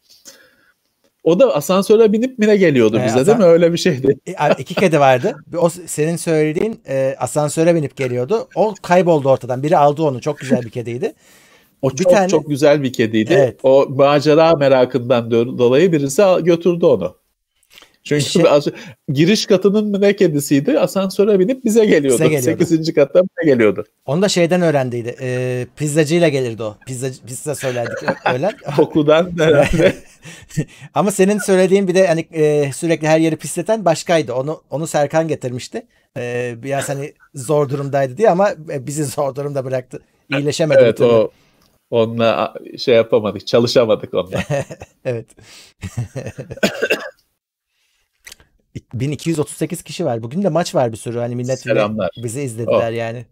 O da asansöre binip mi ne geliyordu ee, bize asan... değil mi? Öyle bir şeydi.
İki kedi vardı. O senin söylediğin e, asansöre binip geliyordu. O kayboldu ortadan. Biri aldı onu. Çok güzel bir kediydi.
O bir çok tane... çok güzel bir kediydi. Evet. O macera merakından dolayı birisi götürdü onu. Çünkü şey... giriş katının mı ne kedisiydi? Asansöre binip bize geliyordu. Bize geliyordu. sekizinci katta mı ne geliyordu?
Onu da şeyden öğrendiydi. E, pizzacıyla gelirdi o. Pizza, pizza söylerdik öyle.
Kokudan herhalde.
Ama senin söylediğin bir de hani e, sürekli her yeri pisleten başkaydı. Onu onu Serkan getirmişti. E, biraz hani zor durumdaydı diye ama bizi zor durumda bıraktı. İyileşemedi.
Evet o onunla şey yapamadık, çalışamadık onunla.
Evet. bin iki yüz otuz sekiz kişi var. Bugün de maç var bir sürü. Hani millet
Selamlar.
bizi izlediler
oh.
yani.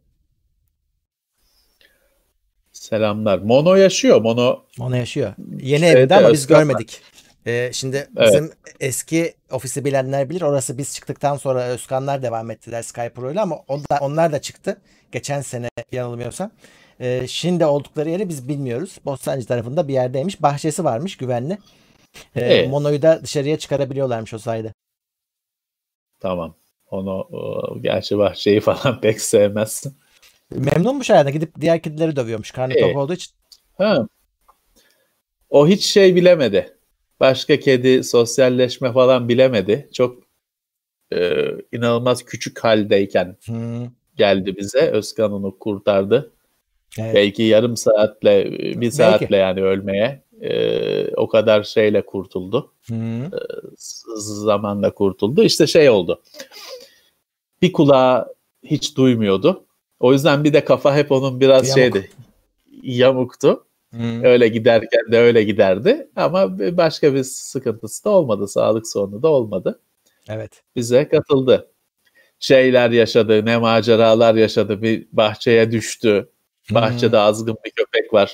Selamlar. Mono yaşıyor. Mono
Mono yaşıyor. Yeni evet, evinde ama evet, biz görmedik. Ee, şimdi bizim evet. eski ofisi bilenler bilir. Orası biz çıktıktan sonra Özkanlar devam ettiler Sky Pro ile ama onlar, onlar da çıktı. Geçen sene yanılmıyorsam. Ee, şimdi oldukları yeri biz bilmiyoruz. Bostancı tarafında bir yerdeymiş. Bahçesi varmış güvenli. Ee, evet. Mono'yu da dışarıya çıkarabiliyorlarmış o sayede.
Tamam. Onu o, gerçi bahçeyi falan pek sevmezsin.
Memnunmuş hayatına. Gidip diğer kedileri dövüyormuş. Karnı tok olduğu için.
Ha. O hiç şey bilemedi. Başka kedi sosyalleşme falan bilemedi. Çok e, inanılmaz küçük haldeyken hmm. geldi bize. Özkan onu kurtardı. Evet. Belki yarım saatle, bir saatle Belki. yani ölmeye. E, o kadar şeyle kurtuldu. Hmm. E, zamanla kurtuldu. İşte şey oldu. Bir kulağı hiç duymuyordu. O yüzden bir de kafa hep onun biraz Yamuk. şeydi. Yamuktu. Hmm. Öyle giderken de öyle giderdi. Ama başka bir sıkıntısı da olmadı. Sağlık sorunu da olmadı.
Evet.
Bize katıldı. Şeyler yaşadı, ne maceralar yaşadı. Bir bahçeye düştü. Bahçede hmm. azgın bir köpek var.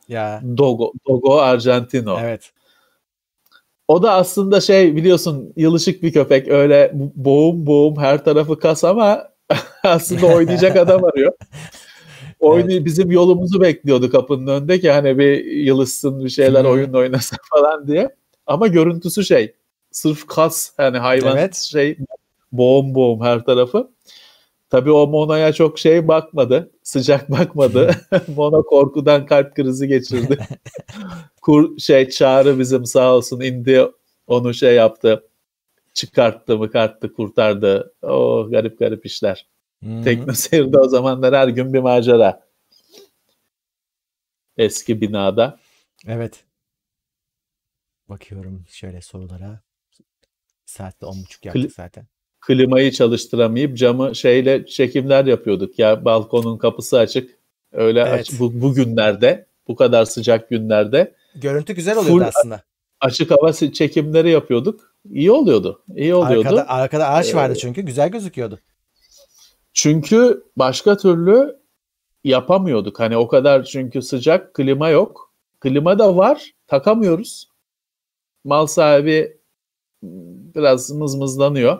Ya.
Dogo, Dogo Argentino.
Evet.
O da aslında şey biliyorsun yılışık bir köpek. Öyle boğum boğum her tarafı kas ama aslında oynayacak adam arıyor. Oyunu
Evet.
bizim yolumuzu bekliyordu kapının önünde ki hani bir yılışsın bir şeyler
Hı.
oyun oynasın falan diye. Ama görüntüsü şey sırf kas hani hayvan
Evet.
şey boğum boğum her tarafı. Tabii o Mona'ya çok şey bakmadı. Sıcak bakmadı. Mona korkudan kalp krizi geçirdi. Kur, şey Çağrı bizim sağ olsun indi onu şey yaptı. Çıkarttı mı karttı kurtardı. O garip garip işler.
Hı.
Teknoseyir'de o zamanlar her gün bir macera. Eski binada.
Evet. Bakıyorum şöyle sorulara. Saatte on buçuk yaptık
Kli,
zaten.
klimayı çalıştıramayıp camı şeyle çekimler yapıyorduk. Ya balkonun kapısı açık. Öyle aç,
Evet.
bu, bu günlerde bu kadar sıcak günlerde
Görüntü güzel oluyordu
full
aslında.
açık hava çekimleri yapıyorduk. İyi oluyordu. İyi
Arkada
oluyordu.
arkada ağaç
Ee,
vardı çünkü güzel gözüküyordu.
çünkü başka türlü yapamıyorduk. Hani o kadar çünkü sıcak, klima yok. Klima da var, takamıyoruz. Mal sahibi biraz mızmızlanıyor.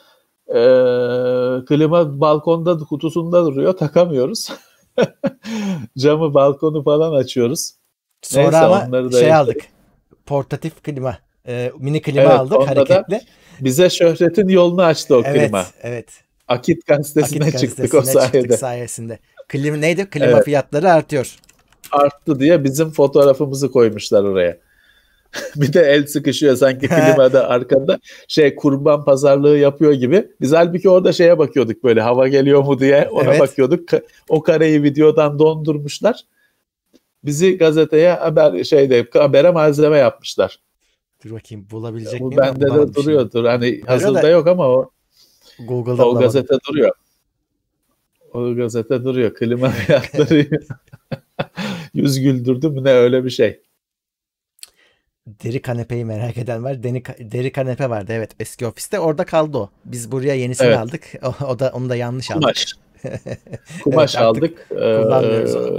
Ee, klima balkonda kutusunda duruyor, takamıyoruz. Camı, balkonu falan açıyoruz.
Sonra
Neyse
ama
onları da
şey
yaşadık.
aldık. Portatif klima. Ee, mini klima
Evet,
aldık
onda da
hareketli.
bize şöhretin yolunu açtı o klima.
Evet, evet.
Akit
Akit
gazetesine çıktık o
gazetesine çıktık
sayede.
sayesinde. Klima neydi? Klima
Evet,
fiyatları artıyor.
arttı diye bizim fotoğrafımızı koymuşlar oraya. Bir de el sıkışıyor sanki klimada arkada şey kurban pazarlığı yapıyor gibi. Biz halbuki orada şeye bakıyorduk böyle hava geliyor mu diye ona
Evet.
bakıyorduk. O kareyi videodan dondurmuşlar. Bizi gazeteye haber şeyde habere malzeme yapmışlar.
Dur bakayım bulabilecek
Bu
miyim? Ha,
bende de
bulamadım şimdi.
duruyordur. Hani
Duruyor
hazırda
da
yok ama o
Google'da
o
bulamadım.
gazete duruyor. O gazete duruyor. Klima fiyatları yüz güldürdü mü ne öyle bir şey.
Deri kanepeyi merak eden var. Deri, deri kanepe vardı evet eski ofiste. Orada kaldı o. Biz buraya yenisini
Evet.
aldık. O, o da onu da yanlış aldık.
Kumaş.
Evet
Kumaş
artık
aldık. Ee,
kullanmıyoruz onu.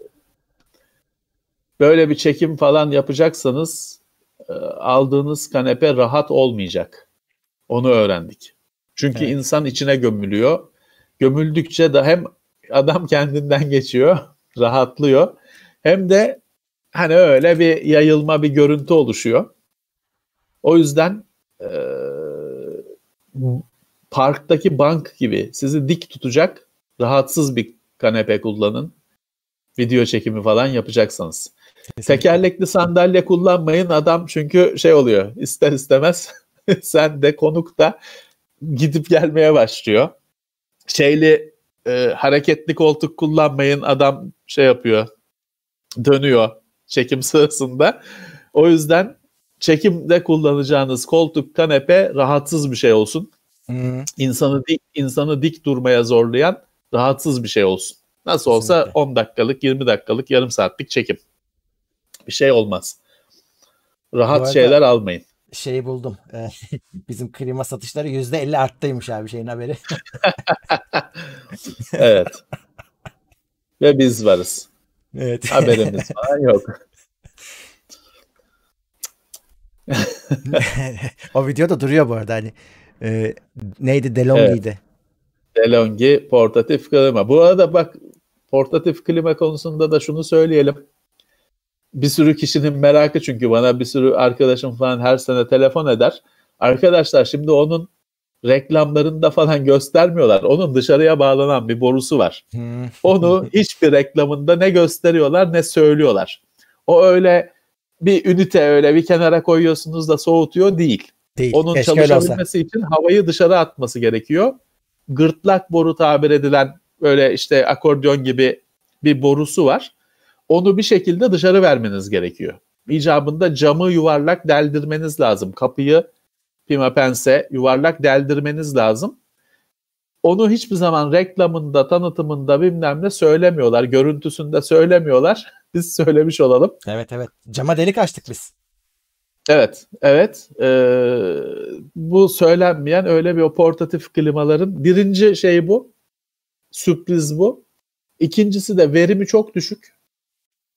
böyle bir çekim falan yapacaksanız e, aldığınız kanepe rahat olmayacak. Onu öğrendik. Çünkü
Evet.
insan içine gömülüyor. Gömüldükçe de hem adam kendinden geçiyor, rahatlıyor. Hem de hani öyle bir yayılma bir görüntü oluşuyor. O yüzden e, parktaki bank gibi sizi dik tutacak rahatsız bir kanepe kullanın. Video çekimi falan yapacaksanız.
Kesinlikle.
Tekerlekli sandalye kullanmayın adam çünkü şey oluyor ister istemez sen de konuk da gidip gelmeye başlıyor. Şeyli e, hareketli koltuk kullanmayın adam şey yapıyor dönüyor çekim sırasında. O yüzden çekimde kullanacağınız koltuk kanepe rahatsız bir şey olsun.
Hmm,
İnsanı dik, insanı dik durmaya zorlayan rahatsız bir şey olsun. Nasıl olsa
kesinlikle.
on dakikalık, yirmi dakikalık, yarım saatlik çekim. Bir şey olmaz.
Bu
Rahat
arada
şeyler almayın.
şeyi buldum. Ee, bizim klima satışları yüzde elli arttıymış abi şeyin haberi.
Evet. Ve biz varız.
Evet.
Haberimiz falan yok.
O videoda duruyor bu arada hani. E, neydi?
Evet.
DeLonghi'ydi.
DeLonghi portatif klima. Bu arada bak portatif klima konusunda da şunu söyleyelim. Bir sürü kişinin merakı çünkü bana bir sürü arkadaşım falan her sene telefon eder. Arkadaşlar şimdi onun reklamlarında falan göstermiyorlar. Onun dışarıya bağlanan bir borusu var.
Hmm.
Onu hiçbir reklamında ne gösteriyorlar ne söylüyorlar. O öyle bir ünite öyle bir kenara koyuyorsunuz da soğutuyor değil.
Değil.
Onun
Keşke öyle olsa.
çalışabilmesi için havayı dışarı atması gerekiyor. Gırtlak boru tabir edilen böyle işte akordeon gibi bir borusu var. Onu bir şekilde dışarı vermeniz gerekiyor. İcabında camı yuvarlak deldirmeniz lazım. Kapıyı pimapense yuvarlak deldirmeniz lazım. Onu hiçbir zaman reklamında, tanıtımında bilmem ne söylemiyorlar. Görüntüsünde söylemiyorlar. Biz söylemiş olalım.
Evet evet. Cama delik açtık biz.
Evet, evet. Ee, bu söylenmeyen öyle bir o portatif klimaların birinci şeyi bu. Sürpriz bu. İkincisi de verimi çok düşük.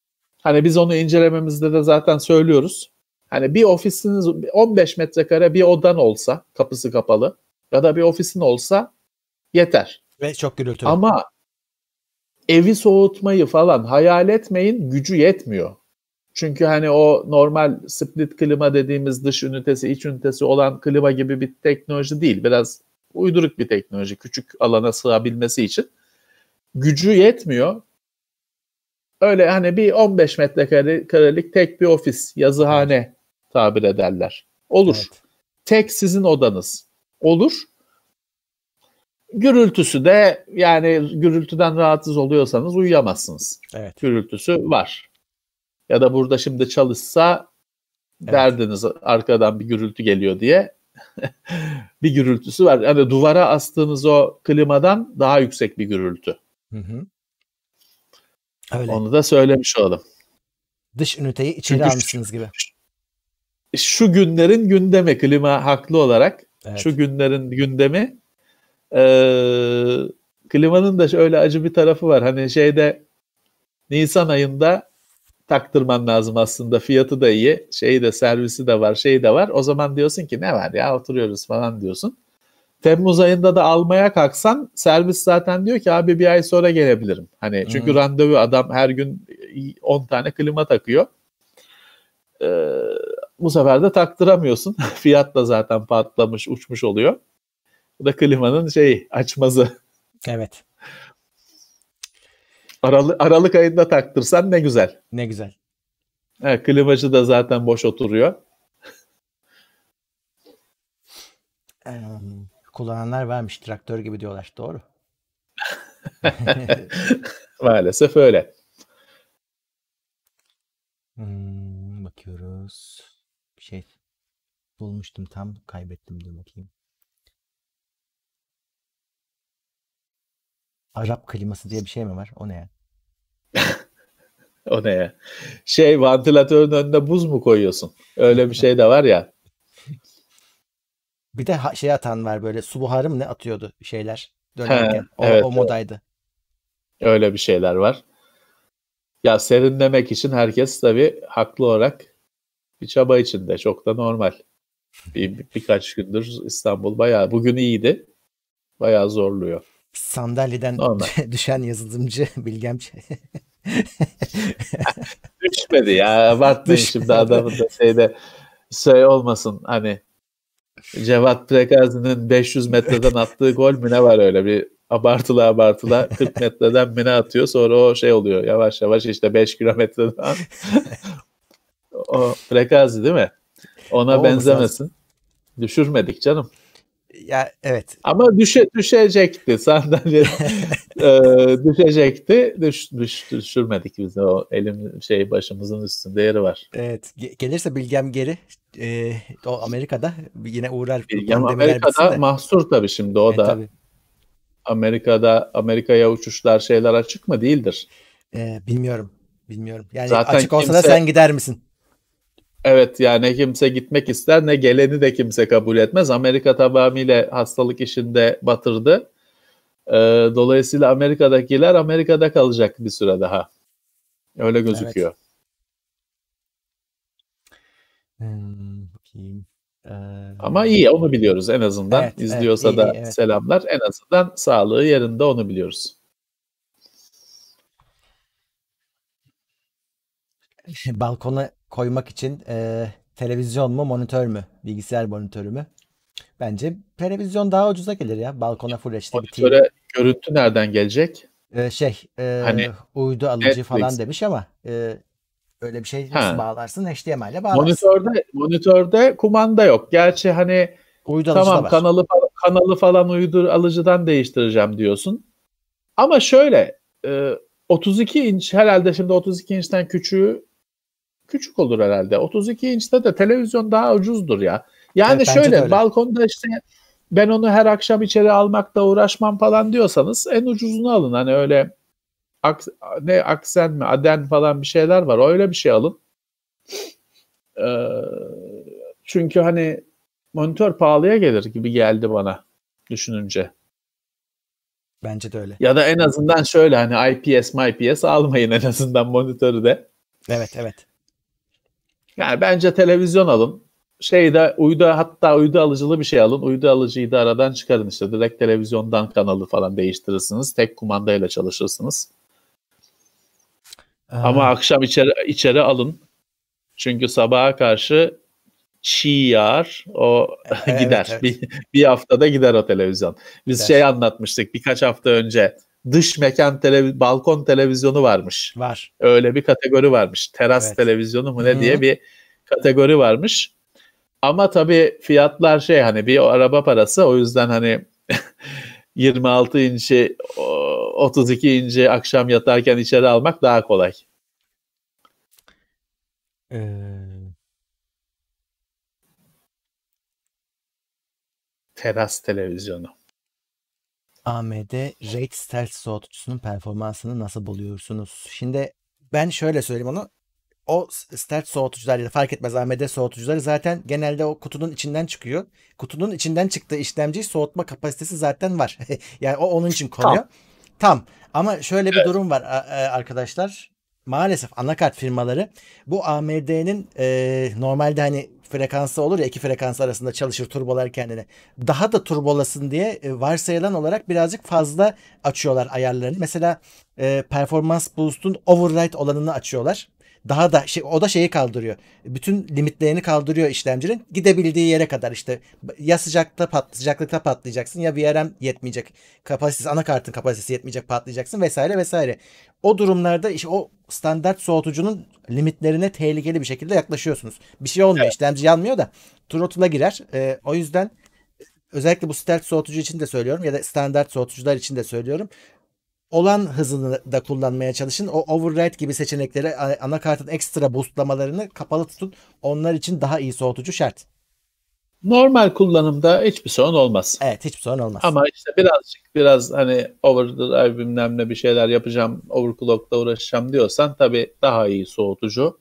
Hani biz onu incelememizde de zaten söylüyoruz. Hani bir ofisiniz on beş metrekare bir odan olsa, kapısı kapalı ya da bir ofisin olsa yeter.
Ve çok gürültülü.
Ama evi soğutmayı falan hayal etmeyin, gücü yetmiyor. Çünkü hani o normal split klima dediğimiz dış ünitesi, iç ünitesi olan klima gibi bir teknoloji değil. Biraz uyduruk bir teknoloji, küçük alana sığabilmesi için. Gücü yetmiyor. Öyle hani bir on beş metrekarelik tek bir ofis, yazıhane evet. tabir ederler. Olur. Evet. Tek sizin odanız. Olur. Gürültüsü de yani gürültüden rahatsız oluyorsanız uyuyamazsınız.
Evet.
Gürültüsü var. Ya da burada şimdi çalışsa evet. derdiniz arkadan bir gürültü geliyor diye. Bir gürültüsü var. Yani duvara astığınız o klimadan daha yüksek bir gürültü. Hı hı. Öyle. Onu da söylemiş olalım.
Dış üniteyi içeri Çünkü almışsınız gibi.
Şu günlerin gündemi, klima haklı olarak. Evet. Şu günlerin gündemi. Ee, klimanın da şöyle acı bir tarafı var. Hani şeyde Nisan ayında taktırman lazım aslında. Fiyatı da iyi. Şeyi de servisi de var, şeyi de var. O zaman diyorsun ki ne var ya oturuyoruz falan diyorsun. Temmuz ayında da almaya kalksan servis zaten diyor ki abi bir ay sonra gelebilirim. Hani çünkü hmm. randevu adam her gün on tane klima takıyor. Ee, bu sefer de taktıramıyorsun. Fiyat da zaten patlamış, uçmuş oluyor. Bu da klimanın şeyi açmazı.
Evet.
Aralık, Aralık ayında taktırsan ne güzel.
Ne güzel.
Evet, klimacı da zaten boş oturuyor.
Um, kullananlar varmış. Traktör gibi diyorlar. Doğru.
Maalesef öyle.
Hmm, bakıyoruz. Bir şey bulmuştum tam kaybettim dur bakayım. Arap kliması diye bir şey mi var? O ne ya?
O ne ya? Şey vantilatörün önüne buz mu koyuyorsun? Öyle bir şey de var ya.
Bir de ha- şey atan var böyle su buharı mı ne atıyordu şeyler dönerken. He, o,
evet,
o modaydı.
Öyle bir şeyler var. Ya serinlemek için herkes tabii haklı olarak bir çaba içinde. Çok da normal. Bir, bir, birkaç gündür İstanbul bayağı bugün iyiydi. Bayağı zorluyor.
Sandalyeden düşen yazılımcı Bilgem.
Düşmedi ya. Abartmayın şimdi adamın da şeyde şey olmasın hani Cevat Prekazi'nin beş yüz metreden attığı gol mü ne var öyle bir abartılı abartılı kırk metreden mi ne atıyor sonra o şey oluyor yavaş yavaş işte beş kilometreden o Prekazi değil mi? Ona o benzemesin. Düşürmedik canım.
Ya evet.
Ama düşe, düşecekti sandalye e, düşecekti düş, düş, düşürmedik biz de o elim şey başımızın üstünde yeri var.
Evet gelirse Bilgem geri e, o Amerika'da yine uğrar.
Bilgem Amerika'da mahsur tabii şimdi o e, da tabii. Amerika'da Amerika'ya uçuşlar şeyler açık mı değildir?
E, bilmiyorum bilmiyorum yani zaten açık olsa kimse, da sen gider misin?
Evet yani kimse gitmek ister ne geleni de kimse kabul etmez. Amerika tamamıyla hastalık işinde batırdı. Ee, dolayısıyla Amerika'dakiler Amerika'da kalacak bir süre daha. Öyle gözüküyor.
Evet. Hmm, bakayım. Ee,
Ama iyi onu biliyoruz en azından. Evet, İzliyorsa evet, iyi, da iyi, evet. Selamlar. En azından sağlığı yerinde onu biliyoruz.
Balkona koymak için e, televizyon mu monitör mü? Bilgisayar monitörü mü? Bence televizyon daha ucuza gelir ya. Balkona Full H D bir T V.
Görüntü nereden gelecek?
Ee, şey e, hani uydu alıcı Netflix falan demiş ama e, öyle bir şey nasıl ha. bağlarsın? H D M I ile bağlarsın.
Monitörde, monitörde kumanda yok. Gerçi hani uydu tamam kanalı kanalı falan uydu alıcıdan değiştireceğim diyorsun. Ama şöyle e, otuz iki inç herhalde şimdi otuz iki inçten küçüğü küçük olur herhalde. otuz iki inçte de televizyon daha ucuzdur ya. Yani evet, şöyle balkonda işte ben onu her akşam içeri almakla uğraşmam falan diyorsanız en ucuzunu alın. Hani öyle aks, ne aksen mi aden falan bir şeyler var. Öyle bir şey alın. Ee, çünkü hani monitör pahalıya gelir gibi geldi bana düşününce.
Bence de öyle.
Ya da en azından şöyle hani I P S, I P S almayın en azından monitörü de.
Evet, evet.
Yani bence televizyon alın. Şeyde uydu, hatta uydu alıcılı bir şey alın. Uydu alıcıyı da aradan çıkarın işte. Direkt televizyondan kanalı falan değiştirirsiniz. Tek kumandayla çalışırsınız. Ama
Aa,
akşam içeri, içeri alın. Çünkü sabaha karşı çiğ yağar. O
evet,
gider.
evet.
Bir, bir haftada gider o televizyon. Biz şey
Gider.
anlatmıştık birkaç hafta önce. Dış mekan televiz balkon televizyonu varmış.
Var.
Öyle bir kategori varmış. Teras
Evet.
televizyonu mu ne diye
Hı-hı.
bir kategori varmış. Ama tabii fiyatlar şey hani bir araba parası, o yüzden hani yirmi altı inç'i otuz iki inci akşam yatarken içeri almak daha kolay.
Ee,
Teras televizyonu.
A M D Raid Stealth soğutucusunun performansını nasıl buluyorsunuz? Şimdi ben şöyle söyleyeyim onu. O stealth soğutucular ya da fark etmez A M D soğutucuları zaten genelde o kutunun içinden çıkıyor. Kutunun içinden çıktığı işlemciyi soğutma kapasitesi zaten var. Yani o onun için
Tam.
konuyor. Tam. Ama şöyle bir
Evet.
durum var arkadaşlar. Maalesef anakart firmaları bu A M D'nin e, normalde hani frekansı olur ya, iki frekans arasında çalışır turbolar kendine. Daha da turbolasın diye e, varsayılan olarak birazcık fazla açıyorlar ayarlarını. Mesela e, Performance Boost'un override olanını açıyorlar. Daha da şey, o da şeyi kaldırıyor. Bütün limitlerini kaldırıyor işlemcinin. Gidebildiği yere kadar işte ya sıcakta pat, sıcaklıkta patlayacaksın ya V R M yetmeyecek. Kapasitesi, anakartın kapasitesi yetmeyecek, patlayacaksın vesaire vesaire. O durumlarda işte o standart soğutucunun limitlerine tehlikeli bir şekilde yaklaşıyorsunuz. Bir şey olmuyor. İşlemci yanmıyor da throttle'a girer. Ee, o yüzden özellikle bu stealth soğutucu için de söylüyorum ya da standart soğutucular için de söylüyorum. Olan hızını da kullanmaya çalışın. O override gibi seçenekleri, anakartın ekstra boostlamalarını kapalı tutun. Onlar için daha iyi soğutucu şart.
Normal kullanımda hiçbir sorun olmaz.
Evet, hiçbir sorun olmaz.
Ama işte birazcık biraz hani overdrive bilmem ne bir şeyler yapacağım, overclock'la uğraşacağım diyorsan tabii daha iyi soğutucu.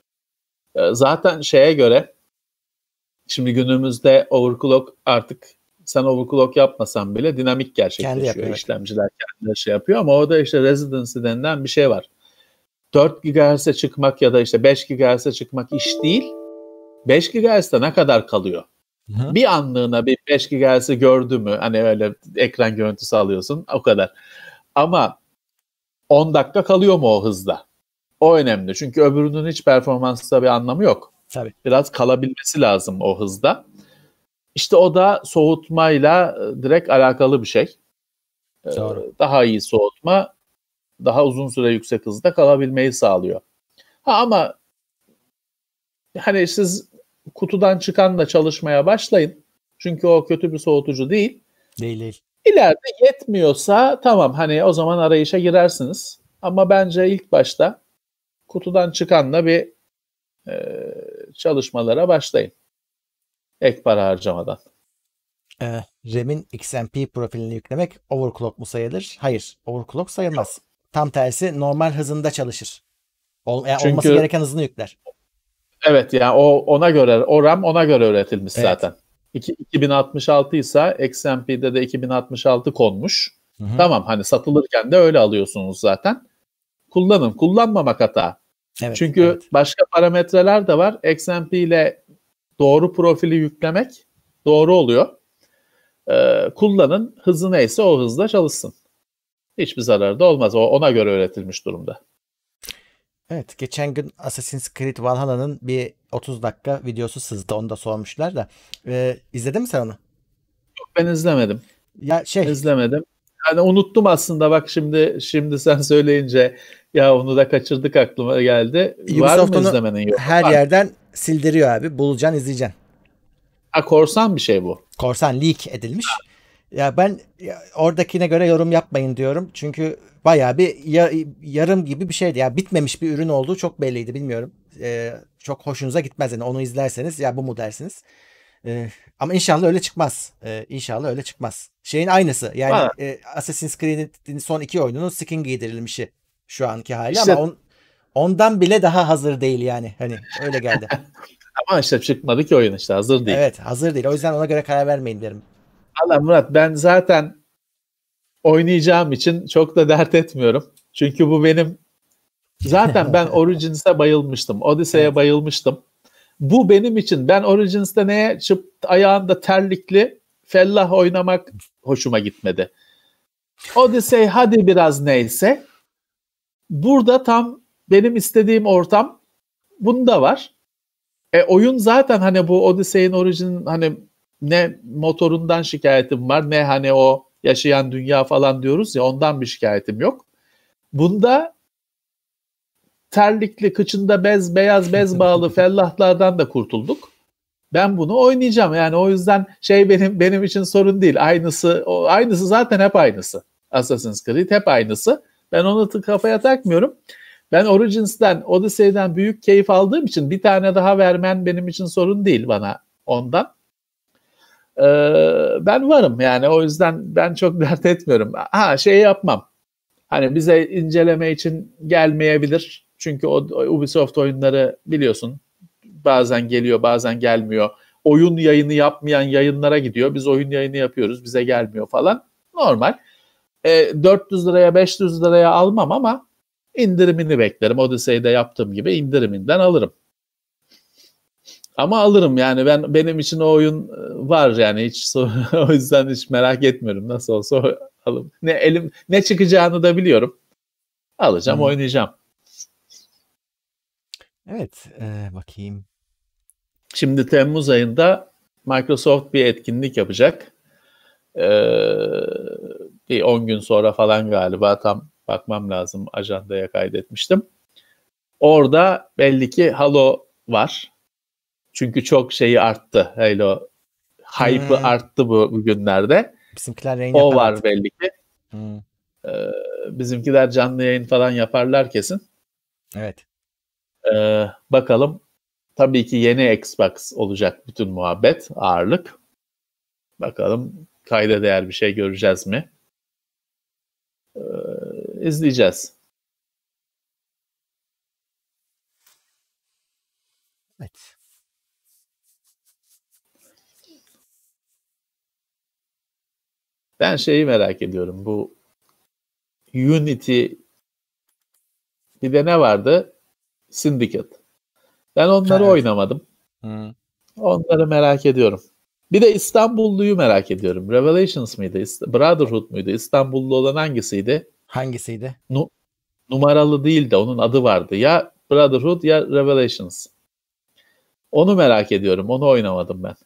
Zaten şeye göre şimdi günümüzde overclock artık sen overclock yapmasan bile dinamik gerçekleşiyor.
Kendi yapıyor,
İşlemciler kendileri şey yapıyor ama orada işte residency denilen bir şey var. dört gigahertz'e çıkmak ya da işte beş gigahertz'e çıkmak iş değil. beş gigahertz'te ne kadar kalıyor?
Hı.
Bir anlığına bir beş gigahertz'i gördü mü hani öyle ekran görüntüsü alıyorsun o kadar. Ama on dakika kalıyor mu o hızda? O önemli. Çünkü öbürünün hiç performansında bir anlamı yok.
Tabii.
Biraz kalabilmesi lazım o hızda. İşte o da soğutmayla direkt alakalı bir şey.
Doğru.
Daha iyi soğutma, daha uzun süre yüksek hızda kalabilmeyi sağlıyor. Ha ama hani siz kutudan çıkanla çalışmaya başlayın. Çünkü o kötü bir soğutucu değil.
Değil değil.
İleride yetmiyorsa tamam hani o zaman arayışa girersiniz. Ama bence ilk başta kutudan çıkanla bir e, çalışmalara başlayın. Ek para harcamadan.
Ee, RAM'in X M P profilini yüklemek overclock mu sayılır? Hayır. Overclock sayılmaz. Tam tersi normal hızında çalışır. Ol, yani olması
Çünkü
gereken hızını yükler.
evet yani o ona göre o RAM ona göre üretilmiş
Evet.
zaten. iki bin altmış altı ise X M P'de de iki bin altmış altı konmuş.
Hı hı.
Tamam hani satılırken de öyle alıyorsunuz zaten. Kullanın. Kullanmamak hata.
Evet.
Çünkü
Evet.
başka parametreler de var. X M P ile doğru profili yüklemek doğru oluyor. Ee, kullanın. Hızı neyse o hızla çalışsın. Hiçbir zararı da olmaz. O ona göre üretilmiş durumda.
Evet, geçen gün Assassin's Creed Valhalla'nın bir otuz dakika videosu sızdı. Onu da sormuşlar da. Ee, izledin mi sen onu?
Ben izlemedim.
Ya şey,
İzlemedim. Yani unuttum aslında bak şimdi şimdi sen söyleyince ya onu da kaçırdık aklıma geldi. Var
Ubisoft
mı
onu
izlemenin yok?
her
Var.
yerden sildiriyor abi. Bulacaksın, izleyeceksin.
Ha korsan bir şey bu.
Korsan leak edilmiş. Ya ben ya, oradakine göre yorum yapmayın diyorum. Çünkü bayağı bir ya- yarım gibi bir şeydi. Ya bitmemiş bir ürün olduğu çok belliydi. Bilmiyorum. Ee, çok hoşunuza gitmez. Yani onu izlerseniz ya bu mu dersiniz. Ee, ama inşallah öyle çıkmaz. Ee, inşallah öyle çıkmaz. Şeyin aynısı. Yani
Ha,
e, Assassin's Creed'in son iki oyununun skin giydirilmişi şu anki hali ama
işte
on, ondan bile daha hazır değil yani. Hani öyle geldi.
ama işte çıkmadı ki oyun işte hazır değil.
Evet, hazır değil. O yüzden ona göre karar vermeyin derim.
Valla Murat ben zaten oynayacağım için çok da dert etmiyorum. Çünkü bu benim Zaten ben Origins'e bayılmıştım. Odyssey'e evet. bayılmıştım. Bu benim için. Ben Origins'te neye çıp ayağında terlikli fellah oynamak hoşuma gitmedi. Odyssey hadi biraz neyse. Burada tam benim istediğim ortam bunda var. E oyun zaten hani bu Odyssey'in Origin hani ne motorundan şikayetim var ne hani o yaşayan dünya falan diyoruz ya ondan bir şikayetim yok. Bunda terlikli kıçında bez beyaz bez bağlı fellahlardan da kurtulduk. Ben bunu oynayacağım. Yani o yüzden şey benim benim için sorun değil. Aynısı o aynısı zaten hep aynısı. Assassin's Creed hep aynısı. Ben onu kafaya takmıyorum. Ben Origins'ten, Odyssey'den büyük keyif aldığım için bir tane daha vermen benim için sorun değil bana ondan. Ee, ben varım yani o yüzden ben çok dert etmiyorum. Ha şey yapmam. Hani bize inceleme için gelmeyebilir. Çünkü o Ubisoft oyunları biliyorsun bazen geliyor bazen gelmiyor. Oyun yayını yapmayan yayınlara gidiyor. Biz oyun yayını yapıyoruz bize gelmiyor falan. Normal. E, dört yüz liraya beş yüz liraya almam ama indirimini beklerim. Odyssey'de yaptığım gibi indiriminden alırım. Ama alırım yani ben benim için o oyun var yani hiç o yüzden hiç merak etmiyorum nasıl olsa alırım. Ne elim ne çıkacağını da biliyorum. Alacağım, hmm. oynayacağım.
Evet, e, bakayım.
Şimdi Temmuz ayında Microsoft bir etkinlik yapacak. Ee, bir on gün sonra falan galiba tam bakmam lazım ajandaya kaydetmiştim. Orada belli ki Halo var. Çünkü çok şeyi arttı. Halo hype'ı hmm. arttı bu, bu günlerde.
Bizimkiler yayın
o var artık. Belli ki.
Hmm.
Ee, bizimkiler canlı yayın falan yaparlar kesin.
Evet.
Ee, bakalım. Tabii ki yeni Xbox olacak bütün muhabbet, ağırlık. Bakalım kayda değer bir şey göreceğiz mi? Ee, izleyeceğiz.
Evet.
Ben şeyi merak ediyorum. Bu Unity bir de ne vardı? Syndicate. Ben onları evet. oynamadım. Hmm. Onları merak ediyorum. Bir de İstanbulluyu merak ediyorum. Revelations mıydı? Brotherhood muydu? İstanbullu olan hangisiydi?
Hangisiydi?
Nu- numaralı değil de onun adı vardı. Ya Brotherhood ya Revelations. Onu merak ediyorum. Onu oynamadım ben.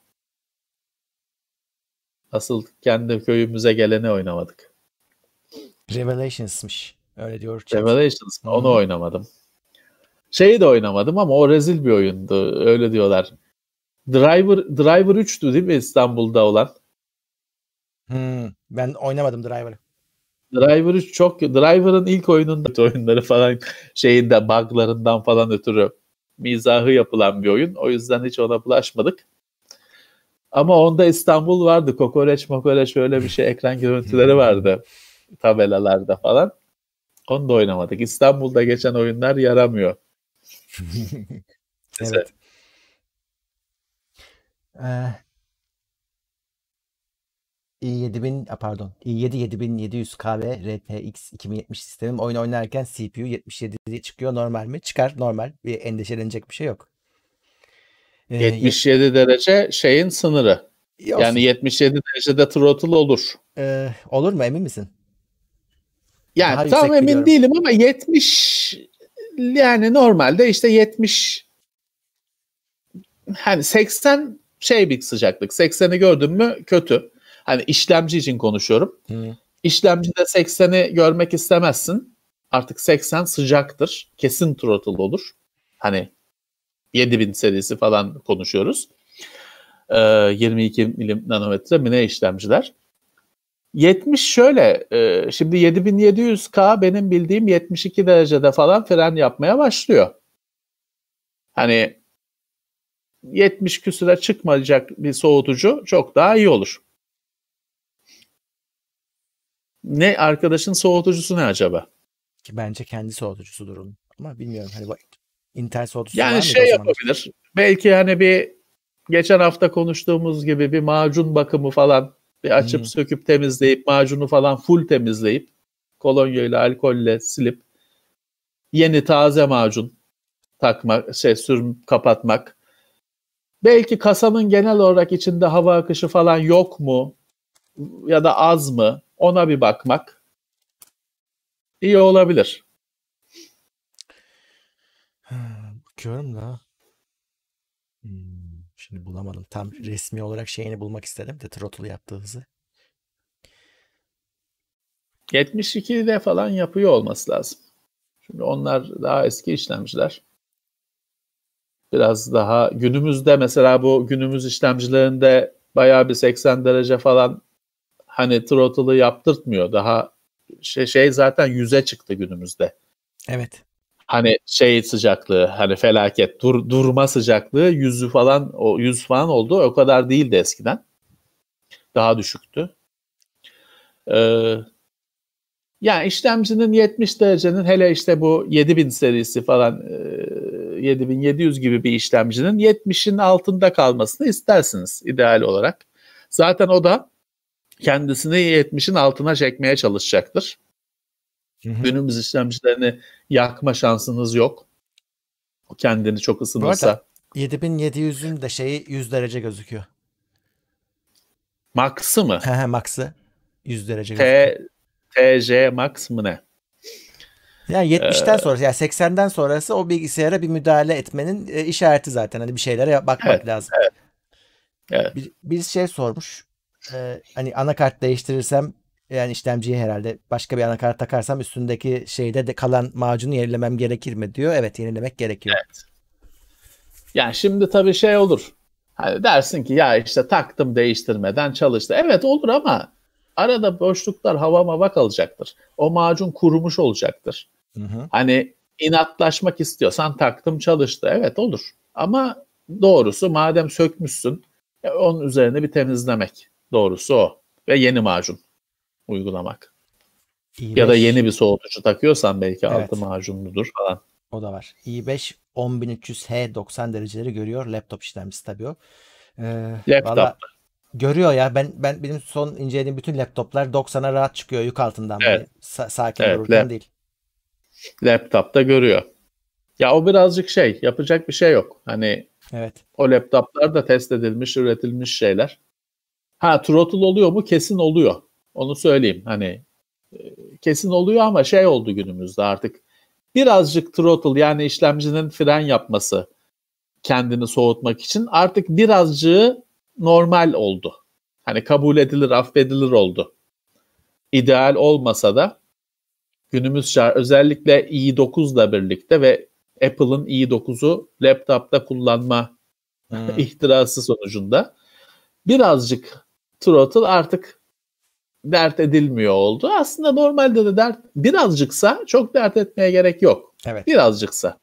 Asıl kendi köyümüze geleni oynamadık.
Revelations'mış. Öyle diyor.
Revelations. Hı-hı. Onu oynamadım. Şeyi de oynamadım ama o rezil bir oyundu. Öyle diyorlar. Driver Driver üçtü değil mi İstanbul'da olan?
Hmm, ben oynamadım Driver'ı.
Driver üç çok Driver'ın ilk oyununda oyunları falan şeyinde bug'larından falan ötürü mizahı yapılan bir oyun. O yüzden hiç ona bulaşmadık. Ama onda İstanbul vardı. Kokoreç mokoreç öyle bir şey ekran görüntüleri vardı. Tabelalarda falan. Onu da oynamadık. İstanbul'da geçen oyunlar yaramıyor.
Evet. Ee, i yedi bin pardon i yedi yedi bin yedi yüz K ve R T X iki bin yetmiş sistemim oyun oynarken C P U yetmiş yedi çıkıyor, normal mi? Çıkar, normal. Bir endişelenecek bir şey yok.
Ee, yetmiş yedi yet- derece şeyin sınırı. Olsun. Yani yetmiş yedi derecede throttle olur.
Ee, olur mu, emin misin?
Yani daha tam emin biliyorum. Değilim ama yetmiş yani normalde işte yetmiş hani seksen şey bir sıcaklık. sekseni gördün mü kötü. Hani işlemci için konuşuyorum. Hmm. İşlemcide sekseni görmek istemezsin. Artık seksen sıcaktır. Kesin throttle olur. Hani yedi bin serisi falan konuşuyoruz. Ee, yirmi iki milim nanometre mi ne işlemciler. yetmiş şöyle, e, şimdi yedi bin yedi yüz K benim bildiğim yetmiş iki derecede falan fren yapmaya başlıyor. Hani yetmiş küsüre çıkmayacak bir soğutucu çok daha iyi olur. Ne arkadaşın soğutucusu ne acaba?
Ki bence kendi soğutucusudur onun. Ama bilmiyorum. Hani bak, Intel soğutucusu
yani
var mıydı
şey
o zaman?
yapabilir. Belki hani bir geçen hafta konuştuğumuz gibi bir macun bakımı falan bir açıp hmm. söküp temizleyip macunu falan full temizleyip kolonyayla alkolle silip Yeni taze macun takmak, şey sürüm kapatmak. Belki kasanın genel olarak içinde hava akışı falan yok mu ya da az mı, ona bir bakmak iyi olabilir.
Bakıyorum da. Hmm, şimdi bulamadım. Tam resmi olarak şeyini bulmak istedim de throttle yaptığı hızı.
yetmiş ikide falan yapıyor olması lazım. Şimdi onlar daha eski işlemciler. Biraz daha günümüzde mesela bu günümüz işlemcilerinde bayağı bir seksen derece falan hani throttle'ı yaptırtmıyor. Daha şey, şey zaten yüze çıktı günümüzde.
Evet.
Hani şey sıcaklığı, hani felaket, dur, durma sıcaklığı yüzü falan, o yüz falan oldu. O kadar değildi eskiden. Daha düşüktü. Ee, yani işlemcinin yetmiş derecenin, hele işte bu yedi bin serisi falan, e, yedi bin yedi yüz gibi bir işlemcinin yetmişin altında kalmasını istersiniz ideal olarak. Zaten o da kendisini yetmişin altına çekmeye çalışacaktır.
Hı hı.
Günümüz işlemcilerini yakma şansınız yok. O kendini çok
Bu arada
ısınırsa.
yedi bin yedi yüzün de şeyi yüz derece gözüküyor.
Max'ı mı?
He he Max'ı yüz derece gözüküyor.
T, TC Max mı ne?
Yani yetmişten
Ee,
sonrası yani seksenden sonrası o bilgisayara bir müdahale etmenin e, işareti zaten. Hani bir şeylere bakmak
evet,
lazım.
evet.
Bir, bir şey sormuş. Ee, hani anakart değiştirirsem yani işlemciyi herhalde başka bir anakart takarsam üstündeki şeyde de kalan macunu yenilemem gerekir mi diyor. Evet, yenilemek gerekiyor.
Yani şimdi tabii şey olur. Hani dersin ki ya işte taktım değiştirmeden çalıştı. Evet olur ama arada boşluklar, hava mava kalacaktır. O macun kurumuş olacaktır.
Hı hı.
Hani inatlaşmak istiyorsan taktım çalıştı. Evet olur. Ama doğrusu madem sökmüşsün, e, onun üzerine bir temizlemek. Doğrusu o. Ve yeni macun uygulamak. Ya da
i beş
yeni bir soğutucu takıyorsan belki altı
evet,
macunludur falan.
o da var. i beş on bin üç yüz H doksan dereceleri görüyor. Laptop işlemcisi tabii o. Ee,
Laptop.
valla görüyor ya. Ben ben benim son incelediğim bütün laptoplar doksana rahat çıkıyor yük altından
Evet.
böyle sa- sakin
Evet.
dururken
Lap,
değil.
laptopta görüyor. Ya o birazcık şey, yapacak bir şey yok. Hani
Evet.
o laptoplar da test edilmiş, üretilmiş şeyler. Ha, throttle oluyor mu? Kesin oluyor. Onu söyleyeyim. Hani e, kesin oluyor ama şey oldu günümüzde artık. Birazcık throttle, yani işlemcinin fren yapması kendini soğutmak için artık birazcık normal oldu. Hani kabul edilir, affedilir oldu. İdeal olmasa da günümüz şart, özellikle i dokuzla birlikte ve Apple'ın i dokuzu laptopta kullanma
Hmm,
ihtirası sonucunda birazcık throttle artık dert edilmiyor oldu. Aslında normalde de dert birazcıksa, çok dert etmeye gerek yok.
evet.
Birazcıksa.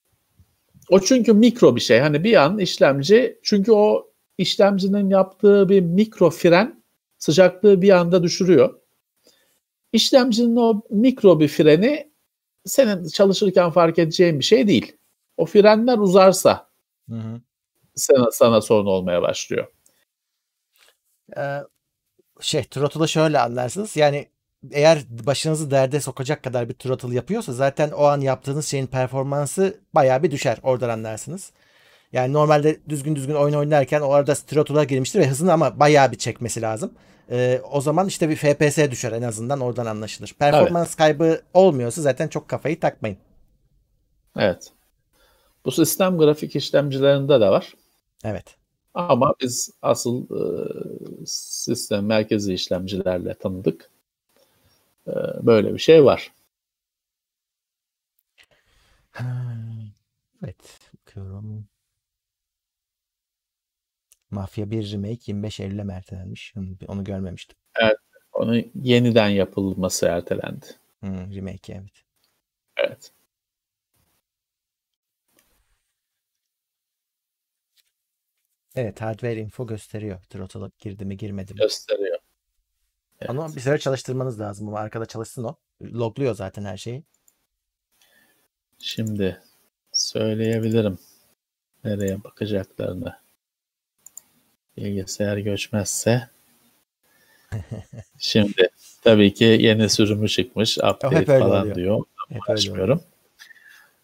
O çünkü mikro bir şey. Hani bir an işlemci, çünkü o işlemcinin yaptığı bir mikro fren sıcaklığı bir anda düşürüyor. İşlemcinin o mikro bir freni senin çalışırken fark edeceğin bir şey değil. O frenler uzarsa
Hı hı.
sana, sana sorun olmaya başlıyor.
Ee, şey throttle'ı şöyle anlarsınız. Yani eğer başınızı derde sokacak kadar bir throttle yapıyorsa zaten o an yaptığınız şeyin performansı bayağı bir düşer. Oradan anlarsınız. Yani normalde düzgün düzgün oyun oynarken o arada throttle'a girmiştir ve hızını ama bayağı bir çekmesi lazım. Ee, o zaman işte bir F P S düşer, en azından oradan anlaşılır.
Evet,
Performans kaybı olmuyorsa zaten çok kafayı takmayın.
evet. Bu sistem grafik işlemcilerinde de var.
Evet.
Ama biz asıl e, sistem merkezi işlemcilerle tanıdık. E, böyle bir şey var.
Ha, evet. Bakıyorum. Mafya bir Remake yirmi beş Eylül'e ertelenmiş. Onu, onu görmemiştim.
Evet, onun yeniden yapılması ertelendi.
Hmm, remake, evet.
Evet,
Evet, hardware info gösteriyor. Throttle girdi mi girmedi mi?
gösteriyor.
Onu
Evet.
bir süre çalıştırmanız lazım ama arkada çalışsın o. Logluyor zaten her şeyi.
Şimdi söyleyebilirim nereye bakacaklarını. Bilgisayar göçmezse. Şimdi tabii ki yeni sürümü çıkmış,
O hep
update
öyle
falan
oluyor.
diyor.
Hep öyle oluyor.
Uğraşmıyorum.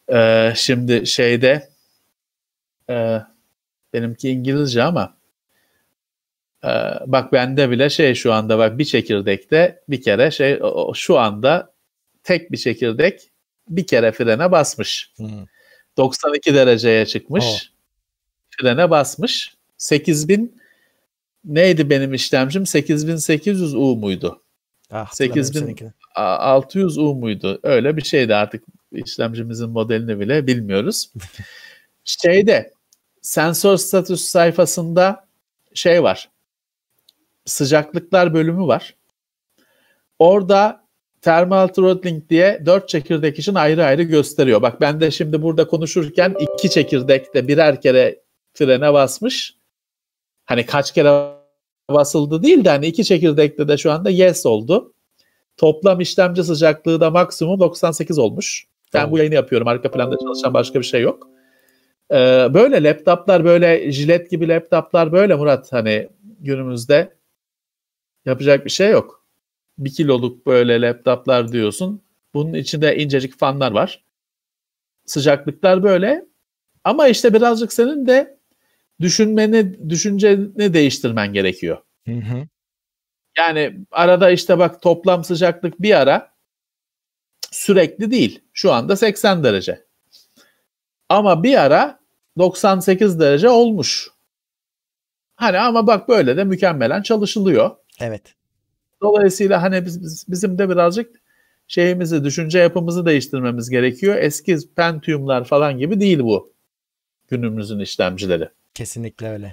Ee, şimdi şeyde e, benimki İngilizce ama e, bak bende bile şey şu anda bak bir çekirdekte bir kere şey o, şu anda tek bir çekirdek bir kere frene basmış.
Hmm.
doksan iki dereceye çıkmış.
Oh.
Frene basmış. sekiz bin neydi benim işlemcim? sekiz bin sekiz yüz U muydu?
Ah,
sekiz bin altı yüz U muydu? Öyle bir şeydi, artık işlemcimizin modelini bile bilmiyoruz. Şeyde sensör status sayfasında şey var. Sıcaklıklar bölümü var. Orada thermal throttling diye dört çekirdek için ayrı ayrı gösteriyor. Bak ben de şimdi burada konuşurken iki çekirdekte birer kere frene basmış. Hani kaç kere basıldı değil de hani iki çekirdekte de şu anda yes oldu. Toplam işlemci sıcaklığı da maksimum doksan sekiz olmuş. Ben oh. bu yayını yapıyorum. Arka planda çalışan başka bir şey yok. Ee, böyle laptoplar, böyle jilet gibi laptoplar böyle Murat, hani günümüzde yapacak bir şey yok. Bir kiloluk böyle laptoplar diyorsun. Bunun içinde incecik fanlar var. Sıcaklıklar böyle. Ama işte birazcık senin de düşünmeni, düşünceni değiştirmen gerekiyor.
Hı hı.
Yani arada işte bak toplam sıcaklık bir ara sürekli değil. Şu anda seksen derece. Ama bir ara doksan sekiz derece olmuş. Hani ama bak böyle de mükemmelen çalışılıyor.
Evet.
Dolayısıyla hani biz, biz, bizim de birazcık şeyimizi, düşünce yapımızı değiştirmemiz gerekiyor. Eski Pentium'lar falan gibi değil bu günümüzün işlemcileri.
Kesinlikle öyle.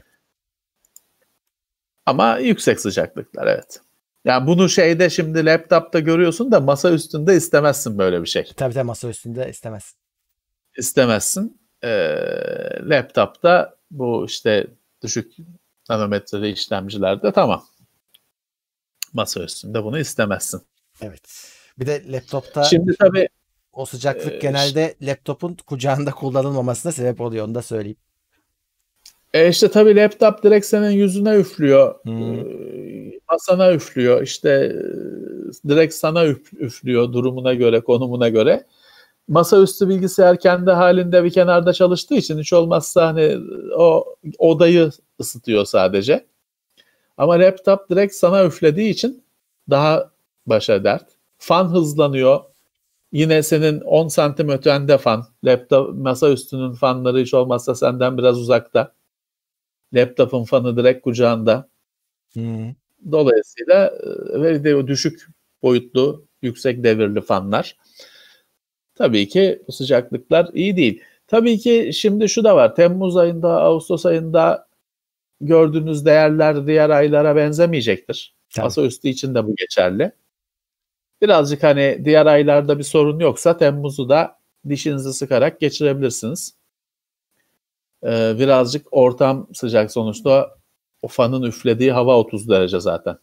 Ama yüksek sıcaklıklar, evet. Yani bunu şeyde şimdi laptopta görüyorsun da masa üstünde istemezsin böyle bir şey.
Tabii tabii masa üstünde istemezsin.
İstemezsin. Ee, laptopta bu işte düşük nanometreli işlemcilerde tamam. Masa üstünde bunu istemezsin.
Evet. Bir de laptopta
şimdi tabii
o sıcaklık
e,
genelde laptopun kucağında kullanılmamasına sebep oluyor, onu da söyleyeyim.
E işte tabii laptop direkt senin yüzüne üflüyor.
Hmm.
E, masana üflüyor. İşte e, direkt sana üf, üflüyor durumuna göre, konumuna göre. Masaüstü bilgisayar kendi halinde bir kenarda çalıştığı için hiç olmazsa hani o odayı ısıtıyor sadece. Ama laptop direkt sana üflediği için daha başa dert. Fan hızlanıyor. Yine senin on santim ötende fan. Laptop, masaüstünün fanları hiç olmazsa senden biraz uzakta. Laptopun fanı direkt kucağında.
Hmm.
Dolayısıyla ve de o düşük boyutlu, yüksek devirli fanlar. Tabii ki bu sıcaklıklar iyi değil. Tabii ki şimdi şu da var. Temmuz ayında, Ağustos ayında gördüğünüz değerler diğer aylara benzemeyecektir.
Tabii.
Masaüstü için de bu geçerli. Birazcık hani diğer aylarda bir sorun yoksa Temmuz'u da dişinizi sıkarak geçirebilirsiniz. Ee, birazcık ortam sıcak sonuçta, o fanın üflediği hava otuz derece zaten.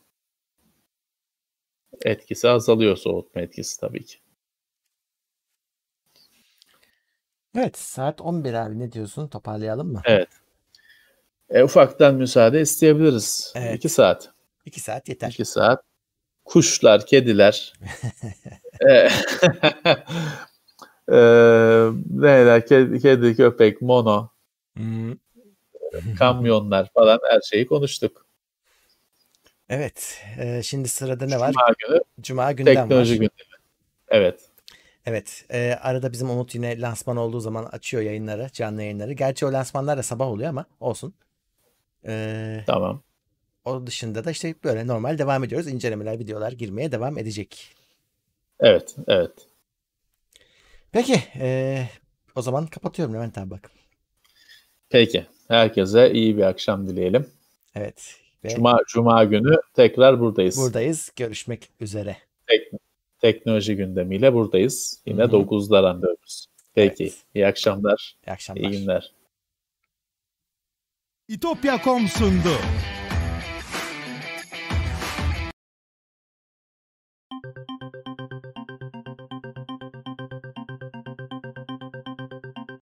Etkisi azalıyor, soğutma etkisi tabii ki.
Evet, saat on bir abi, ne diyorsun? Toparlayalım mı?
Evet. E, ufaktan müsaade isteyebiliriz.
Evet.
İki saat.
İki saat yeter.
İki saat. Kuşlar, kediler. e, e, neyler? Kedi, kedi, köpek, mono.
Hmm.
Kamyonlar falan, her şeyi konuştuk.
Evet. E, şimdi sırada ne var?
Cuma günü.
Cuma gündem
Teknoloji
var.
gündemi. Evet.
Evet. E, arada bizim Umut yine lansman olduğu zaman açıyor yayınları, canlı yayınları. Gerçi o lansmanlar da sabah oluyor ama olsun. E,
Tamam.
O dışında da işte böyle normal devam ediyoruz. İncelemeler, videolar girmeye devam edecek.
Evet, evet.
Peki. E, o zaman kapatıyorum Levent abi, bak.
Peki. Herkese iyi bir akşam dileyelim.
Evet. Ve
Cuma, Cuma günü tekrar buradayız.
buradayız. Görüşmek üzere.
Tek, teknoloji gündemiyle buradayız. Yine
Hı hı.
dokuzda randevumuz. Peki.
Evet.
İyi akşamlar.
İyi akşamlar.
İyi günler.
İtopya nokta com sundu.